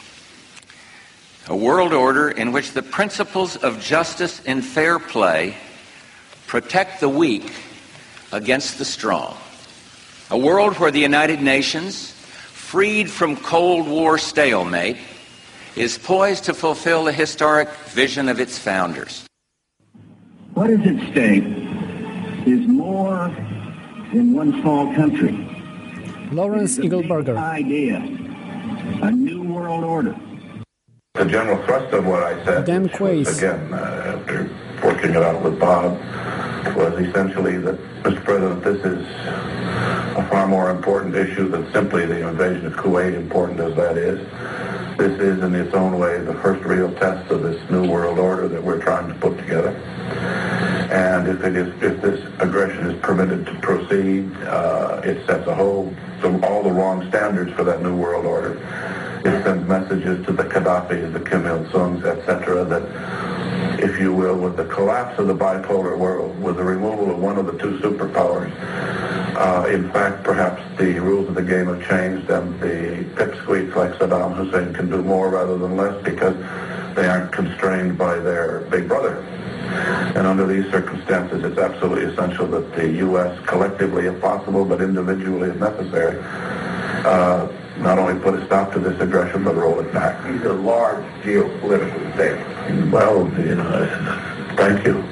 Speaker 17: a world order in which the principles of justice and fair play protect the weak against the strong. A world where the United Nations freed from Cold War stalemate, is poised to fulfill the historic vision of its founders.
Speaker 18: What is at stake is more than one small country.
Speaker 5: Lawrence Eagleburger.
Speaker 18: Idea, a new world order.
Speaker 19: The general thrust of what I said,
Speaker 5: Dan Quays.
Speaker 19: again, after working it out with Bob, was essentially that, Mr. President, this is a far more important issue than simply the invasion of Kuwait, important as that is. This is, in its own way, the first real test of this new world order that we're trying to put together. And if this aggression is permitted to proceed, it sets all the wrong standards for that new world order. It sends messages to the Qaddafi's, the Kim Il-sungs, etc., that, if you will, with the collapse of the bipolar world, with the removal of one of the two superpowers, in fact, perhaps the rules of the game have changed, and the pipsqueaks like Saddam Hussein can do more rather than less because they aren't constrained by their big brother. And under these circumstances, it's absolutely essential that the U.S. collectively, if possible, but individually if necessary, not only put a stop to this aggression, but roll it back.
Speaker 18: These are large geopolitical stakes.
Speaker 19: Well, thank you.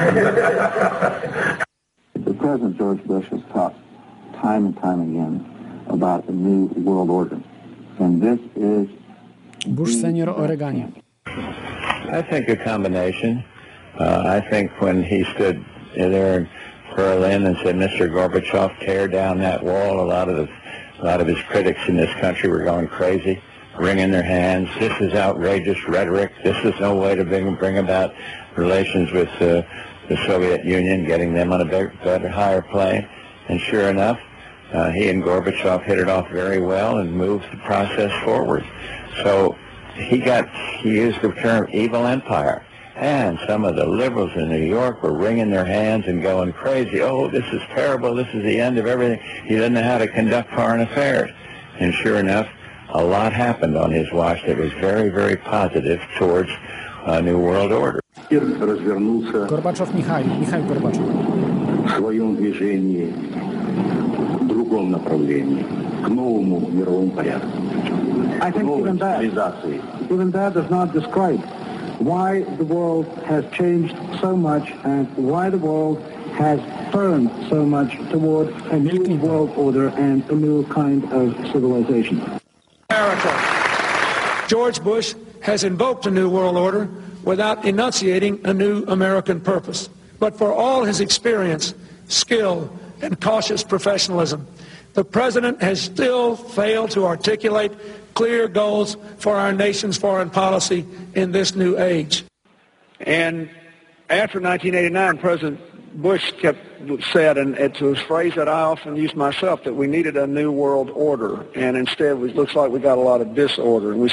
Speaker 18: The President George Bush has talked time and time again about a new world order. And this is...
Speaker 5: Bush senior o Reaganie.
Speaker 20: I think a combination. I think when he stood there in Berlin and said, "Mr. Gorbachev, tear down that wall," a lot of his critics in this country were going crazy, wringing their hands. This is outrageous rhetoric. This is no way to bring about relations with the Soviet Union, getting them on a better, higher plane. And sure enough, he and Gorbachev hit it off very well and moved the process forward. So he used the term evil empire. And some of the liberals in New York were wringing their hands and going crazy. "Oh, this is terrible. This is the end of everything. He doesn't know how to conduct foreign affairs." And sure enough, a lot happened on his watch that was very, very positive towards a new world order.
Speaker 5: Горбачев Михаил Горбачев.
Speaker 18: В своем движении в другом направлении, к новому мировому порядку. I think even that does not describe why the world has changed so much and why the world has turned so much toward a new world order and a new kind of civilization.
Speaker 21: America. George Bush has invoked a new world order without enunciating a new American purpose. But for all his experience, skill, and cautious professionalism, the president has still failed to articulate clear goals for our nation's foreign policy in this new age.
Speaker 22: And after 1989, President Bush said, and it's a phrase that I often use myself, that we needed a new world order, and instead it looks like we got a lot of disorder. And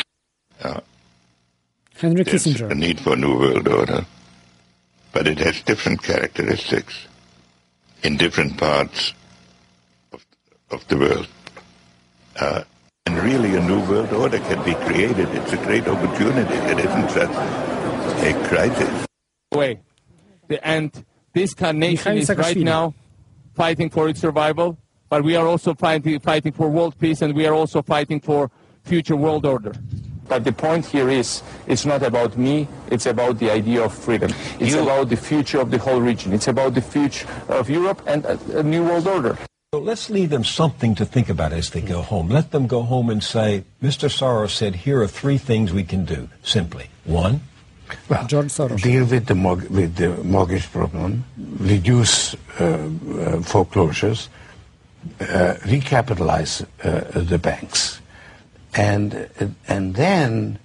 Speaker 5: Henry
Speaker 23: There's
Speaker 5: Kissinger.
Speaker 23: a need for a new world order, but it has different characteristics in different parts of the world. And really a new world order can be created. It's a great opportunity. It isn't just a crisis.
Speaker 24: And this nation is right now fighting for its survival, but we are also fighting for world peace, and we are also fighting for future world order.
Speaker 25: But the point here is, it's not about me, it's about the idea of freedom. It's about the future of the whole region. It's about the future of Europe and a new world order.
Speaker 26: So let's leave them something to think about as they go home. Let them go home and say, Mr. Soros said, here are 3 things we can do, simply. 1,
Speaker 5: George Soros.
Speaker 27: Deal with the mortgage problem, reduce foreclosures, recapitalize the banks, and then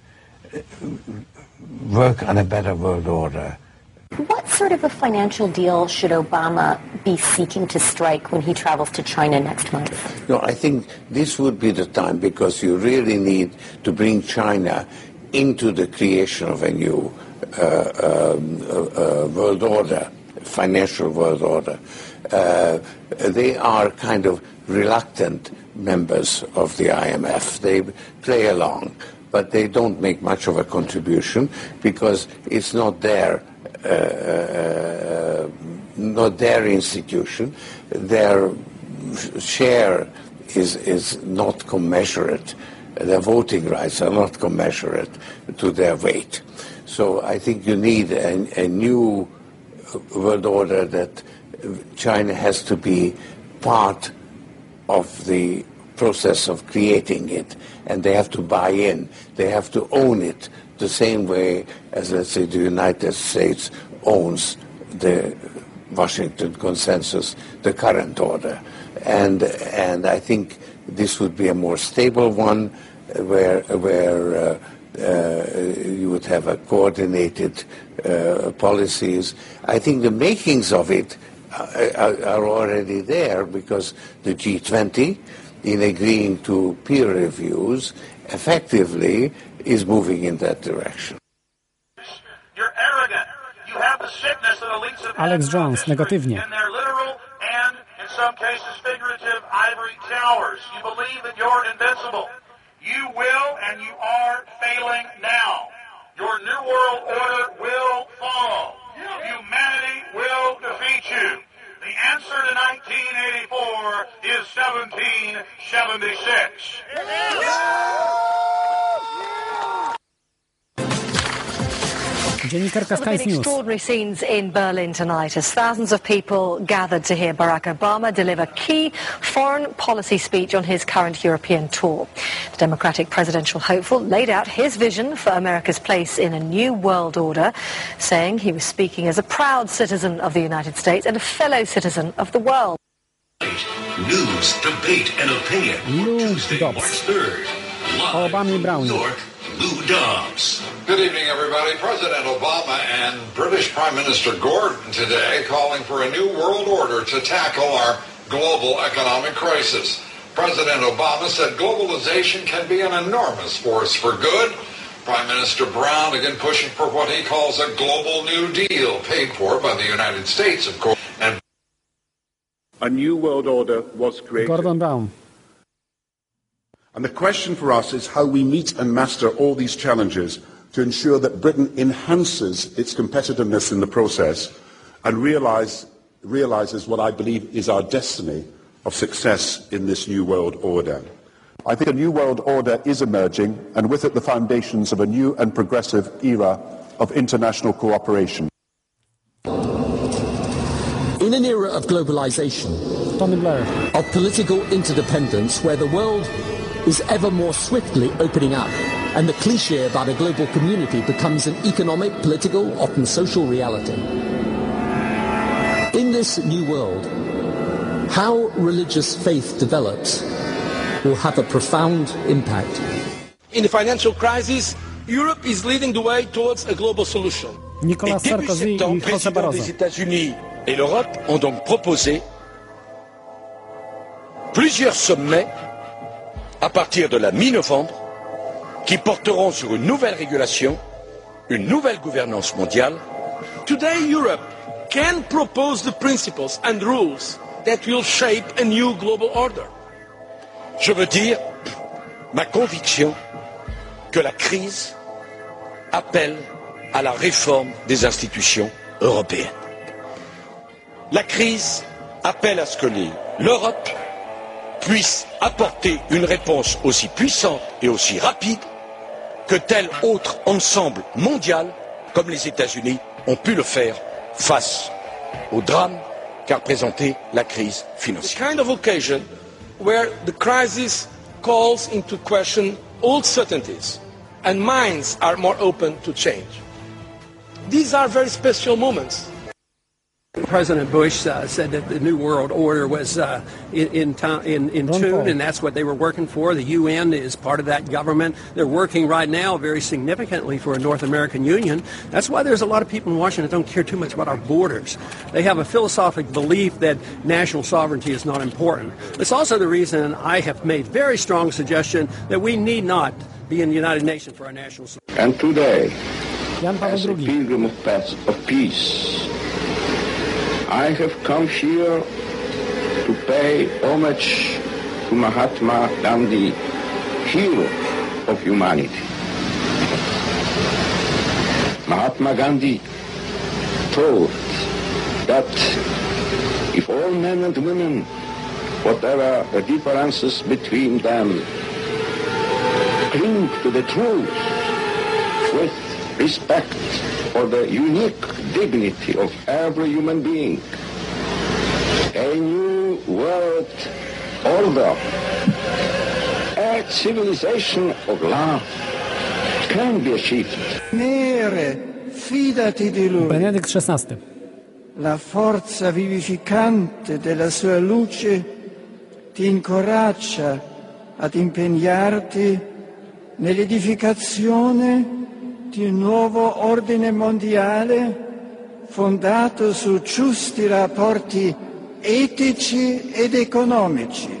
Speaker 27: work on a better world order.
Speaker 28: What sort of a financial deal should Obama be seeking to strike when he travels to China next month?
Speaker 2: No, I think this would be the time, because you really need to bring China into the creation of a new world order, financial world order. They are kind of reluctant members of the IMF. They play along, but they don't make much of a contribution because it's not their institution. Their share is not commensurate. Their voting rights are not commensurate to their weight. So I think you need a new world order that China has to be part of the process of creating it, and they have to buy in. They have to own it the same way as, let's say, the United States owns the Washington Consensus, the current order. And I think this would be a more stable one where you would have a coordinated policies. I think the makings of it are already there, because the G20, in agreeing to peer reviews, effectively is moving in that direction.
Speaker 1: You're arrogant. You have the sickness that elites have
Speaker 5: Alex Jones, negatywnie.
Speaker 1: in their literal and, in some cases, figurative ivory towers. You believe that you're invincible. You will and you are failing now. Your New World Order will fall. Humanity will defeat you. The answer to 1984 is 1776.
Speaker 3: Extraordinary scenes in Berlin tonight as thousands of people gathered to hear Barack Obama deliver key foreign policy speech on his current European tour. The Democratic presidential hopeful laid out his vision for America's place in a new world order, saying he was speaking as a proud citizen of the United States and a fellow citizen of the world.
Speaker 4: News, debate, and opinion. Tuesday, March 3rd. Live from New York, Lou Dobbs.
Speaker 6: Good evening, everybody. President Obama and British Prime Minister Gordon today calling for a new world order to tackle our global economic crisis. President Obama said globalization can be an enormous force for good. Prime Minister Brown again pushing for what he calls a global New Deal, paid for by the United States, of course. And
Speaker 7: a new world order was created.
Speaker 5: Gordon Brown.
Speaker 7: And the question for us is how we meet and master all these challenges to ensure that Britain enhances its competitiveness in the process and realizes what I believe is our destiny of success in this new world order. I think a new world order is emerging, and with it the foundations of a new and progressive era of international cooperation.
Speaker 8: In an era of globalization,
Speaker 5: Tony Blair,
Speaker 8: of political interdependence, where the world is ever more swiftly opening up, and the cliché about a global community becomes an economic, political, often social reality. In this new world, how religious faith develops will have a profound impact.
Speaker 9: In the financial crisis, Europe is leading the way towards a global solution.
Speaker 5: Nicolas Sarkozy et José Barroso.
Speaker 9: Les États-Unis et l'Europe ont donc proposé plusieurs sommets à partir de la mi-novembre, qui porteront sur une nouvelle régulation, une nouvelle gouvernance mondiale.
Speaker 21: Today Europe can propose the principles and rules that will shape a new global order.
Speaker 9: Je veux dire ma conviction que la crise appelle à la réforme des institutions européennes. La crise appelle à ce que l'Europe puisse apporter une réponse aussi puissante et aussi rapide que tel autre ensemble mondial, comme les États-Unis ont pu le faire face au drame qu'a représenté la crise financière.
Speaker 21: The kind of occasion where the crisis calls into question old certainties and minds are more open to change. These are very special moments.
Speaker 10: President Bush said that the New World Order was in tune, and that's what they were working for. The UN is part of that government. They're working right now very significantly for a North American Union. That's why there's a lot of people in Washington that don't care too much about our borders. They have a philosophic belief that national sovereignty is not important. It's also the reason I have made very strong suggestion that we need not be in the United Nations for our national sovereignty.
Speaker 18: And today, as a pilgrim of peace, I have come here to pay homage to Mahatma Gandhi, hero of humanity. Mahatma Gandhi taught that if all men and women whatever the differences between them. Cling to the truth with respect for the unique dignity of every human being. A new world order, a civilization of love can be achieved.
Speaker 11: Fidati di lui.
Speaker 5: Benedykt XVI.
Speaker 11: La forza vivificante della sua luce ti incoraggia ad impegnarti nell'edificazione di un nuovo ordine mondiale fondato su giusti rapporti etici ed economici.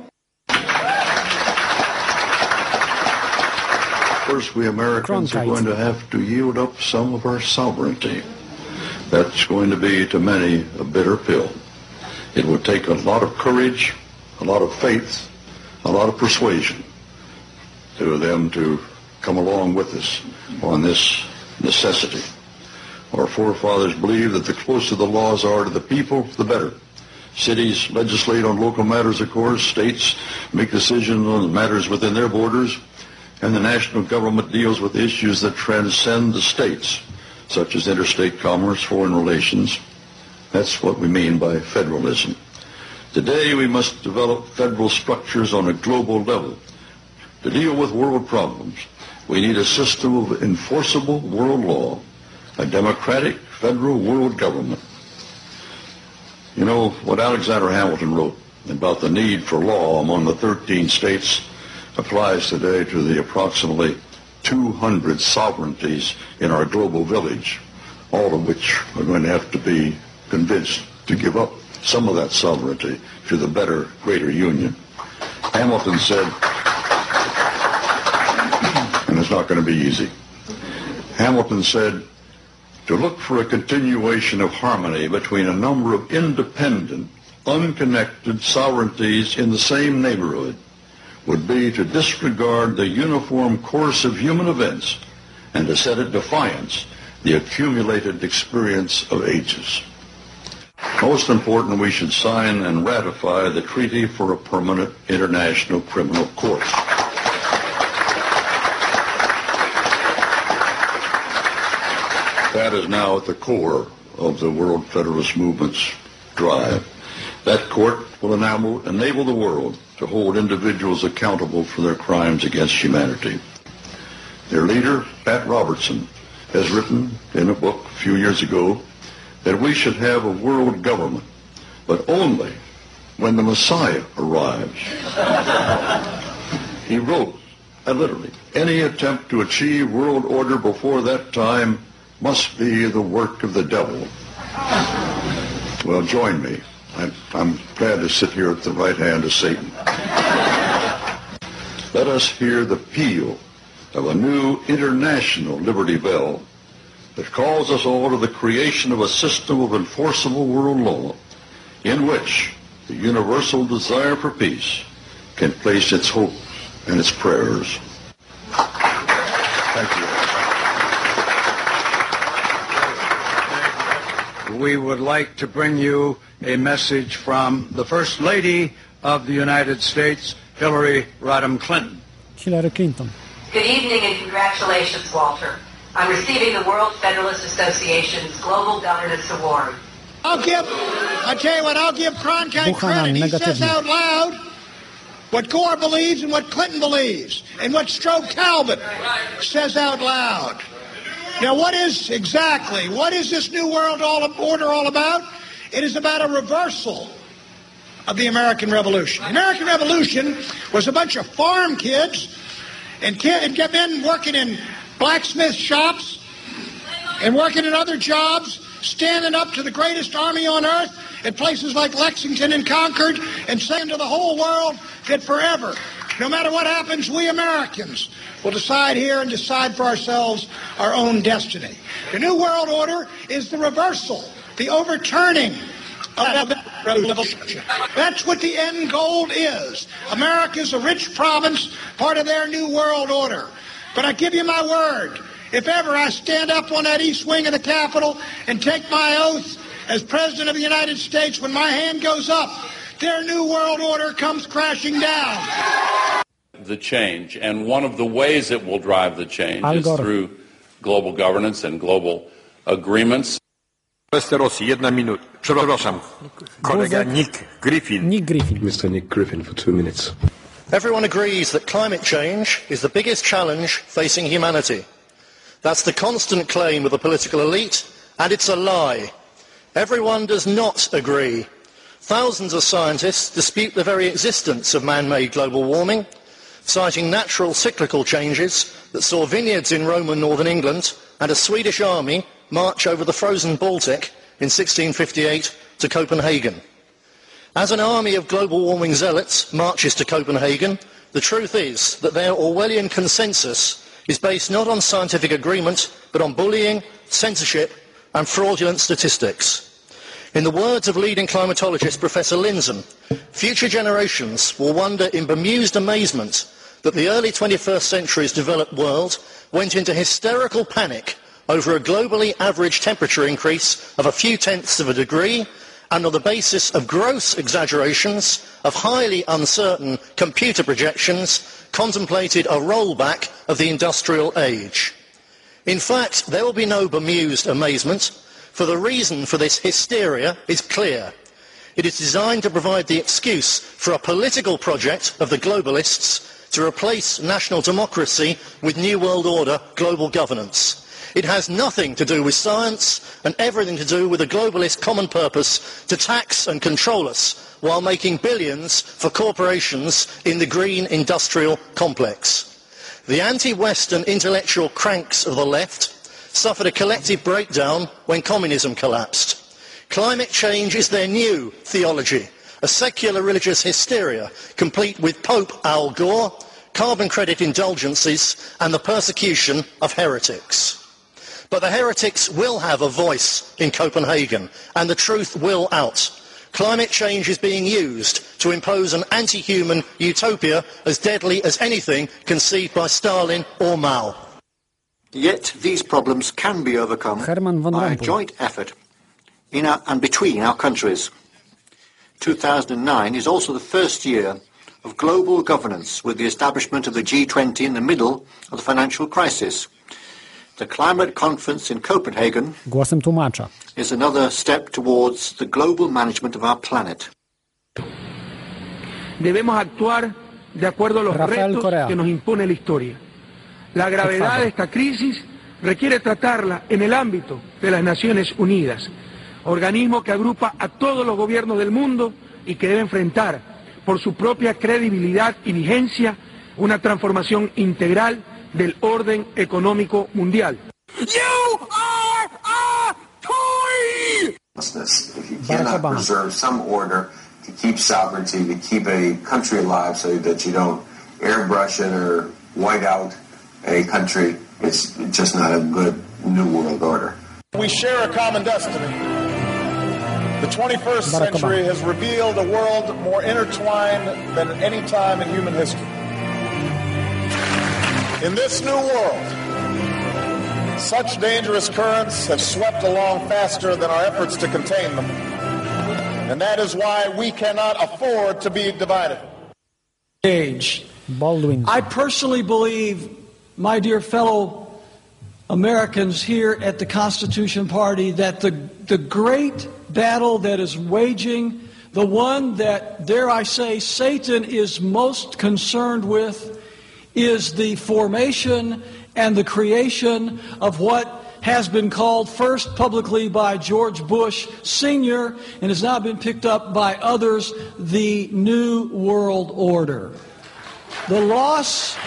Speaker 12: Of course, we Americans are going to have to yield up some of our sovereignty. That's going to be, to many, a bitter pill. It would take a lot of courage, a lot of faith, a lot of persuasion to them to come along with us on this necessity. Our forefathers believed that the closer the laws are to the people, the better. Cities legislate on local matters, of course. States make decisions on matters within their borders. And the national government deals with issues that transcend the states, such as interstate commerce, foreign relations. That's what we mean by federalism. Today we must develop federal structures on a global level. To deal with world problems, we need a system of enforceable world law, a democratic federal world government. You know, what Alexander Hamilton wrote about the need for law among the 13 states applies today to the approximately 200 sovereignties in our global village, all of which are going to have to be convinced to give up some of that sovereignty to the better, greater union. Hamilton said, and it's not going to be easy, Hamilton said, to look for a continuation of harmony between a number of independent, unconnected sovereignties in the same neighborhood would be to disregard the uniform course of human events and to set at defiance the accumulated experience of ages. Most important, we should sign and ratify the Treaty for a Permanent International Criminal Court. That is now at the core of the World Federalist Movement's drive. That court will enable the world to hold individuals accountable for their crimes against humanity. Their leader, Pat Robertson, has written in a book a few years ago that we should have a world government, but only when the Messiah arrives. He wrote, literally, any attempt to achieve world order before that time must be the work of the devil. Well, join me. I'm glad to sit here at the right hand of Satan. Let us hear the peal of a new international Liberty Bell that calls us all to the creation of a system of enforceable world law in which the universal desire for peace can place its hope and its prayers. Thank you.
Speaker 13: We would like to bring you a message from the First Lady of the United States, Hillary Rodham Clinton.
Speaker 5: Hillary Clinton.
Speaker 14: Good evening and congratulations, Walter. I'm receiving the World Federalist Association's Global Governance Award.
Speaker 15: I'll give Cronkite credit. He says out loud what Gore believes and what Clinton believes and what Strobe Talbot says out loud. Now, what is this New World Order all about? It is about a reversal of the American Revolution. The American Revolution was a bunch of farm kids and men working in blacksmith shops and working in other jobs, standing up to the greatest army on earth at places like Lexington and Concord and saying to the whole world that forever, no matter what happens, we Americans will decide here and decide for ourselves our own destiny. The New World Order is the reversal, the overturning of that revolution. That's what the end goal is. America's a rich province, part of their New World Order. But I give you my word, if ever I stand up on that east wing of the Capitol and take my oath as President of the United States, when my hand goes up their new world order comes crashing down.
Speaker 16: The change, and one of the ways it will drive the change is through global governance and global agreements.
Speaker 26: Rosji, 1 minuta. Przepraszam. Kolega Nick Griffin.
Speaker 17: Mr. Nick Griffin for 2 minutes.
Speaker 19: Everyone agrees that climate change is the biggest challenge facing humanity. That's the constant claim of the political elite, and it's a lie. Everyone does not agree. Thousands of scientists dispute the very existence of man-made global warming, citing natural cyclical changes that saw vineyards in Roman northern England and a Swedish army march over the frozen Baltic in 1658 to Copenhagen. As an army of global warming zealots marches to Copenhagen, the truth is that their Orwellian consensus is based not on scientific agreement, but on bullying, censorship and fraudulent statistics. In the words of leading climatologist Professor Lindzen, future generations will wonder in bemused amazement that the early 21st century's developed world went into hysterical panic over a globally average temperature increase of a few tenths of a degree, and on the basis of gross exaggerations of highly uncertain computer projections contemplated a rollback of the industrial age. In fact, there will be no bemused amazement, for the reason for this hysteria is clear. It is designed to provide the excuse for a political project of the globalists to replace national democracy with New World Order global governance. It has nothing to do with science and everything to do with a globalist common purpose to tax and control us while making billions for corporations in the green industrial complex. The anti-Western intellectual cranks of the left suffered a collective breakdown when communism collapsed. Climate change is their new theology, a secular religious hysteria complete with Pope Al Gore, carbon credit indulgences and the persecution of heretics. But the heretics will have a voice in Copenhagen, and the truth will out. Climate change is being used to impose an anti-human utopia as deadly as anything conceived by Stalin or Mao.
Speaker 20: Yet these problems can be overcome by a joint effort in and between our countries. 2009 is also the first year of global governance with the establishment of the G20 in the middle of the financial crisis. The climate conference in Copenhagen
Speaker 5: Głosem tłumacza.
Speaker 20: Is another step towards the global management of our planet.
Speaker 21: Debemos actuar de acuerdo a los retos que nos impone la historia. La gravedad de esta crisis requiere tratarla en el ámbito de las Naciones Unidas, organismo que agrupa a todos los gobiernos del mundo y que debe enfrentar, por su propia credibilidad y vigencia, una transformación integral del orden económico mundial.
Speaker 22: You are a toy! If you cannot preserve some order to keep sovereignty, to keep a country alive so that you don't airbrush it or white out a country, it's just not a good new world order.
Speaker 23: We share a common destiny. The 21st century has revealed a world more intertwined than at any time in human history. In this new world, such dangerous currents have swept along faster than our efforts to contain them. And that is why we cannot afford to be divided.
Speaker 5: Baldwin.
Speaker 24: I personally believe, my dear fellow Americans here at the Constitution Party, that the great battle that is waging, the one that, dare I say, Satan is most concerned with, is the formation and the creation of what has been called first publicly by George Bush Sr. and has now been picked up by others, the New World Order. The loss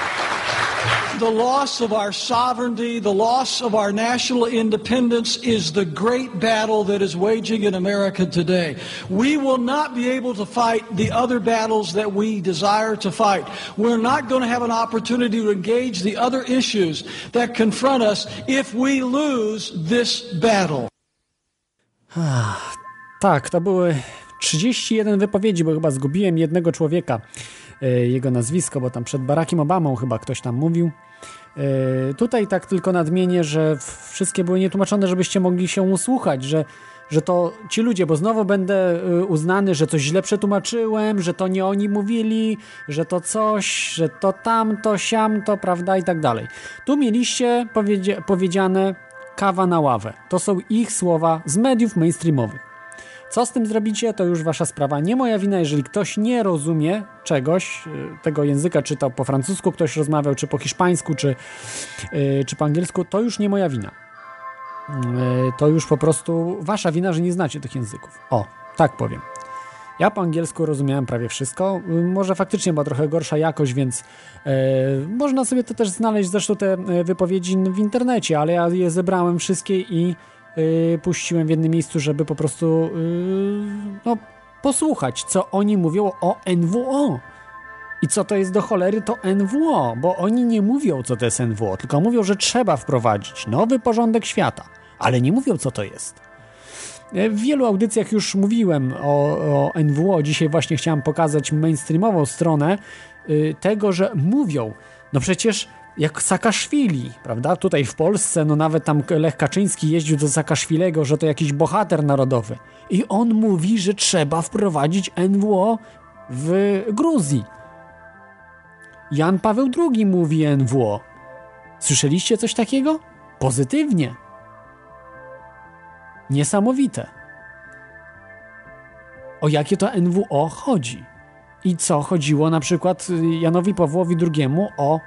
Speaker 24: of our sovereignty, the loss of our national independence is the great battle that is waging in America today. We will not be able to fight the other battles that we desire to fight. We're not going to have an opportunity to engage the other issues that confront us if we lose this battle.
Speaker 5: Tak, to były 31 wypowiedzi, bo chyba zgubiłem jednego człowieka, jego nazwisko, bo tam przed Barackiem Obamą chyba ktoś tam mówił. Tutaj tak tylko nadmienię, że wszystkie były nietłumaczone, żebyście mogli się usłuchać, że że to ci ludzie, bo znowu będę uznany, że coś źle przetłumaczyłem, że to nie oni mówili, że to coś, że to tamto, siamto, prawda, i tak dalej. Tu mieliście powiedziane kawa na ławę. To są ich słowa z mediów mainstreamowych. Co z tym zrobicie, to już wasza sprawa. Nie moja wina, jeżeli ktoś nie rozumie czegoś, tego języka, czy to po francusku ktoś rozmawiał, czy po hiszpańsku, czy po angielsku, to już nie moja wina. To już po prostu wasza wina, że nie znacie tych języków. O, tak powiem. Ja po angielsku rozumiałem prawie wszystko. Może faktycznie była trochę gorsza jakość, więc można sobie to też znaleźć, zresztą te wypowiedzi w internecie, ale ja je zebrałem wszystkie i puściłem w jednym miejscu, żeby po prostu posłuchać, co oni mówią o NWO. I co to jest do cholery to NWO, bo oni nie mówią, co to jest NWO, tylko mówią, że trzeba wprowadzić nowy porządek świata, ale nie mówią, co to jest. W wielu audycjach już mówiłem o NWO. Dzisiaj właśnie chciałem pokazać mainstreamową stronę tego, że mówią. No przecież jak Saakaszwili, prawda? Tutaj w Polsce, no nawet tam Lech Kaczyński jeździł do Saakaszwilego, że to jakiś bohater narodowy. I on mówi, że trzeba wprowadzić NWO w Gruzji. Jan Paweł II mówi NWO. Słyszeliście coś takiego? Pozytywnie. Niesamowite. O jakie to NWO chodzi? I co chodziło na przykład Janowi Pawłowi II o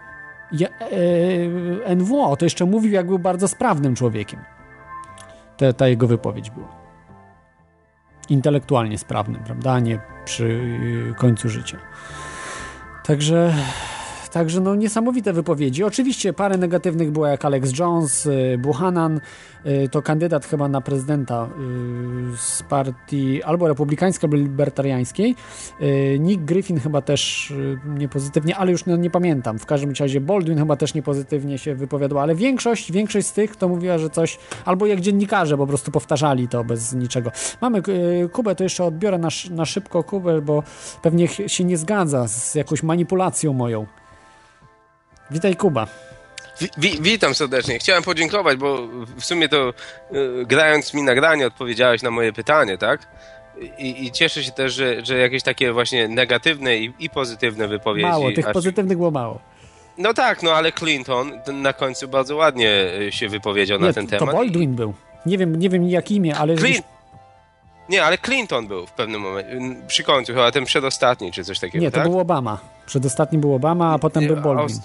Speaker 5: NWO? To jeszcze mówił, jak był bardzo sprawnym człowiekiem. Ta jego wypowiedź była. Intelektualnie sprawnym, prawda? A nie przy końcu życia. Także no niesamowite wypowiedzi. Oczywiście parę negatywnych było, jak Alex Jones, Buchanan, to kandydat chyba na prezydenta z partii albo republikańskiej, albo libertariańskiej. Nick Griffin chyba też niepozytywnie, ale już nie pamiętam. W każdym razie Baldwin chyba też niepozytywnie się wypowiadał, ale większość z tych, kto mówiła, że coś, albo jak dziennikarze po prostu powtarzali to bez niczego. Mamy Kubę, to jeszcze odbiorę na szybko Kubę, bo pewnie się nie zgadza z jakąś manipulacją moją. Witaj, Kuba.
Speaker 1: Witam serdecznie. Chciałem podziękować, bo w sumie to grając mi nagranie odpowiedziałeś na moje pytanie, tak? I cieszę się też, że jakieś takie właśnie negatywne i pozytywne wypowiedzi.
Speaker 5: Mało, tych pozytywnych było mało.
Speaker 1: No tak, no ale Clinton na końcu bardzo ładnie się wypowiedział na ten temat.
Speaker 5: To Baldwin był. Nie wiem jak imię, ale...
Speaker 1: Nie, ale Clinton był w pewnym momencie, przy końcu, chyba ten przedostatni, czy coś takiego,
Speaker 5: Nie, to był Obama. Przedostatni był Obama, a potem był Baldwin.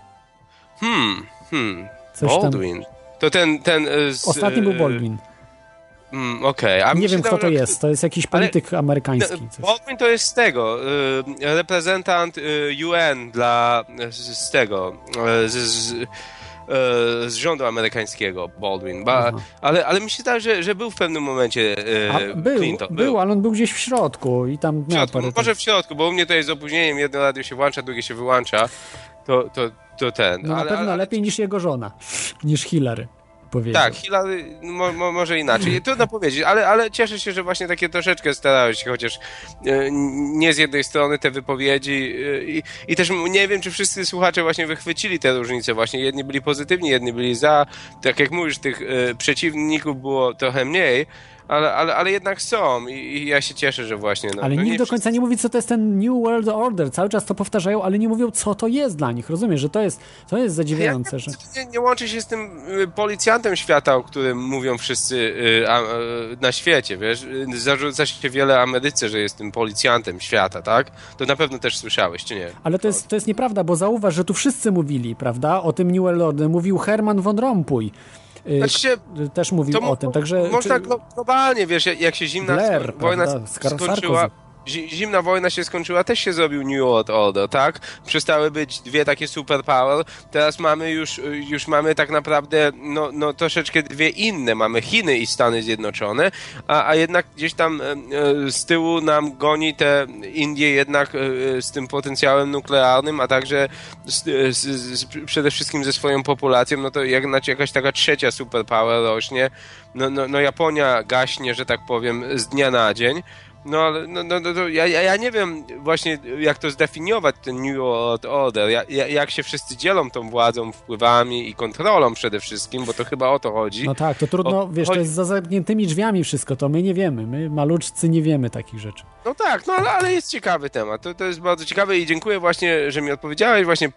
Speaker 1: Baldwin. To ten
Speaker 5: Ostatni był Baldwin.
Speaker 1: Okej.
Speaker 5: Nie wiem, kto to jest. To jest jakiś polityk amerykański. Coś.
Speaker 1: Baldwin to jest z tego, reprezentant UN z rządu amerykańskiego, Baldwin. Ale mi się zdaje, że był w pewnym momencie Clinton.
Speaker 5: Był, ale on był gdzieś w środku i tam...
Speaker 1: Może w środku, bo u mnie to jest z opóźnieniem, jedno radio się włącza, drugie się wyłącza. To ten.
Speaker 5: No na pewno lepiej niż jego żona, niż Hillary. Powiedział.
Speaker 1: Tak, Hillary może inaczej. Trudno powiedzieć, ale cieszę się, że właśnie takie troszeczkę starałeś się, chociaż nie z jednej strony te wypowiedzi i też nie wiem, czy wszyscy słuchacze właśnie wychwycili te różnice. Właśnie jedni byli pozytywni, jedni byli za. Tak jak mówisz, tych przeciwników było trochę mniej, ale jednak są i ja się cieszę, że właśnie...
Speaker 5: ale nikt do końca nie mówi, co to jest ten New World Order. Cały czas to powtarzają, ale nie mówią, co to jest dla nich. Rozumiesz, że to jest zadziwiające. Że...
Speaker 1: Nie łączy się z tym policjantem świata, o którym mówią wszyscy na świecie, wiesz? Zarzuca się wiele Ameryce, że jest tym policjantem świata, tak? To na pewno też słyszałeś, czy nie?
Speaker 5: Ale to jest nieprawda, bo zauważ, że tu wszyscy mówili, prawda? O tym New World Order. Mówił Herman von Rompuy. Też mówił o tym, także...
Speaker 1: Można globalnie, wiesz, jak się zimna wojna skończyła... Zimna wojna się skończyła, też się zrobił New World Order, tak? Przestały być dwie takie superpower, teraz mamy już mamy tak naprawdę no troszeczkę dwie inne, mamy Chiny i Stany Zjednoczone, a jednak gdzieś tam z tyłu nam goni te Indie jednak z tym potencjałem nuklearnym, a także przede wszystkim ze swoją populacją, no to jakaś taka trzecia superpower rośnie, no Japonia gaśnie, że tak powiem, z dnia na dzień. No ale ja nie wiem właśnie jak to zdefiniować, ten New World Order, jak się wszyscy dzielą tą władzą, wpływami i kontrolą przede wszystkim, bo to chyba o to chodzi.
Speaker 5: No tak, to trudno, wiesz, to jest za zamkniętymi drzwiami wszystko, to my nie wiemy, my maluczcy nie wiemy takich rzeczy.
Speaker 1: No tak, no ale jest ciekawy temat, to jest bardzo ciekawe i dziękuję właśnie, że mi odpowiedziałeś, właśnie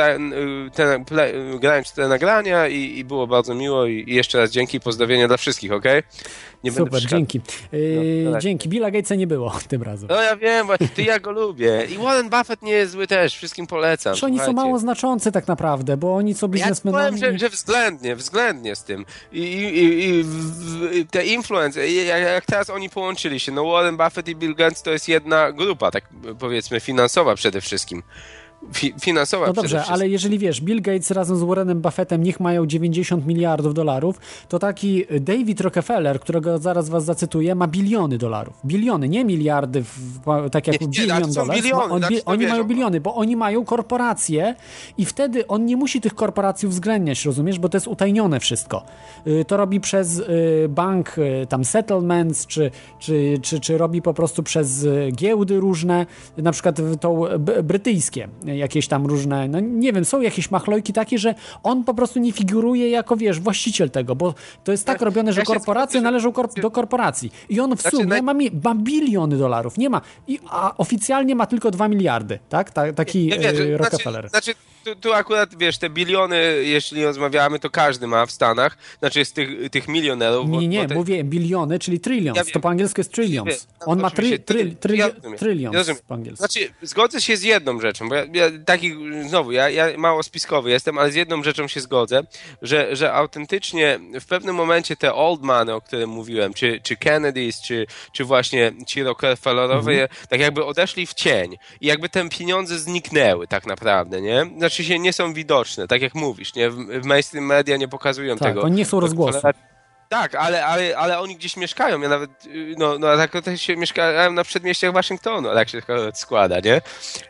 Speaker 1: grałem te nagrania i było bardzo miło i jeszcze raz dzięki, pozdrowienia dla wszystkich, okej? Nie
Speaker 5: super, dzięki. Dzięki, Billa Gatesa nie było tym razem.
Speaker 1: No ja wiem, ja go lubię. I Warren Buffett nie jest zły też, wszystkim polecam.
Speaker 5: Że oni są mało znaczący tak naprawdę, bo oni są biznesmenami.
Speaker 1: Ja powiem, że względnie z tym. I te influence, jak teraz oni połączyli się, no Warren Buffett i Bill Gates to jest jedna grupa, tak powiedzmy finansowa przede wszystkim. Finansowa.
Speaker 5: No dobrze, ale jeżeli wiesz, Bill Gates razem z Warrenem Buffettem niech mają 90 miliardów dolarów, to taki David Rockefeller, którego zaraz was zacytuję, ma biliony dolarów. Biliony, nie miliardy, tak jak bilion dolarów. Oni mają biliony, bo oni mają korporacje i wtedy on nie musi tych korporacji uwzględniać, rozumiesz, bo to jest utajnione wszystko. To robi przez bank, tam settlements, czy robi po prostu przez giełdy różne, na przykład to brytyjskie, jakieś tam różne, no nie wiem, są jakieś machlojki takie, że on po prostu nie figuruje jako, wiesz, właściciel tego, bo to jest tak robione, że korporacje należą do korporacji i on w sumie ma biliony dolarów, nie ma, a oficjalnie ma tylko 2 miliardy, tak? Taki Rockefeller.
Speaker 1: Tu akurat, wiesz, te biliony, jeśli rozmawiamy, to każdy ma w Stanach, znaczy z tych milionerów.
Speaker 5: Mówię biliony, czyli trillions, to po angielsku jest trillions. On ma trillions po angielsku.
Speaker 1: Znaczy, zgodzę się z jedną rzeczą, bo ja mało spiskowy jestem, ale z jedną rzeczą się zgodzę, że autentycznie w pewnym momencie te old money, o którym mówiłem, czy Kennedys, czy właśnie ci Rockefellerowie, tak jakby odeszli w cień i jakby te pieniądze zniknęły tak naprawdę, nie? Znaczy się nie są widoczne, tak jak mówisz, nie? W mainstream media nie pokazują tego.
Speaker 5: Oni nie chcą rozgłosu.
Speaker 1: Tak, ale oni gdzieś mieszkają. Ja nawet, tak też się mieszkałem na przedmieściach Waszyngtonu, ale jak się składa, nie?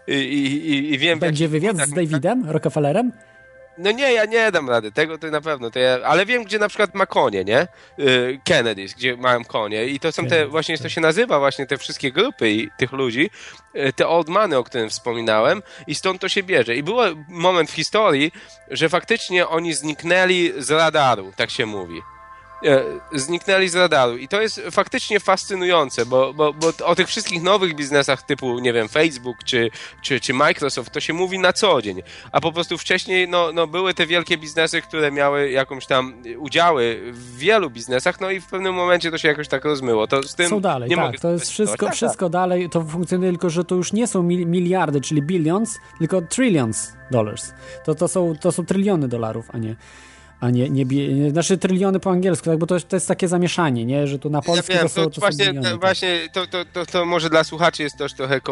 Speaker 1: I wiem...
Speaker 5: Będzie wywiad z Davidem Rockefellerem?
Speaker 1: No nie, ja nie dam rady, tego to na pewno, ale wiem, gdzie na przykład ma konie, nie? Kennedys, gdzie mają konie i to są to się nazywa właśnie te wszystkie grupy i tych ludzi, te old money, o którym wspominałem i stąd to się bierze. I był moment w historii, że faktycznie oni zniknęli z radaru, tak się mówi. Zniknęli z radaru i to jest faktycznie fascynujące, bo o tych wszystkich nowych biznesach typu, nie wiem, Facebook czy Microsoft to się mówi na co dzień, a po prostu wcześniej były te wielkie biznesy, które miały jakąś tam udziały w wielu biznesach, no i w pewnym momencie to się jakoś tak rozmyło. To z tym
Speaker 5: są dalej,
Speaker 1: nie
Speaker 5: tak,
Speaker 1: mogę
Speaker 5: to jest wszystko dalej, to funkcjonuje, tylko że to już nie są miliardy, czyli billions, tylko trillions dollars. To są tryliony dolarów, a nie znaczy tryliony po angielsku, tak, bo to jest takie zamieszanie, nie, że tu na polsku
Speaker 1: ja wiem,
Speaker 5: to są biliony.
Speaker 1: Właśnie to może dla słuchaczy jest też trochę...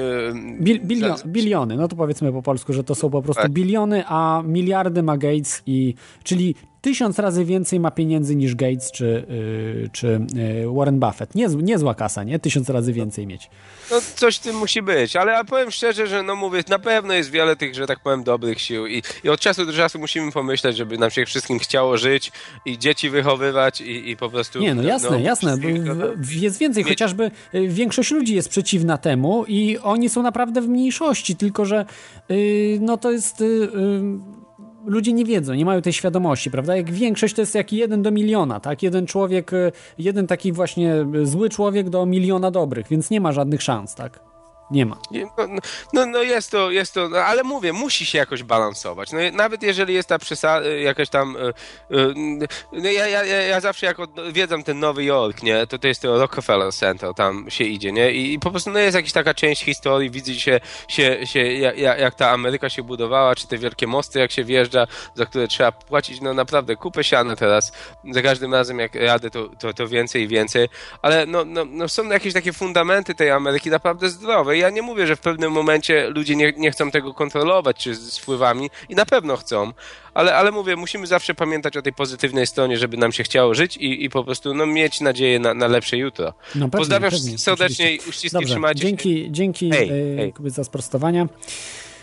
Speaker 5: Biliony, no to powiedzmy po polsku, że to są po prostu biliony, a miliardy ma Gates czyli 1000 razy więcej ma pieniędzy niż Gates czy Warren Buffett. Niezła kasa, nie? 1000 razy więcej mieć.
Speaker 1: No coś w tym musi być, ale ja powiem szczerze, że mówię, na pewno jest wiele tych, że tak powiem, dobrych sił i od czasu do czasu musimy pomyśleć, żeby nam się wszystkim chciało żyć i dzieci wychowywać i po prostu...
Speaker 5: Nie, jasne. Jest więcej, chociażby większość ludzi jest przeciwna temu i oni są naprawdę w mniejszości, tylko że to jest... Ludzie nie wiedzą, nie mają tej świadomości, prawda? Jak większość to jest jak 1 do miliona, tak? Jeden taki właśnie zły człowiek do miliona dobrych, więc nie ma żadnych szans, tak? Nie ma.
Speaker 1: Jest to, ale mówię, musi się jakoś balansować. No, nawet jeżeli jest ta przesada, jakaś tam... Ja zawsze jak odwiedzam ten Nowy Jork, nie, to jest to Rockefeller Center, tam się idzie, nie, i po prostu jest jakaś taka część historii, widzi się jak ta Ameryka się budowała, czy te wielkie mosty, jak się wjeżdża, za które trzeba płacić, naprawdę kupę siana teraz. Za każdym razem jak jadę, to więcej i więcej, ale są jakieś takie fundamenty tej Ameryki naprawdę zdrowe. Ja nie mówię, że w pewnym momencie ludzie nie chcą tego kontrolować, czy z wpływami i na pewno chcą, ale mówię, musimy zawsze pamiętać o tej pozytywnej stronie, żeby nam się chciało żyć i po prostu mieć nadzieję na lepsze jutro. Pozdrawiam serdecznie i uściski, trzymajcie się.
Speaker 5: Dzięki za sprostowania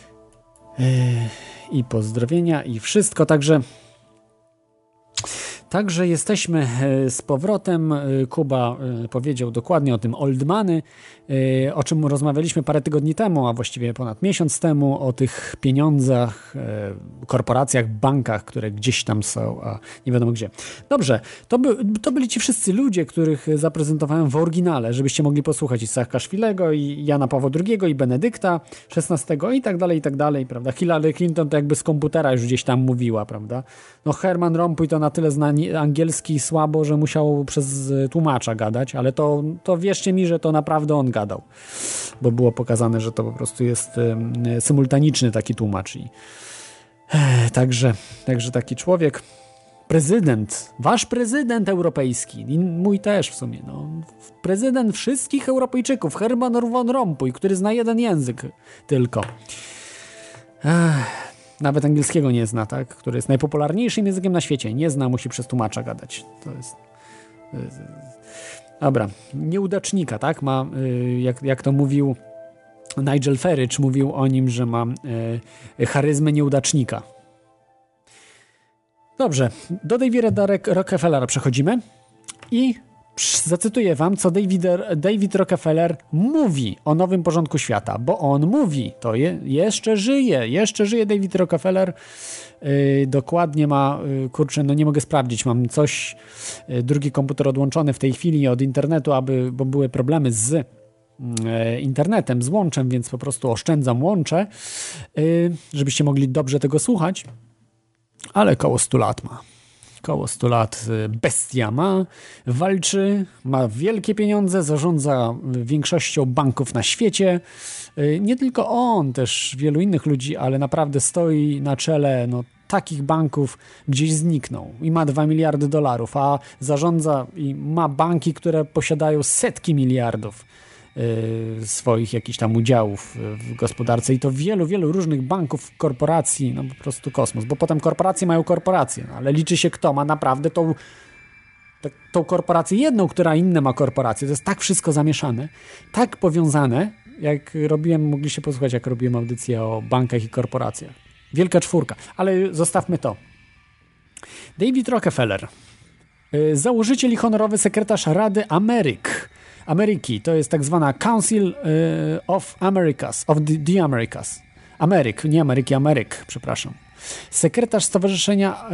Speaker 5: i pozdrowienia i wszystko, także Także jesteśmy z powrotem. Kuba powiedział dokładnie o tym old money, o czym rozmawialiśmy parę tygodni temu, a właściwie ponad miesiąc temu, o tych pieniądzach, korporacjach, bankach, które gdzieś tam są, a nie wiadomo gdzie. Dobrze, to byli ci wszyscy ludzie, których zaprezentowałem w oryginale, żebyście mogli posłuchać i Saakaszwilego, i Jana Pawła II, i Benedykta XVI i tak dalej, prawda? Hillary Clinton to jakby z komputera już gdzieś tam mówiła, prawda? No Herman Rompuy to na tyle zna angielski słabo, że musiał przez tłumacza gadać, ale to wierzcie mi, że to naprawdę on gadał, bo było pokazane, że to po prostu jest symultaniczny taki tłumacz. Także taki człowiek, prezydent, wasz prezydent europejski, i mój też w sumie, no, prezydent wszystkich Europejczyków, Herman Van Rompuy, który zna jeden język tylko. Nawet angielskiego nie zna, tak? Który jest najpopularniejszym językiem na świecie. Nie zna, musi przez tłumacza gadać. To jest... Dobra, nieudacznika, tak? Ma, jak to mówił Nigel Farage, mówił o nim, że ma charyzmę nieudacznika. Dobrze, do Davida Rockefellera przechodzimy i zacytuję wam, co David Rockefeller mówi o nowym porządku świata, bo on mówi, to jeszcze żyje David Rockefeller, dokładnie ma, kurczę, no nie mogę sprawdzić, mam coś, drugi komputer odłączony w tej chwili od internetu, bo były problemy z internetem, z łączem, więc po prostu oszczędzam łącze, żebyście mogli dobrze tego słuchać, ale koło 100 lat ma. Koło 100 lat bestia walczy, ma wielkie pieniądze, zarządza większością banków na świecie. Nie tylko on, też wielu innych ludzi, ale naprawdę stoi na czele takich banków, gdzieś zniknął i ma $2 miliardy, a zarządza i ma banki, które posiadają setki miliardów swoich jakichś tam udziałów w gospodarce i to wielu różnych banków, korporacji, no po prostu kosmos, bo potem korporacje mają korporacje, ale liczy się kto ma naprawdę tą korporację jedną, która inne ma korporację. To jest tak wszystko zamieszane, tak powiązane, jak mogliście posłuchać, jak robiłem audycję o bankach i korporacjach. Wielka czwórka, ale zostawmy to. David Rockefeller, założyciel i honorowy sekretarz Rady Ameryki, to jest tak zwana Council of Americas, of the Americas. Ameryk, przepraszam. Sekretarz Stowarzyszenia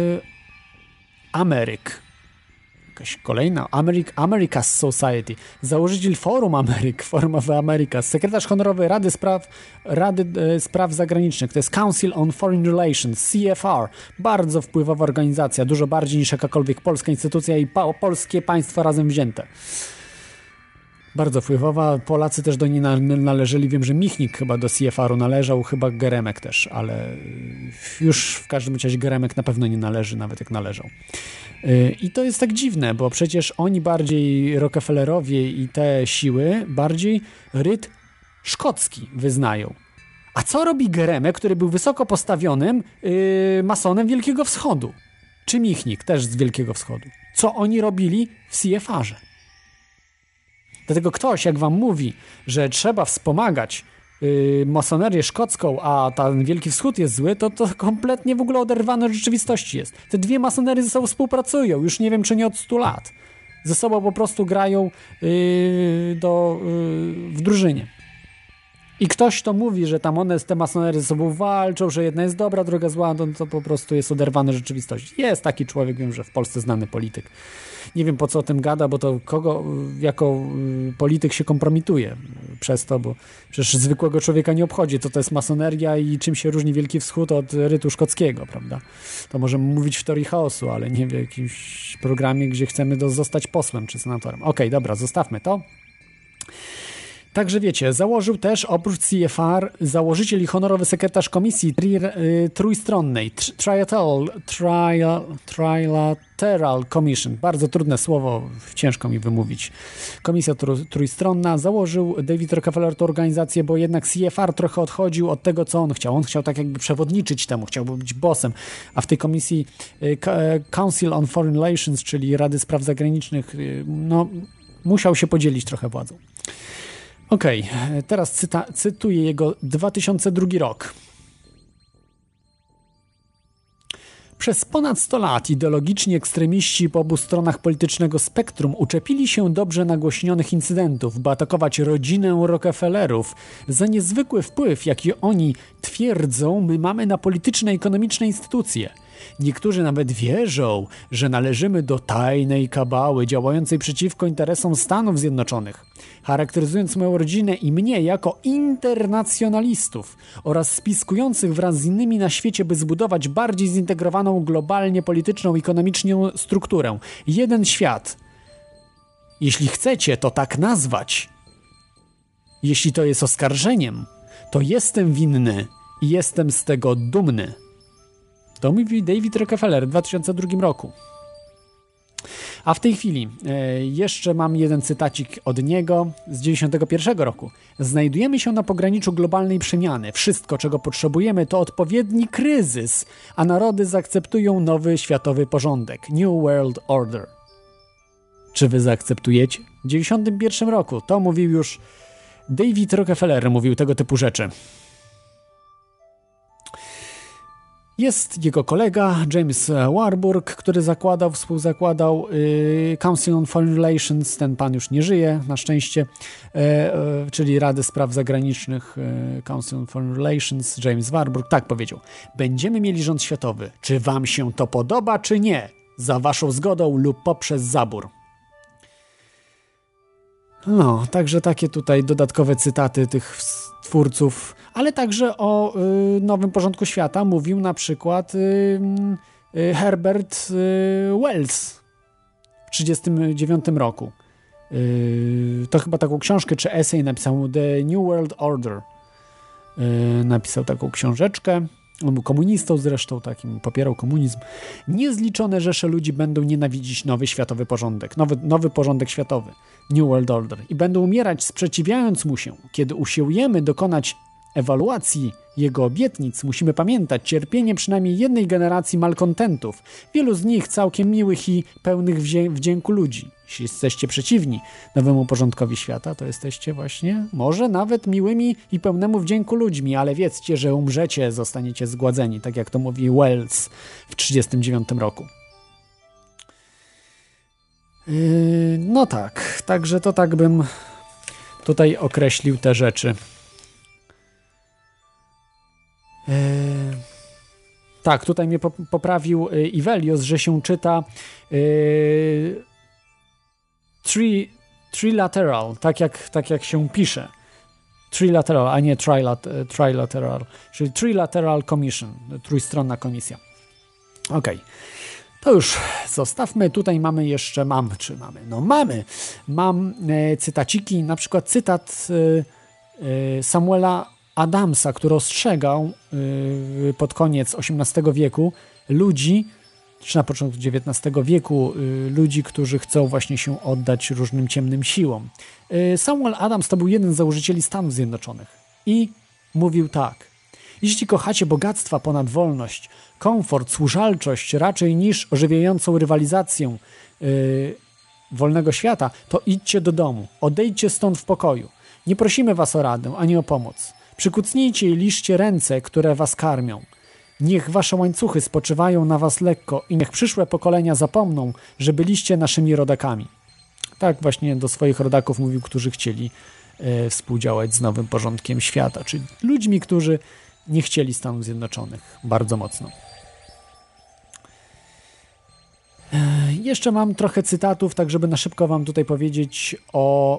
Speaker 5: Ameryk. Jakaś kolejna, Americas Society. Założyciel Forum of Americas. Sekretarz honorowy Rady Spraw Zagranicznych. To jest Council on Foreign Relations, CFR. Bardzo wpływowa organizacja, dużo bardziej niż jakakolwiek polska instytucja i polskie państwo razem wzięte. Bardzo wpływowa. Polacy też do niej należeli. Wiem, że Michnik chyba do CFR-u należał, chyba Geremek też, ale już w każdym razie Geremek na pewno nie należy, nawet jak należał. I to jest tak dziwne, bo przecież oni bardziej Rockefellerowie i te siły bardziej ryt szkocki wyznają. A co robi Geremek, który był wysoko postawionym masonem Wielkiego Wschodu? Czy Michnik też z Wielkiego Wschodu? Co oni robili w CFR-ze? Dlatego ktoś, jak wam mówi, że trzeba wspomagać masonerię szkocką, a ten Wielki Wschód jest zły, to kompletnie w ogóle oderwane od rzeczywistości jest. Te dwie masonerie ze sobą współpracują, już nie wiem, czy nie od 100 lat. Ze sobą po prostu grają w drużynie. I ktoś to mówi, że tam te masonerie ze sobą walczą, że jedna jest dobra, druga zła, to po prostu jest oderwane od rzeczywistości. Jest taki człowiek, wiem, że w Polsce znany polityk. Nie wiem, po co o tym gada, bo to kogo jako polityk się kompromituje przez to, bo przecież zwykłego człowieka nie obchodzi, to jest masoneria i czym się różni Wielki Wschód od rytu szkockiego, prawda? To możemy mówić w teorii chaosu, ale nie w jakimś programie, gdzie chcemy zostać posłem czy senatorem. Okej, dobra, zostawmy to. Także wiecie, założył też oprócz CFR założyciel i honorowy sekretarz komisji trójstronnej Trilateral Commission. Bardzo trudne słowo, ciężko mi wymówić. Komisja trójstronna. Założył David Rockefeller tę organizację, bo jednak CFR trochę odchodził od tego, co on chciał. On chciał tak jakby przewodniczyć temu, chciał być bossem, a w tej komisji Council on Foreign Relations, czyli Rady Spraw Zagranicznych, musiał się podzielić trochę władzą. Okej, teraz cytuję jego 2002 rok. Przez ponad 100 lat ideologiczni ekstremiści po obu stronach politycznego spektrum uczepili się dobrze nagłośnionych incydentów, by atakować rodzinę Rockefellerów za niezwykły wpływ, jaki oni twierdzą, my mamy na polityczne i ekonomiczne instytucje. Niektórzy nawet wierzą, że należymy do tajnej kabały działającej przeciwko interesom Stanów Zjednoczonych, charakteryzując moją rodzinę i mnie jako internacjonalistów oraz spiskujących wraz z innymi na świecie, by zbudować bardziej zintegrowaną globalnie polityczną i ekonomiczną strukturę. Jeden świat. Jeśli chcecie to tak nazwać, jeśli to jest oskarżeniem, to jestem winny i jestem z tego dumny. To mówi David Rockefeller w 2002 roku. A w tej chwili jeszcze mam jeden cytacik od niego z 1991 roku. Znajdujemy się na pograniczu globalnej przemiany. Wszystko, czego potrzebujemy, to odpowiedni kryzys, a narody zaakceptują nowy światowy porządek. New World Order. Czy wy zaakceptujecie? W 1991 roku to mówił już David Rockefeller, mówił tego typu rzeczy. Jest jego kolega James Warburg, który współzakładał Council on Foreign Relations, ten pan już nie żyje, na szczęście, czyli Rady Spraw Zagranicznych Council on Foreign Relations, James Warburg, tak powiedział. Będziemy mieli rząd światowy. Czy wam się to podoba, czy nie? Za waszą zgodą lub poprzez zabór. No, także takie tutaj dodatkowe cytaty tych twórców, ale także o nowym porządku świata mówił na przykład Herbert Wells w 1939 roku. To chyba taką książkę czy esej napisał, The New World Order. Napisał taką książeczkę. On był komunistą zresztą, takim, popierał komunizm. Niezliczone rzesze ludzi będą nienawidzić nowy światowy porządek, nowy porządek światowy, New World Order, i będą umierać sprzeciwiając mu się. Kiedy usiłujemy dokonać ewaluacji jego obietnic, musimy pamiętać cierpienie przynajmniej jednej generacji malkontentów, wielu z nich całkiem miłych i pełnych wdzięku ludzi. Jeśli jesteście przeciwni nowemu porządkowi świata, to jesteście właśnie może nawet miłymi i pełnemu wdzięku ludźmi, ale wiedzcie, że umrzecie, zostaniecie zgładzeni, tak jak to mówi Wells w 1939 roku. No tak, także to tak bym tutaj określił te rzeczy. Tak, tutaj mnie poprawił Ivelios, że się czyta trilateral, tak jak się pisze. Trilateral, a nie trilateral, czyli Trilateral Commission, trójstronna komisja. Okej. To już zostawmy. Tutaj mamy jeszcze, mam cytaciki, na przykład cytat Samuela Adamsa, który ostrzegał pod koniec XVIII wieku ludzi, czy na początku XIX wieku ludzi, którzy chcą właśnie się oddać różnym ciemnym siłom. Samuel Adams to był jeden z założycieli Stanów Zjednoczonych i mówił tak: jeśli kochacie bogactwa ponad wolność, komfort, służalczość raczej niż ożywiającą rywalizację wolnego świata, to idźcie do domu, odejdźcie stąd w pokoju. Nie prosimy was o radę, ani o pomoc. Przykucnijcie i liżcie ręce, które was karmią. Niech wasze łańcuchy spoczywają na was lekko i niech przyszłe pokolenia zapomną, że byliście naszymi rodakami. Tak właśnie do swoich rodaków mówił, którzy chcieli współdziałać z nowym porządkiem świata, czyli ludźmi, którzy nie chcieli Stanów Zjednoczonych bardzo mocno. Jeszcze mam trochę cytatów, tak żeby na szybko wam tutaj powiedzieć o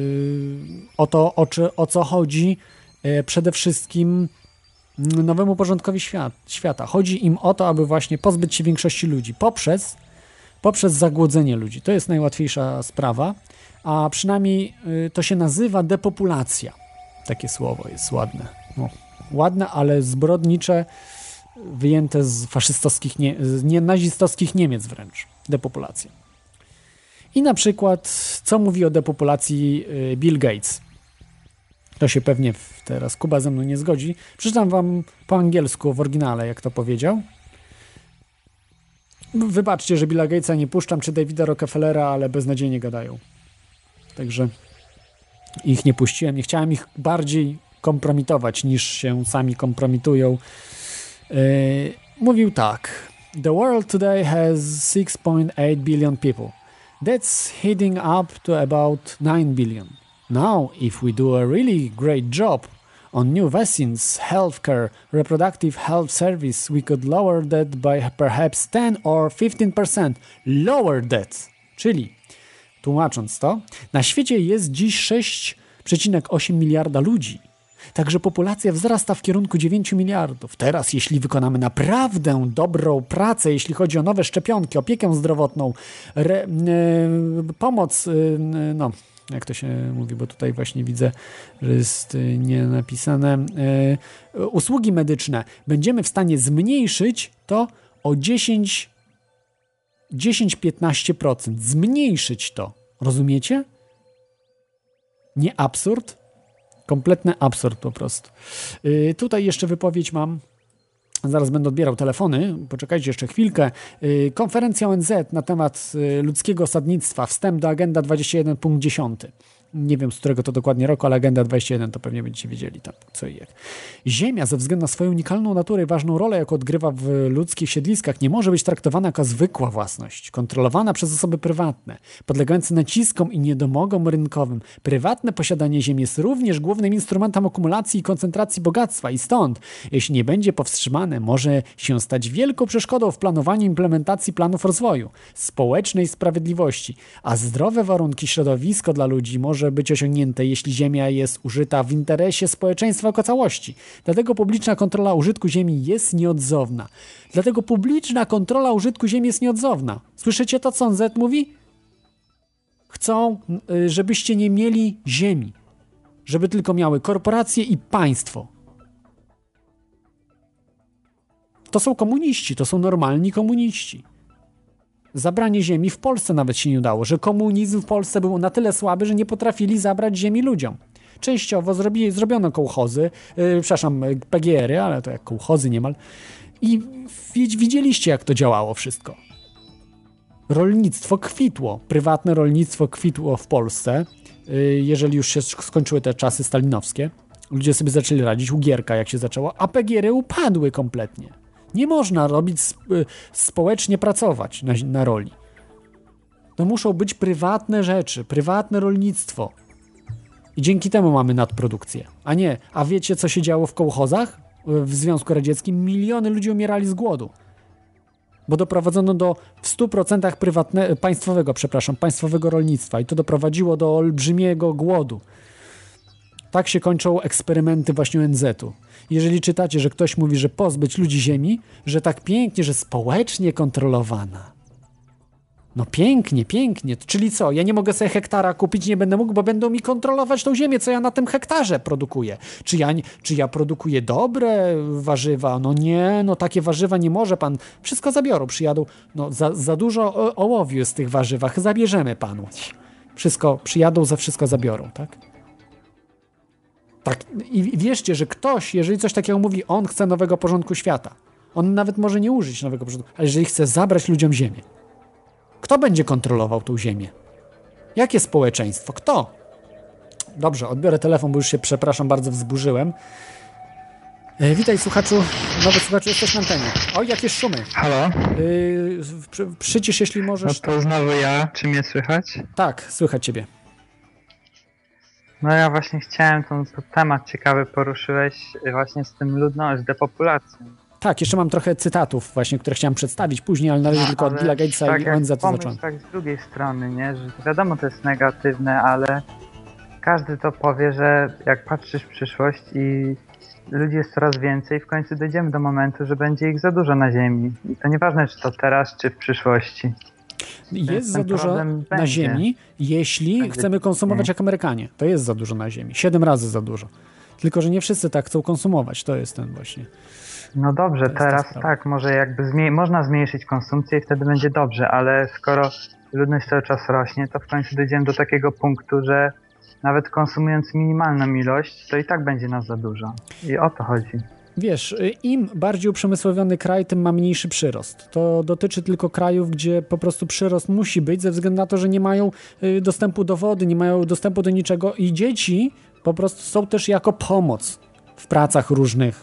Speaker 5: co chodzi przede wszystkim nowemu porządkowi świata. Chodzi im o to, aby właśnie pozbyć się większości ludzi poprzez zagłodzenie ludzi. To jest najłatwiejsza sprawa, a przynajmniej to się nazywa depopulacja. Takie słowo jest ładne. No, ładne, ale zbrodnicze, wyjęte z faszystowskich, nazistowskich Niemiec wręcz. Depopulacja. I na przykład, co mówi o depopulacji Bill Gates? To się pewnie teraz Kuba ze mną nie zgodzi. Przeczytam wam po angielsku w oryginale, jak to powiedział. Wybaczcie, że Billa Gatesa nie puszczam, czy Davida Rockefellera, ale beznadziejnie gadają. Także ich nie puściłem. Nie chciałem ich bardziej kompromitować, niż się sami kompromitują. Mówił tak. The world today has 6.8 billion people. That's heading up to about 9 billion. Now, if we do a really great job on new vaccines, healthcare, reproductive health service, we could lower that by perhaps 10 or 15%. Lower that. Czyli, tłumacząc to, na świecie jest dziś 6,8 miliarda ludzi. Także populacja wzrasta w kierunku 9 miliardów. Teraz, jeśli wykonamy naprawdę dobrą pracę, jeśli chodzi o nowe szczepionki, opiekę zdrowotną, pomoc, no, jak to się mówi, bo tutaj właśnie widzę, że jest nie napisane, usługi medyczne, będziemy w stanie zmniejszyć to o 10-15%. Zmniejszyć to. Rozumiecie? Nie absurd? Kompletny absurd po prostu. Tutaj jeszcze wypowiedź mam. Zaraz będę odbierał telefony. Poczekajcie jeszcze chwilkę. Konferencja ONZ na temat ludzkiego osadnictwa. Wstęp do Agenda 21 punkt 10. Nie wiem, z którego to dokładnie roku, ale Agenda 21 to pewnie będziecie wiedzieli tam co i jak. Ziemia ze względu na swoją unikalną naturę i ważną rolę, jaką odgrywa w ludzkich siedliskach, nie może być traktowana jako zwykła własność, kontrolowana przez osoby prywatne, podlegające naciskom i niedomogom rynkowym. Prywatne posiadanie ziemi jest również głównym instrumentem akumulacji i koncentracji bogactwa i stąd, jeśli nie będzie powstrzymane, może się stać wielką przeszkodą w planowaniu i implementacji planów rozwoju, społecznej sprawiedliwości, a zdrowe warunki środowisko dla ludzi może być osiągnięte, jeśli ziemia jest użyta w interesie społeczeństwa jako całości. Dlatego publiczna kontrola użytku ziemi jest nieodzowna. Słyszycie to, co ONZ mówi? Chcą, żebyście nie mieli ziemi. Żeby tylko miały korporacje i państwo. To są komuniści, to są normalni komuniści. Zabranie ziemi w Polsce nawet się nie udało, że komunizm w Polsce był na tyle słaby, że nie potrafili zabrać ziemi ludziom. Częściowo zrobiono kołchozy, PGR-y, ale to jak kołchozy niemal. I widzieliście, jak to działało wszystko. Rolnictwo kwitło, prywatne rolnictwo kwitło w Polsce, jeżeli już się skończyły te czasy stalinowskie. Ludzie sobie zaczęli radzić, Ugierka jak się zaczęło, a PGR-y upadły kompletnie. Nie można robić społecznie pracować na roli. To muszą być prywatne rzeczy, prywatne rolnictwo. I dzięki temu mamy nadprodukcję. A wiecie, co się działo w kołchozach w Związku Radzieckim? Miliony ludzi umierali z głodu. Bo doprowadzono do w 100% państwowego rolnictwa. I to doprowadziło do olbrzymiego głodu. Tak się kończą eksperymenty właśnie ONZ-u. Jeżeli czytacie, że ktoś mówi, że pozbyć ludzi ziemi, że tak pięknie, że społecznie kontrolowana. No pięknie. Czyli co? Ja nie mogę sobie hektara kupić, nie będę mógł, bo będą mi kontrolować tą ziemię, co ja na tym hektarze produkuję. Czy ja produkuję dobre warzywa? No nie, takie warzywa nie może pan. Wszystko zabiorą, przyjadą. Za dużo ołowiu jest w tych warzywach, zabierzemy panu. Wszystko przyjadą, za wszystko zabiorą, tak? Tak, i wierzcie, że ktoś, jeżeli coś takiego mówi, on chce nowego porządku świata. On nawet może nie użyć nowego porządku, ale jeżeli chce zabrać ludziom ziemię. Kto będzie kontrolował tą ziemię? Jakie społeczeństwo? Kto? Dobrze, odbiorę telefon, bo już się, przepraszam, bardzo wzburzyłem. Witaj, słuchaczu. Nowy słuchaczu, jesteś na antenie. Oj, jakieś szumy.
Speaker 2: Halo?
Speaker 5: Przycisz, jeśli możesz.
Speaker 2: No to znowu ja. Czy mnie słychać?
Speaker 5: Tak, słychać ciebie.
Speaker 2: No ja właśnie chciałem, ten temat ciekawy poruszyłeś właśnie z tym z depopulacją.
Speaker 5: Tak, jeszcze mam trochę cytatów właśnie, które chciałem przedstawić później, ale na razie tylko od Billa Gatesa tak i ONZ to zacząłem.
Speaker 2: Tak z drugiej strony, nie? Że wiadomo, to jest negatywne, ale każdy to powie, że jak patrzysz w przyszłość i ludzi jest coraz więcej, w końcu dojdziemy do momentu, że będzie ich za dużo na Ziemi. I to nieważne, czy to teraz, czy w przyszłości.
Speaker 5: Jest za dużo na Ziemi, jeśli chcemy konsumować jak Amerykanie. To jest za dużo na Ziemi. 7 razy za dużo. Tylko, że nie wszyscy tak chcą konsumować. To jest ten właśnie.
Speaker 2: No dobrze, teraz tak, może jakby można zmniejszyć konsumpcję i wtedy będzie dobrze, ale skoro ludność cały czas rośnie, to w końcu dojdziemy do takiego punktu, że nawet konsumując minimalną ilość, to i tak będzie nas za dużo. I o to chodzi.
Speaker 5: Wiesz, im bardziej uprzemysłowiony kraj, tym ma mniejszy przyrost. To dotyczy tylko krajów, gdzie po prostu przyrost musi być ze względu na to, że nie mają dostępu do wody, nie mają dostępu do niczego i dzieci po prostu są też jako pomoc. w pracach różnych,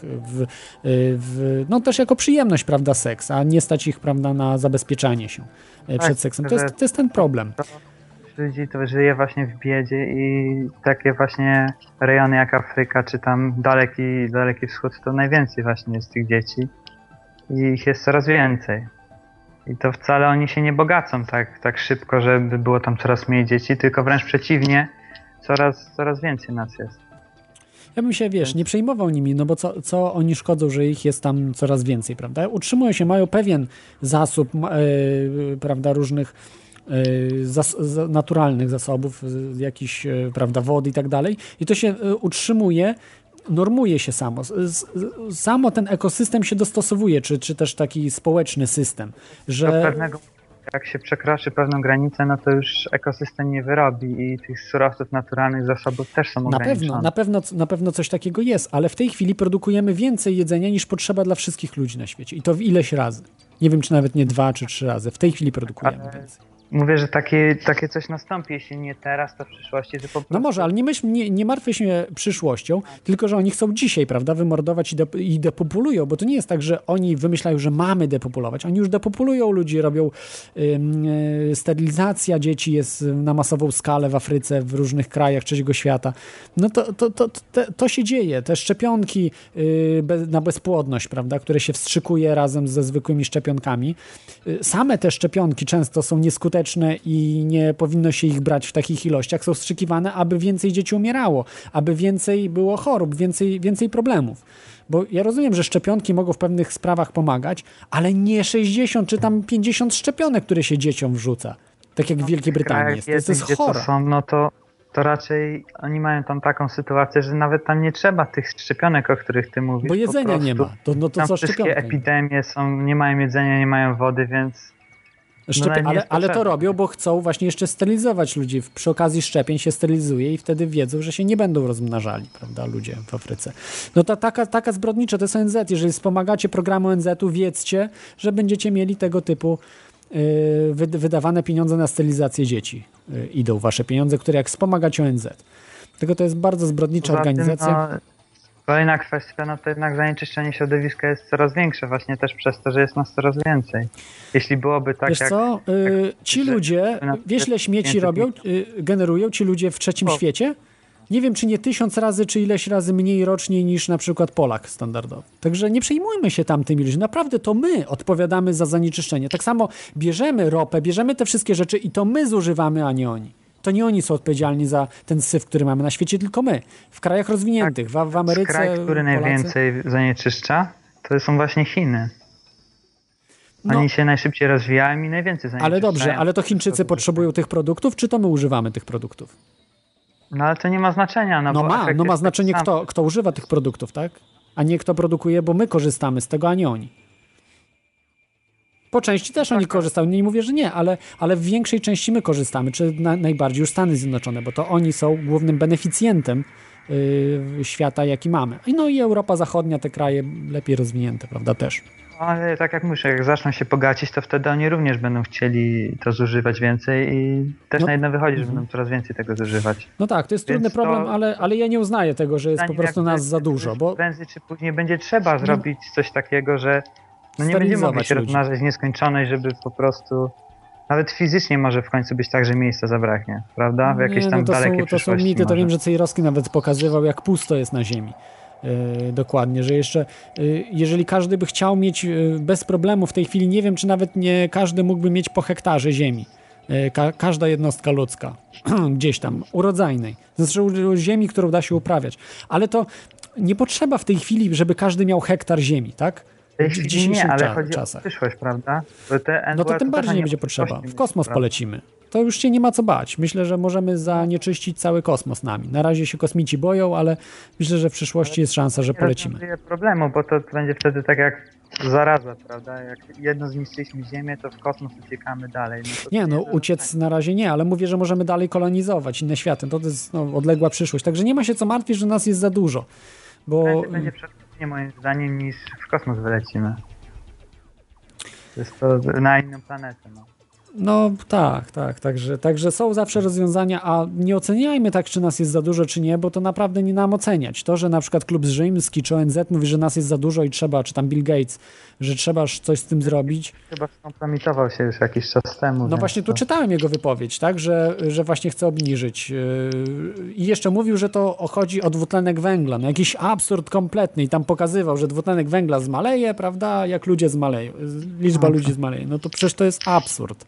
Speaker 5: no też jako przyjemność, prawda, seks, a nie stać ich, prawda, na zabezpieczanie się przed seksem. To jest ten problem.
Speaker 2: Ludzi to żyje właśnie w biedzie i takie właśnie rejony jak Afryka, czy tam daleki wschód, to najwięcej właśnie jest tych dzieci i ich jest coraz więcej. I to wcale oni się nie bogacą tak szybko, żeby było tam coraz mniej dzieci, tylko wręcz przeciwnie, coraz więcej nas jest.
Speaker 5: Ja bym się, nie przejmował nimi, no bo co oni szkodzą, że ich jest tam coraz więcej, prawda? Utrzymują się, mają pewien zasób, prawda, różnych naturalnych zasobów, jakiś, prawda, wody i tak dalej. I to się utrzymuje, normuje się samo. Samo ten ekosystem się dostosowuje, czy też taki społeczny system, że...
Speaker 2: Jak się przekroczy pewną granicę, no to już ekosystem nie wyrobi i tych surowców naturalnych zasobów też są ograniczone.
Speaker 5: Na pewno coś takiego jest, ale w tej chwili produkujemy więcej jedzenia niż potrzeba dla wszystkich ludzi na świecie. I to ileś razy. Nie wiem, czy nawet nie 2 czy 3 razy. W tej chwili produkujemy więcej.
Speaker 2: Mówię, że takie coś nastąpi, jeśli nie teraz, to w przyszłości, że po prostu...
Speaker 5: No może, ale nie martwię się przyszłością, tylko że oni chcą dzisiaj, prawda, wymordować i depopulują, bo to nie jest tak, że oni wymyślają, że mamy depopulować. Oni już depopulują ludzi, robią sterylizacja dzieci jest na masową skalę w Afryce, w różnych krajach trzeciego świata. No to się dzieje. Te szczepionki na bezpłodność, prawda, które się wstrzykuje razem ze zwykłymi szczepionkami. Same te szczepionki często są nieskuteczne i nie powinno się ich brać w takich ilościach, są wstrzykiwane, aby więcej dzieci umierało, aby więcej było chorób, więcej problemów. Bo ja rozumiem, że szczepionki mogą w pewnych sprawach pomagać, ale nie 60 czy tam 50 szczepionek, które się dzieciom wrzuca. Tak jak w Wielkiej Brytanii jest. To jest chore.
Speaker 2: To raczej oni mają tam taką sytuację, że nawet tam nie trzeba tych szczepionek, o których ty mówisz.
Speaker 5: Bo jedzenia nie ma. To
Speaker 2: tam
Speaker 5: co
Speaker 2: wszystkie
Speaker 5: szczepionki?
Speaker 2: epidemie są, nie mają jedzenia, nie mają wody, więc...
Speaker 5: Ale to robią, bo chcą właśnie jeszcze sterylizować ludzi. Przy okazji szczepień się sterylizuje i wtedy wiedzą, że się nie będą rozmnażali, prawda, ludzie w Afryce. No to taka zbrodnicza, to jest ONZ. Jeżeli wspomagacie programu ONZ-u, wiedzcie, że będziecie mieli tego typu wydawane pieniądze na sterylizację dzieci. Idą wasze pieniądze, które jak wspomagacie ONZ. Tylko to jest bardzo zbrodnicza organizacja.
Speaker 2: Kolejna kwestia, no to jednak zanieczyszczenie środowiska jest coraz większe, właśnie też przez to, że jest nas coraz więcej. Jeśli byłoby tak,
Speaker 5: ci ludzie, wiesz, ile śmieci generują ci ludzie w trzecim świecie? Nie wiem, czy nie 1000 razy, czy ileś razy mniej rocznie niż na przykład Polak standardowy. Także nie przejmujmy się tamtymi ludźmi. Naprawdę to my odpowiadamy za zanieczyszczenie. Tak samo bierzemy ropę, bierzemy te wszystkie rzeczy i to my zużywamy, a nie oni. To nie oni są odpowiedzialni za ten syf, który mamy na świecie, tylko my. W krajach rozwiniętych, w Ameryce,
Speaker 2: kraj, który najwięcej zanieczyszcza, to są właśnie Chiny. Oni się najszybciej rozwijają i najwięcej zanieczyszczają.
Speaker 5: Ale dobrze, ale to Chińczycy potrzebują tych produktów, czy to my używamy tych produktów?
Speaker 2: No ale to nie ma znaczenia.
Speaker 5: Ma znaczenie kto używa tych produktów, tak? A nie kto produkuje, bo my korzystamy z tego, a nie oni. Po części też oni korzystają, nie mówię, że nie, ale w większej części my korzystamy, czy najbardziej już Stany Zjednoczone, bo to oni są głównym beneficjentem świata, jaki mamy. No i Europa Zachodnia, te kraje lepiej rozwinięte, prawda, też.
Speaker 2: Ale tak jak mówię, jak zaczną się bogacić, to wtedy oni również będą chcieli to zużywać więcej i też na jedno wychodzi, że będą coraz więcej tego zużywać.
Speaker 5: No tak, to jest trudny problem, ale ja nie uznaję tego, że jest po prostu nas za dużo. Bo
Speaker 2: prędzej czy później będzie trzeba zrobić coś takiego, że nie będziemy mogli się rozmnażać w nieskończoność, żeby po prostu... Nawet fizycznie może w końcu być tak, że miejsca zabraknie, prawda? W jakiejś tam dalekiej przyszłości.
Speaker 5: To są mity, to wiem, że Cejrowski nawet pokazywał, jak pusto jest na Ziemi. Dokładnie, że jeszcze jeżeli każdy by chciał mieć bez problemu w tej chwili, nie wiem, czy nawet nie każdy mógłby mieć po hektarze ziemi. Każda jednostka ludzka, gdzieś tam, urodzajnej. Znaczy ziemi, którą da się uprawiać. Ale to nie potrzeba w tej chwili, żeby każdy miał hektar ziemi, tak?
Speaker 2: W dzisiejszych czasach. Przyszłość, prawda?
Speaker 5: No to tym bardziej nie będzie potrzeba. W kosmos polecimy. To już się nie ma co bać. Myślę, że możemy zanieczyścić cały kosmos nami. Na razie się kosmici boją, ale myślę, że w przyszłości jest szansa, że polecimy.
Speaker 2: Nie problemu, bo to będzie wtedy tak jak zaraza, prawda? Jak jedno zniszczyliśmy Ziemię, to w kosmos uciekamy dalej.
Speaker 5: Uciec na razie nie, ale mówię, że możemy dalej kolonizować inne światy. To jest odległa przyszłość. Także nie ma się co martwić, że nas jest za dużo. Bo...
Speaker 2: Będzie przesadnie moim zdaniem, niż w kosmos wylecimy. To jest to na inną planetę.
Speaker 5: No także są zawsze rozwiązania, a nie oceniajmy tak, czy nas jest za dużo, czy nie, bo to naprawdę nie nam oceniać. To, że na przykład klub rzymski czy ONZ mówi, że nas jest za dużo i trzeba, czy tam Bill Gates, że trzeba coś z tym zrobić.
Speaker 2: Chyba skompromitował się już jakiś czas temu.
Speaker 5: No właśnie tu czytałem jego wypowiedź, tak, że właśnie chce obniżyć. I jeszcze mówił, że to chodzi o dwutlenek węgla. No jakiś absurd kompletny i tam pokazywał, że dwutlenek węgla zmaleje, prawda, jak ludzie zmaleją. Liczba ludzi zmaleje. No to przecież to jest absurd.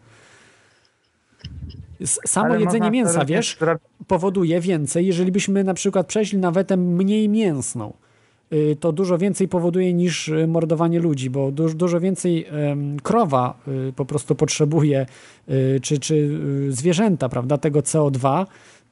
Speaker 5: Samo jedzenie mięsa, wiesz, powoduje więcej, jeżeli byśmy na przykład przeszli na wetę mniej mięsną, to dużo więcej powoduje niż mordowanie ludzi, bo dużo więcej krowa po prostu potrzebuje, czy zwierzęta, prawda, tego CO2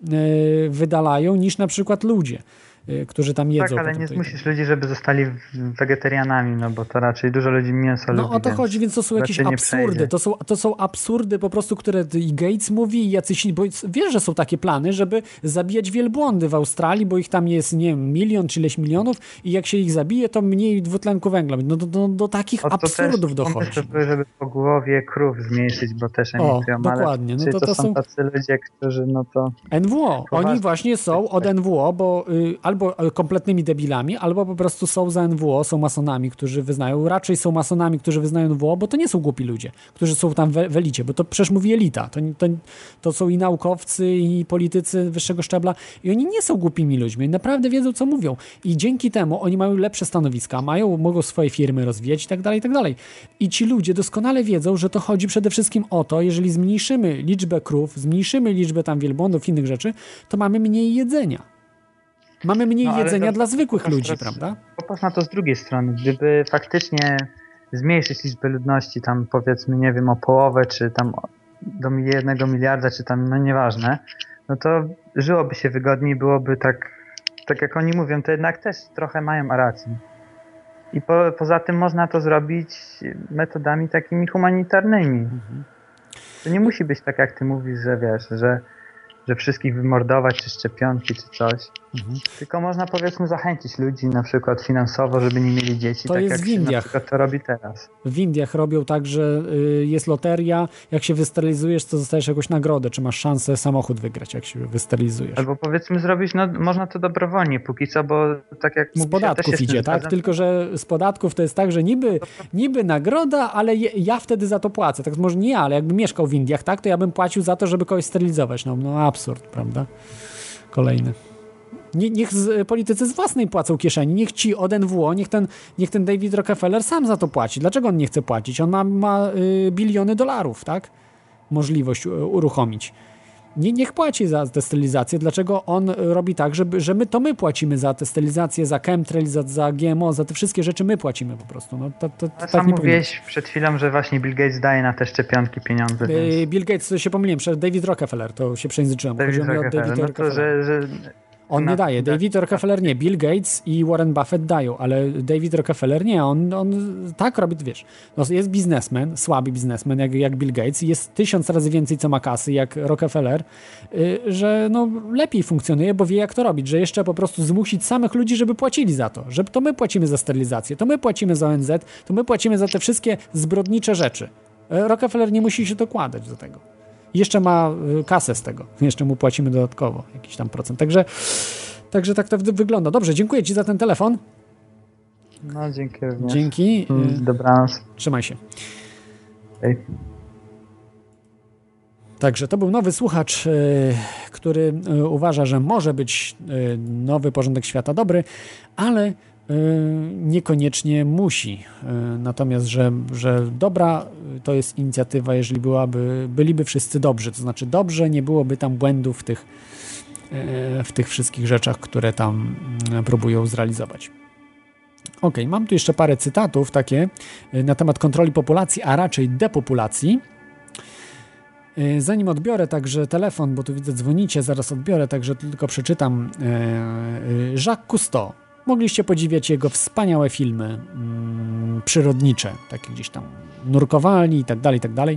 Speaker 5: wydalają niż na przykład ludzie, którzy tam jedzą.
Speaker 2: Tak, ale nie zmusisz ludzi, żeby zostali wegetarianami, no bo to raczej dużo ludzi mięso lubi.
Speaker 5: No o to chodzi, więc to są jakieś absurdy. To są absurdy po prostu, które i Gates mówi i jacyś, bo wiesz, że są takie plany, żeby zabijać wielbłądy w Australii, bo ich tam jest, nie wiem, 1 milion czy ileś milionów i jak się ich zabije, to mniej dwutlenku węgla. No do takich absurdów dochodzi.
Speaker 2: Żeby po głowie krów zmniejszyć, bo też emitują.
Speaker 5: Dokładnie.
Speaker 2: No to są tacy ludzie, którzy
Speaker 5: NWO. Oni właśnie są od NWO, bo albo kompletnymi debilami, albo po prostu są za NWO, są masonami, którzy wyznają, raczej są masonami, którzy wyznają NWO, bo to nie są głupi ludzie, którzy są tam w elicie, bo to przecież mówi elita. To są i naukowcy, i politycy wyższego szczebla i oni nie są głupimi ludźmi, naprawdę wiedzą, co mówią i dzięki temu oni mają lepsze stanowiska, mogą swoje firmy rozwijać i tak dalej, i tak dalej. I ci ludzie doskonale wiedzą, że to chodzi przede wszystkim o to, jeżeli zmniejszymy liczbę krów, zmniejszymy liczbę tam wielbłądów, innych rzeczy, to mamy mniej jedzenia. Mamy mniej jedzenia dla zwykłych ludzi, prawda?
Speaker 2: Popatrz na to z drugiej strony. Gdyby faktycznie zmniejszyć liczbę ludności, tam powiedzmy, nie wiem, o połowę, czy tam do 1 miliarda, czy tam, no nieważne, no to żyłoby się wygodniej, byłoby tak jak oni mówią, to jednak też trochę mają racji. I poza tym można to zrobić metodami takimi humanitarnymi. To nie musi być tak, jak ty mówisz, że wiesz, że wszystkich wymordować, czy szczepionki, czy coś. Tylko można, powiedzmy, zachęcić ludzi na przykład finansowo, żeby nie mieli dzieci,
Speaker 5: to
Speaker 2: tak
Speaker 5: jest
Speaker 2: jak
Speaker 5: w Indiach.
Speaker 2: się na przykład to robi teraz.
Speaker 5: W Indiach robią tak, że jest loteria, jak się wysterylizujesz, to dostajesz jakąś nagrodę, czy masz szansę samochód wygrać, jak się wysterylizujesz.
Speaker 2: Albo powiedzmy zrobić, no można to dobrowolnie póki co, bo tak jak mówisz,
Speaker 5: z podatków idzie, tak? Tylko, że z podatków to jest tak, że niby nagroda, ale ja wtedy za to płacę. Tak może nie ja, ale jakbym mieszkał w Indiach, tak, to ja bym płacił za to, żeby kogoś sterylizować. No absurd, prawda? Kolejny. Niech politycy z własnej płacą kieszeni, niech ci od NWO, niech ten David Rockefeller sam za to płaci. Dlaczego on nie chce płacić? On ma biliony dolarów, tak? Możliwość uruchomić. Niech płaci za tę stylizację. Dlaczego on robi tak, że my płacimy za tę stylizację, za chemtrail, za GMO, za te wszystkie rzeczy my płacimy po prostu. No,
Speaker 2: tak sam mówiłeś przed chwilą, że właśnie Bill Gates daje na te szczepionki pieniądze. Więc...
Speaker 5: Bill Gates, to się pomyliłem, David Rockefeller, to się przejęzyczyłem.
Speaker 2: David Rockefeller.
Speaker 5: On nie daje. David Rockefeller nie. Bill Gates i Warren Buffett dają, ale David Rockefeller nie. On tak robi, wiesz. No jest biznesmen, słaby biznesmen jak Bill Gates i jest 1000 razy więcej co ma kasy jak Rockefeller, że no lepiej funkcjonuje, bo wie jak to robić, że jeszcze po prostu zmusić samych ludzi, żeby płacili za to, że to my płacimy za sterylizację, to my płacimy za ONZ, to my płacimy za te wszystkie zbrodnicze rzeczy. Rockefeller nie musi się dokładać do tego. Jeszcze ma kasę z tego. Jeszcze mu płacimy dodatkowo jakiś tam procent. Także tak to wygląda. Dobrze, dziękuję ci za ten telefon.
Speaker 2: No, dzięki również.
Speaker 5: Dzięki.
Speaker 2: Dobranoc.
Speaker 5: Trzymaj się.
Speaker 2: Hej.
Speaker 5: Także to był nowy słuchacz, który uważa, że może być nowy porządek świata dobry, ale niekoniecznie musi. Natomiast, że dobra to jest inicjatywa, jeżeli byliby wszyscy dobrzy. To znaczy dobrze, nie byłoby tam błędów w tych wszystkich rzeczach, które tam próbują zrealizować. Ok, mam tu jeszcze parę cytatów takie na temat kontroli populacji, a raczej depopulacji. Zanim odbiorę także telefon, bo tu widzę dzwonicie, zaraz odbiorę, także tylko przeczytam. Jacques Cousteau. Mogliście podziwiać jego wspaniałe filmy przyrodnicze, takie gdzieś tam nurkowalni i tak dalej, i tak dalej.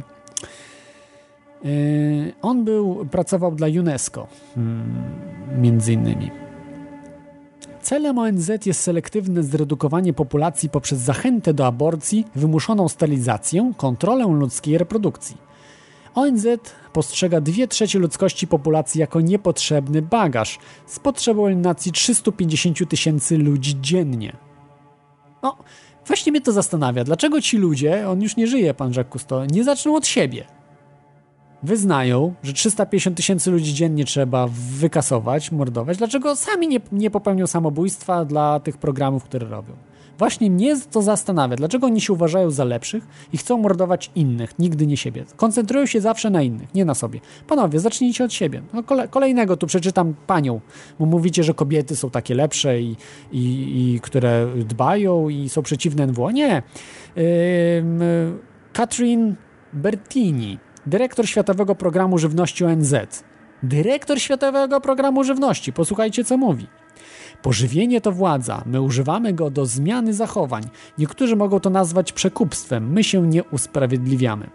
Speaker 5: On pracował dla UNESCO, między innymi. Celem ONZ jest selektywne zredukowanie populacji poprzez zachętę do aborcji, wymuszoną sterylizację, kontrolę ludzkiej reprodukcji. ONZ postrzega 2/3 ludzkości populacji jako niepotrzebny bagaż z potrzebą eliminacji 350 000 ludzi dziennie. No, właśnie mnie to zastanawia. Dlaczego ci ludzie, on już nie żyje, pan Jacques Cousteau, nie zaczną od siebie? Wyznają, że 350 000 ludzi dziennie trzeba wykasować, mordować. Dlaczego sami nie popełnią samobójstwa dla tych programów, które robią? Właśnie mnie to zastanawia. Dlaczego oni się uważają za lepszych i chcą mordować innych, nigdy nie siebie? Koncentrują się zawsze na innych, nie na sobie. Panowie, zacznijcie od siebie. No, kolejnego tu przeczytam panią, bo mówicie, że kobiety są takie lepsze i które dbają i są przeciwne NWO. Nie. Katrin Bertini, dyrektor Światowego Programu Żywności ONZ. Dyrektor Światowego Programu Żywności. Posłuchajcie, co mówi. Pożywienie to władza. My używamy go do zmiany zachowań. Niektórzy mogą to nazwać przekupstwem. My się nie usprawiedliwiamy.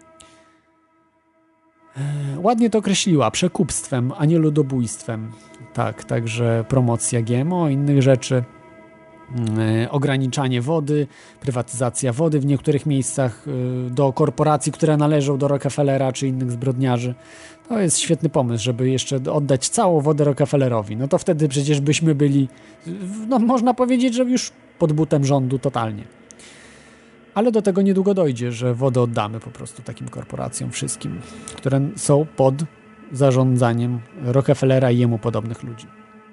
Speaker 5: Ładnie to określiła. Przekupstwem, a nie ludobójstwem. Tak, także promocja GMO, innych rzeczy. Ograniczanie wody, prywatyzacja wody w niektórych miejscach do korporacji, które należą do Rockefellera czy innych zbrodniarzy. To jest świetny pomysł, żeby jeszcze oddać całą wodę Rockefellerowi. No to wtedy przecież byśmy byli, no można powiedzieć, że już pod butem rządu totalnie. Ale do tego niedługo dojdzie, że wodę oddamy po prostu takim korporacjom wszystkim, które są pod zarządzaniem Rockefellera i jemu podobnych ludzi.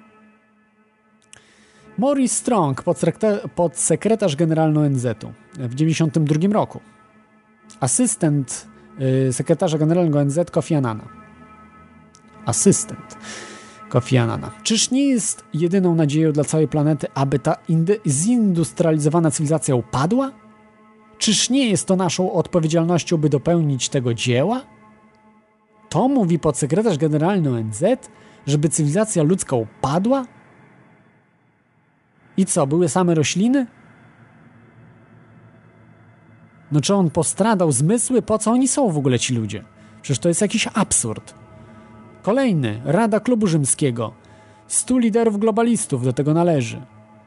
Speaker 5: Maurice Strong, podsekretarz generalny ONZ-u w 1992 roku. Asystent sekretarza generalnego ONZ Kofi Annana. Asystent Kofi Annana. Czyż nie jest jedyną nadzieją dla całej planety, aby ta zindustrializowana cywilizacja upadła? Czyż nie jest to naszą odpowiedzialnością, by dopełnić tego dzieła? To mówi podsekretarz generalny ONZ, żeby cywilizacja ludzka upadła? I co, były same rośliny? No czy on postradał zmysły? Po co oni są w ogóle ci ludzie? Przecież to jest jakiś absurd. Kolejny, Rada Klubu Rzymskiego. 100 liderów globalistów do tego należy.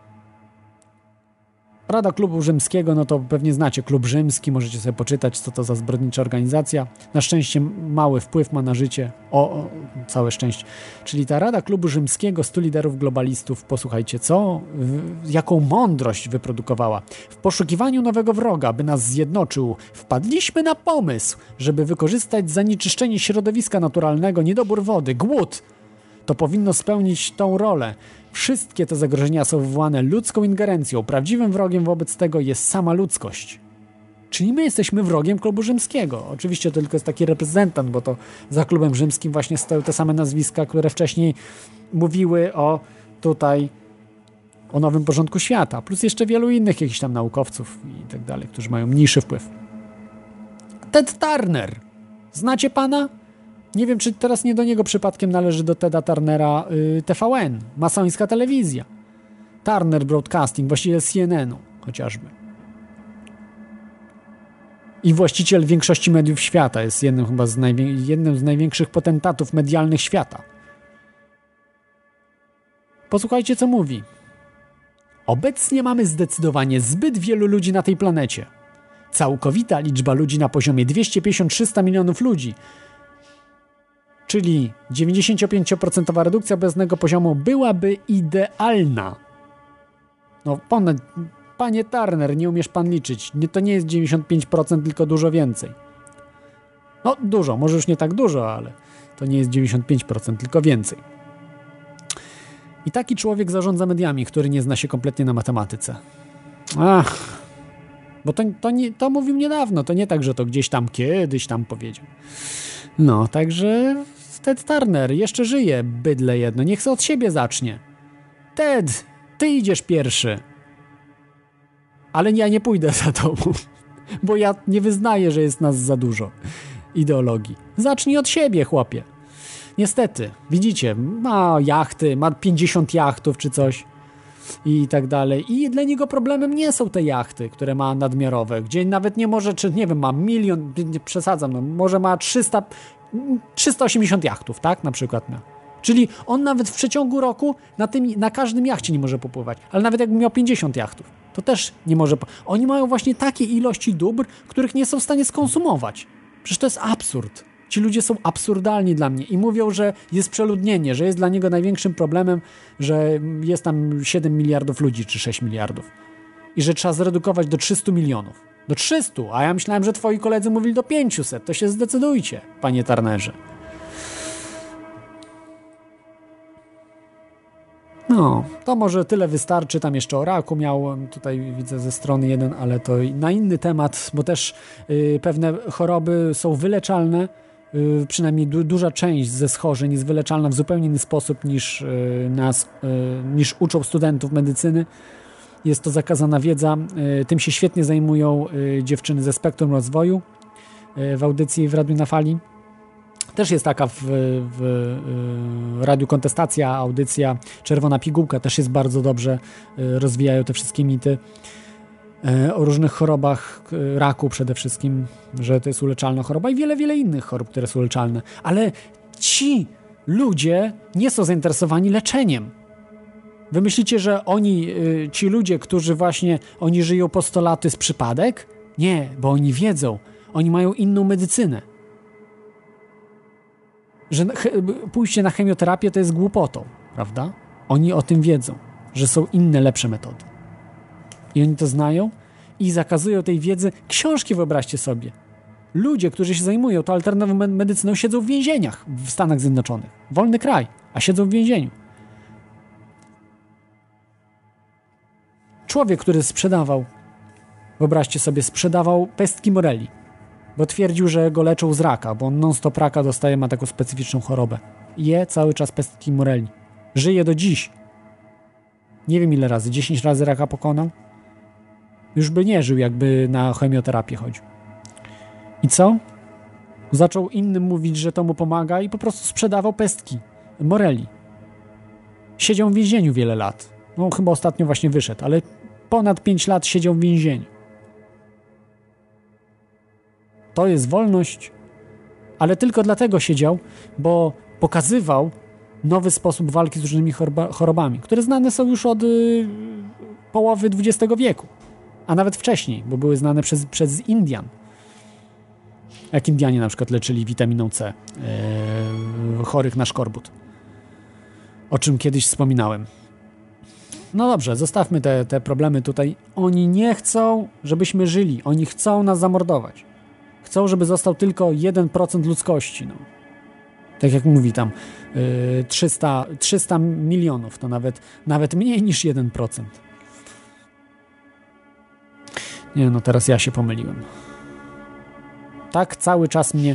Speaker 5: Rada Klubu Rzymskiego, no to pewnie znacie Klub Rzymski, możecie sobie poczytać, co to za zbrodnicza organizacja. Na szczęście mały wpływ ma na życie. Całe szczęście. Czyli ta Rada Klubu Rzymskiego, 100 liderów globalistów, posłuchajcie, jaką mądrość wyprodukowała. W poszukiwaniu nowego wroga, by nas zjednoczył, wpadliśmy na pomysł, żeby wykorzystać zanieczyszczenie środowiska naturalnego, niedobór wody, głód. To powinno spełnić tą rolę. Wszystkie te zagrożenia są wywołane ludzką ingerencją. Prawdziwym wrogiem wobec tego jest sama ludzkość. Czyli my jesteśmy wrogiem Klubu Rzymskiego. Oczywiście to tylko jest taki reprezentant, bo to za Klubem Rzymskim właśnie stoją te same nazwiska, które wcześniej mówiły o nowym porządku świata. Plus jeszcze wielu innych jakichś tam naukowców i tak dalej, którzy mają mniejszy wpływ. Ted Turner. Znacie pana? Nie wiem, czy teraz nie do niego przypadkiem należy do Teda Turnera TVN, masońska telewizja. Turner Broadcasting, właściwie CNN-u chociażby. I właściciel większości mediów świata, jest jednym z największych potentatów medialnych świata. Posłuchajcie, co mówi. Obecnie mamy zdecydowanie zbyt wielu ludzi na tej planecie. Całkowita liczba ludzi na poziomie 250-300 milionów ludzi, czyli 95% redukcja obecnego poziomu byłaby idealna. No, panie Turner, nie umiesz pan liczyć. To nie jest 95%, tylko dużo więcej. No, dużo, może już nie tak dużo, ale to nie jest 95%, tylko więcej. I taki człowiek zarządza mediami, który nie zna się kompletnie na matematyce. Bo to mówił niedawno, to nie tak, że to gdzieś tam kiedyś tam powiedział. No, także Ted Turner jeszcze żyje, bydle jedno. Niech se od siebie zacznie. Ted, ty idziesz pierwszy. Ale ja nie pójdę za tobą, bo ja nie wyznaję, że jest nas za dużo ideologii. Zacznij od siebie, chłopie. Niestety, widzicie, ma jachty, ma 50 jachtów czy coś i tak dalej. I dla niego problemem nie są te jachty, które ma nadmiarowe, gdzie nawet nie może, czy nie wiem, ma 1 000 000, nie przesadzam, no, może ma 380 jachtów, tak, na przykład miał. Czyli on nawet w przeciągu roku na każdym jachcie nie może popływać, ale nawet jakby miał 50 jachtów, to też nie może. Oni mają właśnie takie ilości dóbr, których nie są w stanie skonsumować. Przecież to jest absurd. Ci ludzie są absurdalni dla mnie i mówią, że jest przeludnienie, że jest dla niego największym problemem, że jest tam 7 miliardów ludzi czy 6 miliardów i że trzeba zredukować do 300 milionów. Do 300, a ja myślałem, że twoi koledzy mówili do 500. To się zdecydujcie, panie Turnerze. No, to może tyle wystarczy. Tam jeszcze o raku miałem, tutaj widzę ze strony 1, ale to na inny temat, bo też pewne choroby są wyleczalne. Przynajmniej duża część ze schorzeń jest wyleczalna w zupełnie inny sposób niż uczą studentów medycyny. Jest to zakazana wiedza. Tym się świetnie zajmują dziewczyny ze Spektrum Rozwoju w audycji w Radiu na Fali. Też jest taka w Radiu Kontestacja, audycja Czerwona Pigułka, też jest bardzo dobrze, rozwijają te wszystkie mity o różnych chorobach, raku przede wszystkim, że to jest uleczalna choroba i wiele, wiele innych chorób, które są leczalne. Ale ci ludzie nie są zainteresowani leczeniem. Wy myślicie, że ci ludzie, którzy właśnie, oni żyją po 100 lat, to jest przypadek? Nie, bo oni wiedzą, oni mają inną medycynę. Że pójście na chemioterapię to jest głupotą, prawda? Oni o tym wiedzą, że są inne, lepsze metody. I oni to znają i zakazują tej wiedzy. Książki, wyobraźcie sobie. Ludzie, którzy się zajmują tą alternatywną medycyną, siedzą w więzieniach w Stanach Zjednoczonych. Wolny kraj, a siedzą w więzieniu. Człowiek, który sprzedawał, wyobraźcie sobie, sprzedawał pestki moreli, bo twierdził, że go leczą z raka, bo on non-stop raka dostaje, ma taką specyficzną chorobę. Je cały czas pestki moreli. Żyje do dziś. Nie wiem ile razy, 10 razy raka pokonał. Już by nie żył, jakby na chemioterapię chodził. I co? Zaczął innym mówić, że to mu pomaga i po prostu sprzedawał pestki moreli. Siedział w więzieniu wiele lat. No chyba ostatnio właśnie wyszedł, ale ponad 5 lat siedział w więzieniu. To jest wolność, ale tylko dlatego siedział, bo pokazywał nowy sposób walki z różnymi chorobami, które znane są już od połowy XX wieku, a nawet wcześniej, bo były znane przez Indian. Jak Indianie na przykład leczyli witaminą C chorych na szkorbut, o czym kiedyś wspominałem. No dobrze, zostawmy te problemy tutaj. Oni nie chcą, żebyśmy żyli. Oni chcą nas zamordować. Chcą, żeby został tylko 1% ludzkości. No. Tak jak mówi tam 300 milionów, to nawet mniej niż 1%. Nie, no teraz ja się pomyliłem. Tak, cały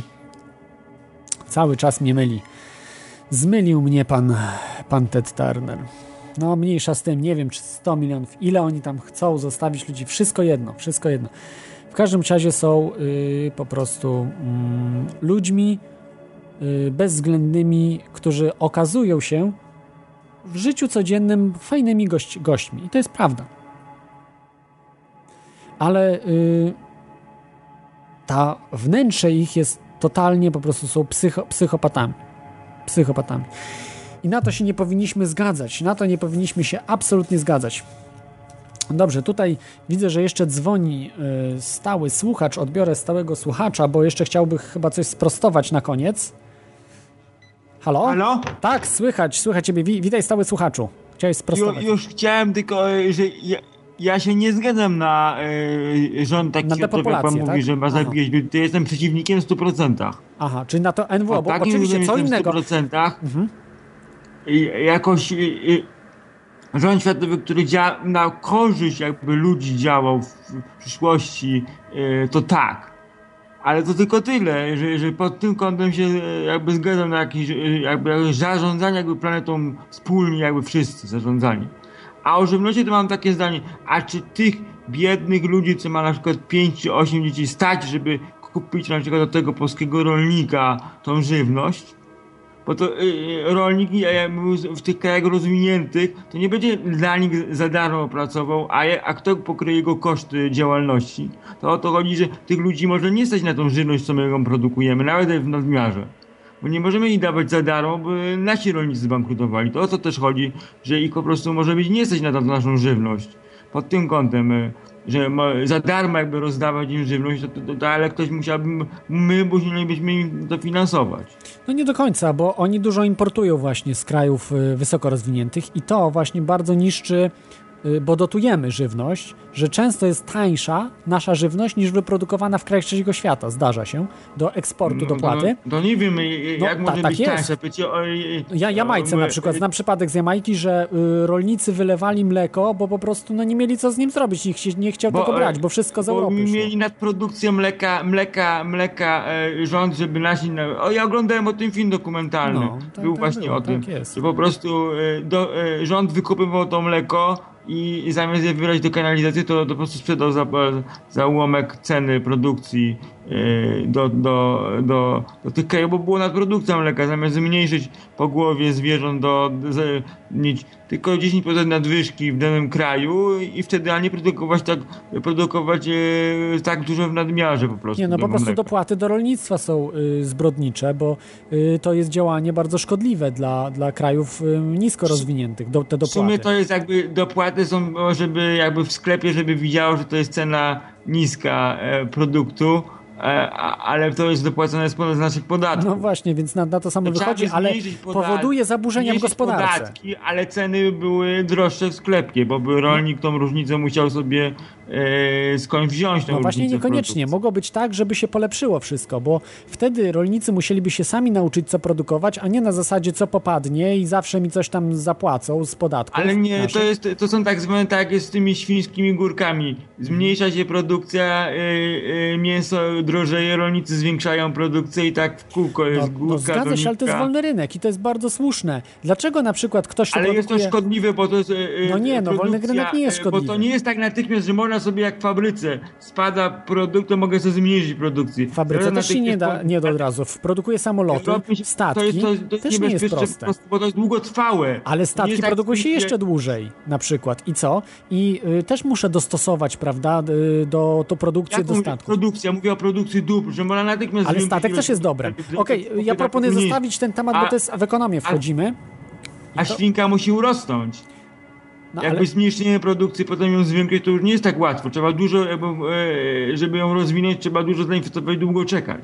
Speaker 5: czas mnie myli. Zmylił mnie pan Ted Turner. No mniejsza z tym, nie wiem, czy 100 milionów, ile oni tam chcą zostawić ludzi, wszystko jedno. W każdym razie są po prostu ludźmi bezwzględnymi, którzy okazują się w życiu codziennym fajnymi gośćmi. I to jest prawda. Ale ta wnętrze ich jest totalnie, po prostu są psychopatami. I na to się nie powinniśmy zgadzać. Na to nie powinniśmy się absolutnie zgadzać. Dobrze, tutaj widzę, że jeszcze dzwoni stały słuchacz. Odbiorę stałego słuchacza, bo jeszcze chciałby chyba coś sprostować na koniec. Halo?
Speaker 3: Halo?
Speaker 5: Tak, słychać ciebie. Witaj, stały słuchaczu. Chciałeś sprostować.
Speaker 3: Już chciałem, tylko że ja się nie zgadzam na rząd taki, jak pan mówi, tak? Że ma zabijać ludzi. To jestem przeciwnikiem w 100%.
Speaker 5: Aha, czyli na to NWO, bo oczywiście co innego.
Speaker 3: W 100%. I jakoś rząd światowy, który na korzyść jakby ludzi działał w przyszłości, to tak. Ale to tylko tyle, że pod tym kątem się jakby zgadzam na jakieś jakby zarządzanie jakby planetą wspólnie, jakby wszyscy zarządzani. A o żywności to mam takie zdanie, a czy tych biednych ludzi, co ma na przykład 5 czy 8 dzieci stać, żeby kupić na przykład do tego polskiego rolnika tą żywność? Bo to rolnik w tych krajach rozwiniętych to nie będzie dla nich za darmo pracował, a kto pokryje jego koszty działalności? To o to chodzi, że tych ludzi może nie stać na tą żywność, co my ją produkujemy, nawet w nadmiarze. Bo nie możemy ich dawać za darmo, bo nasi rolnicy zbankrutowali. To o to też chodzi, że ich po prostu może być nie stać na tą naszą żywność. pod tym kątem, że za darmo jakby rozdawać im żywność, ale ktoś musiałby, my musielibyśmy im to finansować.
Speaker 5: No nie do końca, bo oni dużo importują właśnie z krajów wysoko rozwiniętych i to właśnie bardzo niszczy, bo dotujemy żywność, że często jest tańsza nasza żywność niż wyprodukowana w krajach trzeciego świata. Zdarza się. Do eksportu dopłaty.
Speaker 3: No nie wiem, jak może być tańsza.
Speaker 5: Jamajce na przykład. Znam przypadek z Jamajki, że rolnicy wylewali mleko, bo po prostu nie mieli co z nim zrobić. Nikt się nie chciał tego brać, bo wszystko z Europy szło.
Speaker 3: Mieli nadprodukcję mleka rząd, żeby nasi... ja oglądałem o tym film dokumentalny. Był właśnie o tym. Że po prostu rząd wykupywał to mleko i zamiast je wylać do kanalizacji, to po prostu sprzedał za ułamek ceny produkcji do tych krajów, bo było nadprodukcja mleka. Zamiast zmniejszyć po głowie zwierząt mieć tylko 10% nadwyżki w danym kraju i wtedy, a nie produkować tak dużo w nadmiarze po prostu.
Speaker 5: Nie, po prostu mleka. Dopłaty do rolnictwa są zbrodnicze, bo to jest działanie bardzo szkodliwe dla krajów nisko rozwiniętych. Te dopłaty.
Speaker 3: W sumie to jest jakby dopłaty są, żeby jakby w sklepie, żeby widziało, że to jest cena niska produktu, ale to jest dopłacone z naszych podatków.
Speaker 5: No właśnie, więc na to samo wychodzi, ale powoduje zaburzenia w gospodarce.
Speaker 3: Podatki, ale ceny były droższe w sklepie, bo rolnik tą różnicę musiał sobie skądś wziąć.
Speaker 5: No właśnie niekoniecznie. Mogło być tak, żeby się polepszyło wszystko, bo wtedy rolnicy musieliby się sami nauczyć, co produkować, a nie na zasadzie, co popadnie i zawsze mi coś tam zapłacą z podatków.
Speaker 3: Ale nie, to są tak zwane, tak jak jest z tymi świńskimi górkami. Zmniejsza się produkcja, mięso drożeje, rolnicy zwiększają produkcję i tak w kółko jest górka.
Speaker 5: Zgadza się, ale to jest wolny rynek i to jest bardzo słuszne. Dlaczego na przykład ktoś
Speaker 3: ale produkuje... jest to szkodliwe, bo to jest
Speaker 5: wolny rynek nie jest szkodliwy.
Speaker 3: Bo to nie jest tak natychmiast, że można sobie jak w fabryce spada produkt, to mogę sobie zmniejszyć produkcję.
Speaker 5: W fabryce też się nie da od razu. Produkuje samoloty, statki,
Speaker 3: to
Speaker 5: też nie jest proste.
Speaker 3: Bo to jest długotrwałe.
Speaker 5: Ale statki produkuje się jeszcze dłużej na przykład. I co? I też muszę dostosować, prawda, do produkcji do statków.
Speaker 3: Mówię o produkcji dóbr, że można natychmiast...
Speaker 5: Ale statek też jest dobrem. Okej, ja proponuję zostawić ten temat, bo to jest w ekonomię wchodzimy.
Speaker 3: A świnka musi urosnąć. Jakby zmniejszenie produkcji, potem ją zwiększyć, to już nie jest tak łatwo. Trzeba dużo, żeby ją rozwinąć, trzeba dużo zainwestować, długo czekać.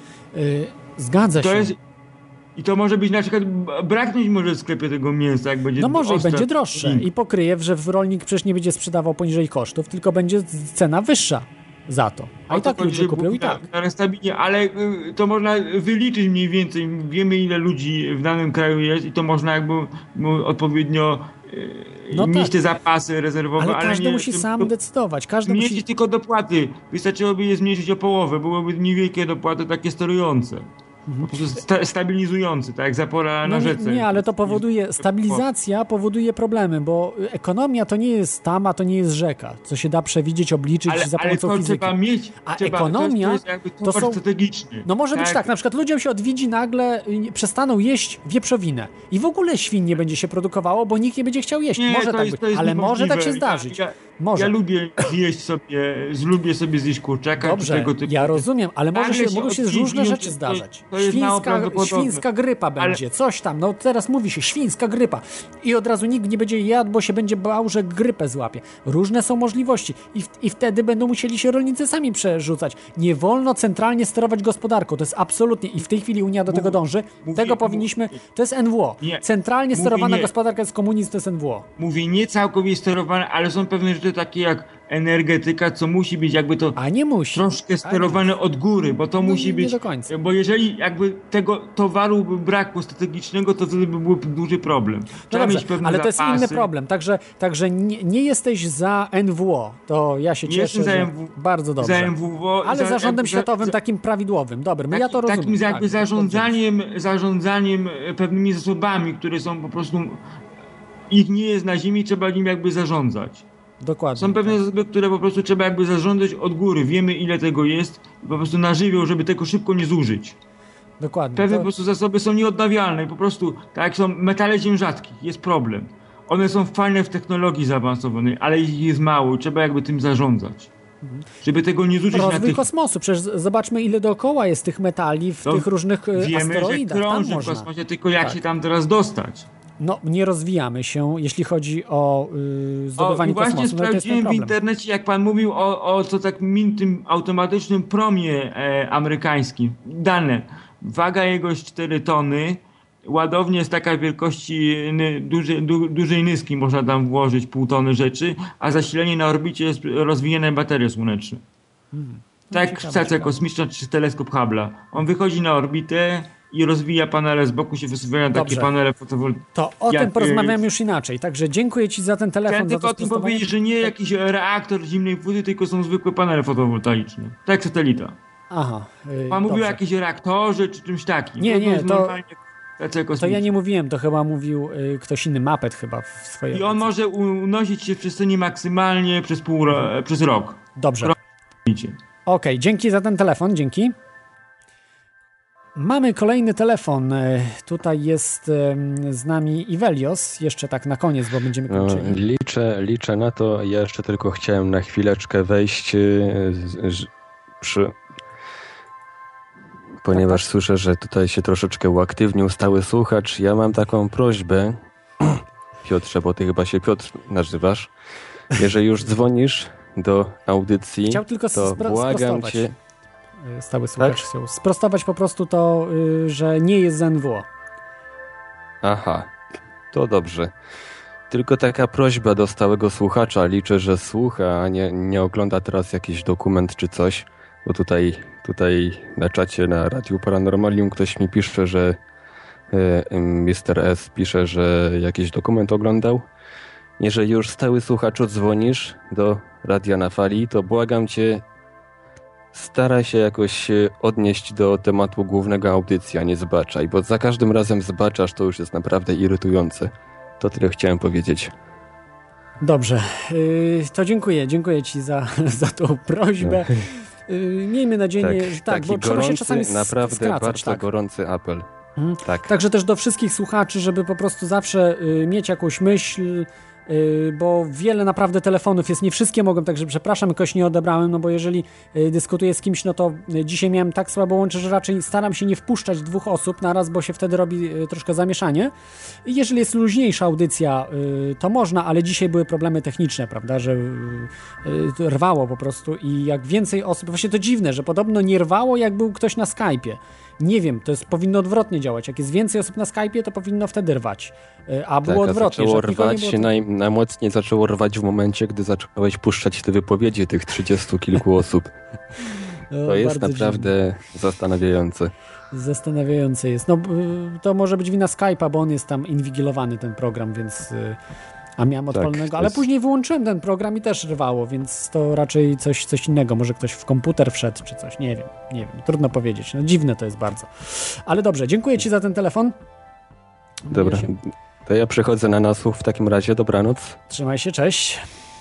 Speaker 5: Zgadza się.
Speaker 3: I to może być na przykład, braknąć może w sklepie tego mięsa, jak będzie
Speaker 5: może i będzie droższe i pokryje, że rolnik przecież nie będzie sprzedawał poniżej kosztów, tylko będzie cena wyższa za to. A i tak ludzie kupią i tak.
Speaker 3: Ale to można wyliczyć mniej więcej. Wiemy, ile ludzi w danym kraju jest i to można jakby odpowiednio mieć te zapasy rezerwowe.
Speaker 5: Ale każdy musi sam decydować.
Speaker 3: Zmniejszyć tylko dopłaty. Wystarczyłoby je zmniejszyć o połowę. Byłyby niewielkie dopłaty takie sterujące. Po prostu stabilizujący, tak jak zapora na rzece.
Speaker 5: Nie, ale to powoduje, stabilizacja powoduje problemy, bo ekonomia to nie jest tama, to nie jest rzeka, co się da przewidzieć, obliczyć za pomocą fizyki.
Speaker 3: Trzeba mieć,
Speaker 5: ekonomia
Speaker 3: to jest jakby towar strategiczny.
Speaker 5: No może być tak, na przykład ludziom się odwiedzi nagle, przestaną jeść wieprzowinę i w ogóle świń nie będzie się produkowało, bo nikt nie będzie chciał jeść. Może tak być, ale może tak się zdarzyć.
Speaker 3: Ja lubię jeść sobie, lubię sobie zjeść kurczaka.
Speaker 5: Dobrze,
Speaker 3: tego typu.
Speaker 5: Ja rozumiem, ale mogą się różne rzeczy zdarzać. Świńska grypa będzie, coś tam, teraz mówi się świńska grypa i od razu nikt nie będzie jadł, bo się będzie bał, że grypę złapie. Różne są możliwości i wtedy będą musieli się rolnicy sami przerzucać. Nie wolno centralnie sterować gospodarką, to jest absolutnie i w tej chwili Unia do tego dąży, powinniśmy, to jest NWO. Centralnie sterowana gospodarka jest komunizm, to jest NWO.
Speaker 3: Mówię nie całkowicie sterowane, ale są pewne rzeczy takie jak energetyka, co musi być jakby to troszkę sterowane od góry, bo to musi być,
Speaker 5: do końca.
Speaker 3: Bo jeżeli jakby tego towaru by brakło strategicznego, to wtedy by był duży problem.
Speaker 5: Trzeba mieć pewne zapasy. To jest inny problem, także nie jesteś za NWO, to ja się cieszę, że bardzo dobrze.
Speaker 3: Za NWO,
Speaker 5: ale zarządem światowym takim prawidłowym, dobrym, ja to rozumiem.
Speaker 3: Takim jakby zarządzaniem pewnymi zasobami, które są po prostu, ich nie jest na ziemi, trzeba nim jakby zarządzać.
Speaker 5: Dokładnie.
Speaker 3: Są pewne zasoby, które po prostu trzeba jakby zarządzać od góry. Wiemy, ile tego jest i po prostu na żywioł, żeby tego szybko nie zużyć.
Speaker 5: Dokładnie.
Speaker 3: Pewne po prostu zasoby są nieodnawialne i po prostu, tak jak są metale ziem rzadkich, jest problem. One są fajne w technologii zaawansowanej, ale ich jest mało i trzeba jakby tym zarządzać. Żeby tego nie zużyć
Speaker 5: rozwój kosmosu. Przecież zobaczmy, ile dookoła jest tych metali w tych różnych
Speaker 3: wiemy,
Speaker 5: asteroidach.
Speaker 3: Wiemy, że krąży w kosmosie, tylko jak się tam teraz dostać.
Speaker 5: no, nie rozwijamy się, jeśli chodzi o zdobywanie kosmosu.
Speaker 3: Właśnie sprawdziłem w internecie, jak pan mówił o co tak tym automatycznym promie amerykańskim. Dane. Waga jego jest 4 tony. Ładownia jest taka wielkości dużej nyski, można tam włożyć 0,5 tony rzeczy, a zasilenie na orbicie jest rozwijane baterie słoneczne. Tak jak stacja kosmiczna czy teleskop Hubble'a. On wychodzi na orbitę i rozwija panele, z boku się wysuwają takie panele fotowoltaiczne.
Speaker 5: To o tym porozmawiamy już inaczej, także dziękuję ci za ten telefon.
Speaker 3: Chciałem tylko o tym powiedzieć, że nie jakiś reaktor zimnej fuzji, tylko są zwykłe panele fotowoltaiczne. Tak jak satelita.
Speaker 5: Aha.
Speaker 3: Pan mówił o jakimś reaktorze czy czymś takim.
Speaker 5: Nie, to ja nie mówiłem, to chyba mówił ktoś inny, Muppet chyba w swojej...
Speaker 3: I on może unosić się w przestrzeni maksymalnie przez rok.
Speaker 5: Dobrze. Okej, dzięki za ten telefon, dzięki. Mamy kolejny telefon. Tutaj jest z nami Ivelios. Jeszcze tak na koniec, bo będziemy kończyli.
Speaker 4: Liczę na to. Ja jeszcze tylko chciałem na chwileczkę wejść ponieważ słyszę, że tutaj się troszeczkę uaktywnił stały słuchacz. Ja mam taką prośbę, Piotrze, bo ty chyba się Piotr nazywasz. Jeżeli już dzwonisz do audycji, to błagam cię...
Speaker 5: Stały słuchacz chciał sprostować po prostu to, że nie jest z NWO.
Speaker 4: Aha, to dobrze. Tylko taka prośba do stałego słuchacza. Liczę, że słucha, a nie ogląda teraz jakiś dokument czy coś. Bo tutaj na czacie na Radiu Paranormalium ktoś mi pisze, że Mr. S pisze, że jakiś dokument oglądał. Jeżeli już stały słuchacz odzwonisz do Radia na Fali, to błagam cię, staraj się jakoś odnieść do tematu głównego audycji, a nie zbaczaj, bo za każdym razem zbaczasz, to już jest naprawdę irytujące. To tyle chciałem powiedzieć.
Speaker 5: Dobrze, to dziękuję ci za tą prośbę. Miejmy nadzieję, że tak, bo trzeba się czasami
Speaker 4: naprawdę
Speaker 5: skracać,
Speaker 4: bardzo gorący apel. Tak.
Speaker 5: Także też do wszystkich słuchaczy, żeby po prostu zawsze mieć jakąś myśl, bo wiele naprawdę telefonów jest, nie wszystkie mogą, także przepraszam, jakoś nie odebrałem, no bo jeżeli dyskutuję z kimś, no to dzisiaj miałem tak słabo łącze, że raczej staram się nie wpuszczać 2 osób naraz, bo się wtedy robi troszkę zamieszanie. I jeżeli jest luźniejsza audycja, to można, ale dzisiaj były problemy techniczne, prawda, że rwało po prostu i jak więcej osób, właśnie to dziwne, że podobno nie rwało, jak był ktoś na Skype'ie. Nie wiem, powinno odwrotnie działać. Jak jest więcej osób na Skype'ie, to powinno wtedy rwać. A było odwrotnie.
Speaker 4: Zaczęło rwać się najmocniej zaczęło rwać w momencie, gdy zacząłeś puszczać te wypowiedzi tych 30 kilku osób. To jest naprawdę zastanawiające.
Speaker 5: Zastanawiające jest. No, to może być wina Skype'a, bo on jest tam inwigilowany, ten program, więc... A miałem odpalonego, ale później wyłączyłem ten program i też rwało, więc to raczej coś innego. Może ktoś w komputer wszedł czy coś. Nie wiem. Trudno powiedzieć. No dziwne to jest bardzo. Ale dobrze, dziękuję ci za ten telefon.
Speaker 4: Dobra, to ja przechodzę na nasłuch w takim razie. Dobranoc.
Speaker 5: Trzymaj się, cześć.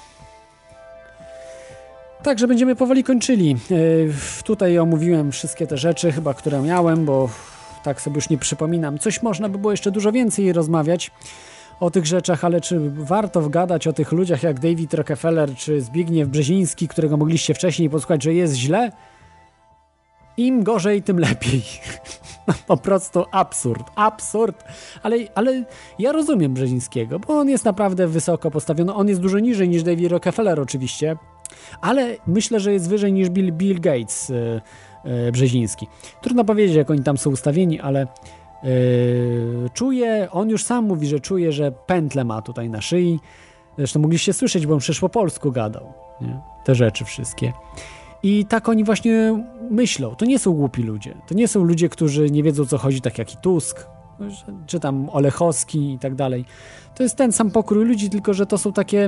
Speaker 5: Także będziemy powoli kończyli. Tutaj omówiłem wszystkie te rzeczy, chyba które miałem, bo tak sobie już nie przypominam. Coś można by było jeszcze dużo więcej rozmawiać o tych rzeczach, ale czy warto wgadać o tych ludziach jak David Rockefeller czy Zbigniew Brzeziński, którego mogliście wcześniej posłuchać, że jest źle? Im gorzej, tym lepiej. Po prostu absurd. Ale ja rozumiem Brzezińskiego, bo on jest naprawdę wysoko postawiony. On jest dużo niżej niż David Rockefeller oczywiście, ale myślę, że jest wyżej niż Bill Gates Brzeziński. Trudno powiedzieć, jak oni tam są ustawieni, ale czuje, on już sam mówi, że czuje, że pętlę ma tutaj na szyi. Zresztą mogliście słyszeć, bo on przecież po polsku gadał. Nie? Te rzeczy wszystkie. I tak oni właśnie myślą. To nie są głupi ludzie. To nie są ludzie, którzy nie wiedzą, co chodzi, tak jak i Tusk, czy tam Olechowski i tak dalej. To jest ten sam pokrój ludzi, tylko że to są takie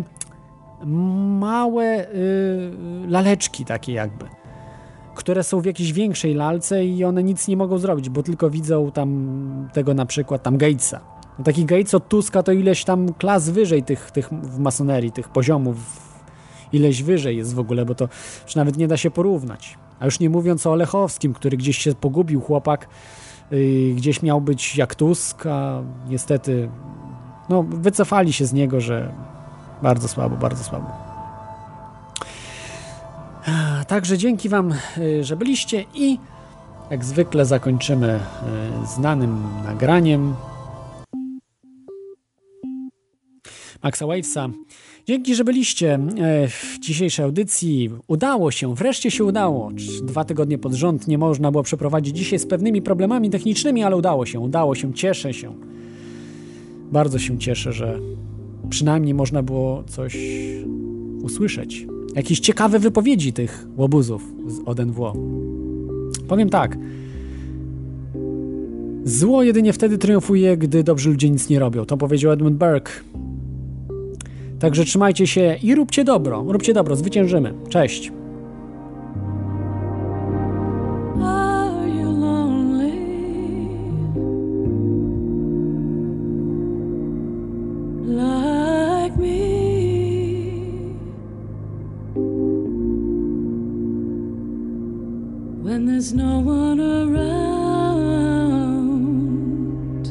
Speaker 5: małe laleczki takie jakby, które są w jakiejś większej lalce i one nic nie mogą zrobić, bo tylko widzą tam tego na przykład tam Gatesa. No taki Gates od Tuska to ileś tam klas wyżej tych w masonerii, tych poziomów, ileś wyżej jest w ogóle, bo to już nawet nie da się porównać. A już nie mówiąc o Olechowskim, który gdzieś się pogubił, chłopak, gdzieś miał być jak Tusk, a niestety no, wycofali się z niego, że bardzo słabo. Także dzięki wam, że byliście i jak zwykle zakończymy znanym nagraniem. Maxa Wavesa. Dzięki, że byliście w dzisiejszej audycji. Udało się, wreszcie się udało. 2 tygodnie pod rząd nie można było przeprowadzić dzisiaj z pewnymi problemami technicznymi, ale udało się, cieszę się. Bardzo się cieszę, że przynajmniej można było coś usłyszeć. Jakieś ciekawe wypowiedzi tych łobuzów od NWO. Powiem tak. Zło jedynie wtedy triumfuje, gdy dobrzy ludzie nic nie robią. To powiedział Edmund Burke. Także trzymajcie się i róbcie dobro, zwyciężymy. Cześć.
Speaker 6: When there's no one around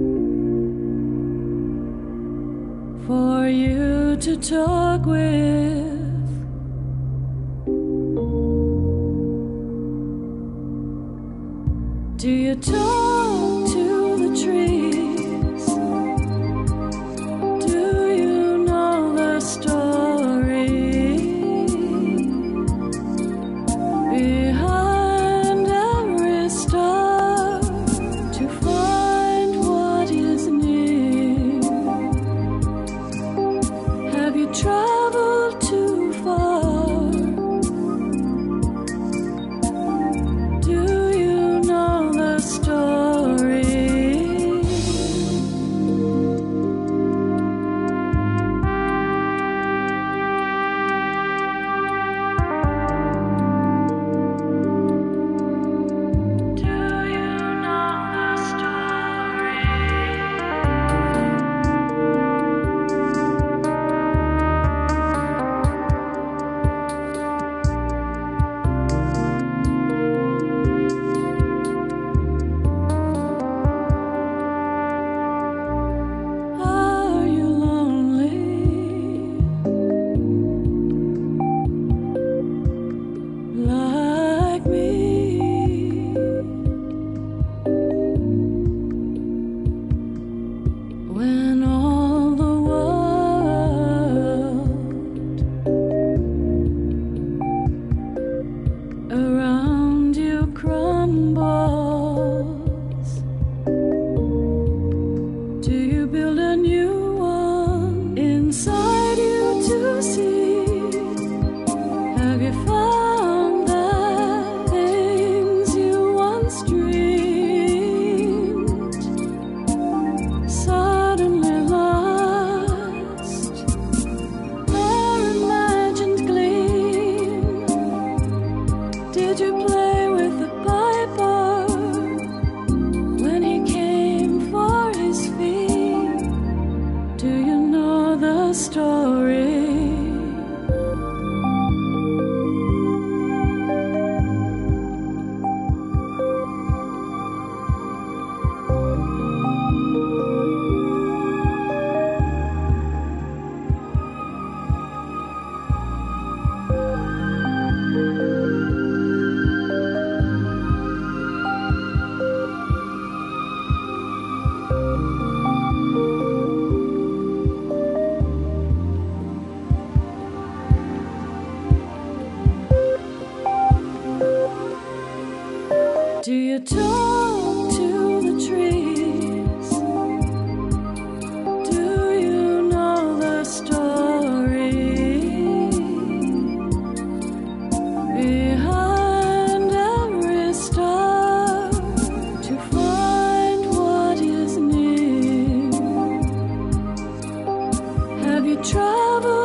Speaker 6: for you to talk with, do you talk to the trees? Do you know the story behind every star to find what is near? Have you traveled too far? Do you know the story? Are you lonely like me? When all the world around you crumbles, do you build a new one inside you to see? Have you found the things you once dreamed suddenly lost? Their imagined gleam. Did you play with the piper when he came for his fee? Do you know the story? Do you talk to the trees? Do you know the story behind every star to find what is near? Have you traveled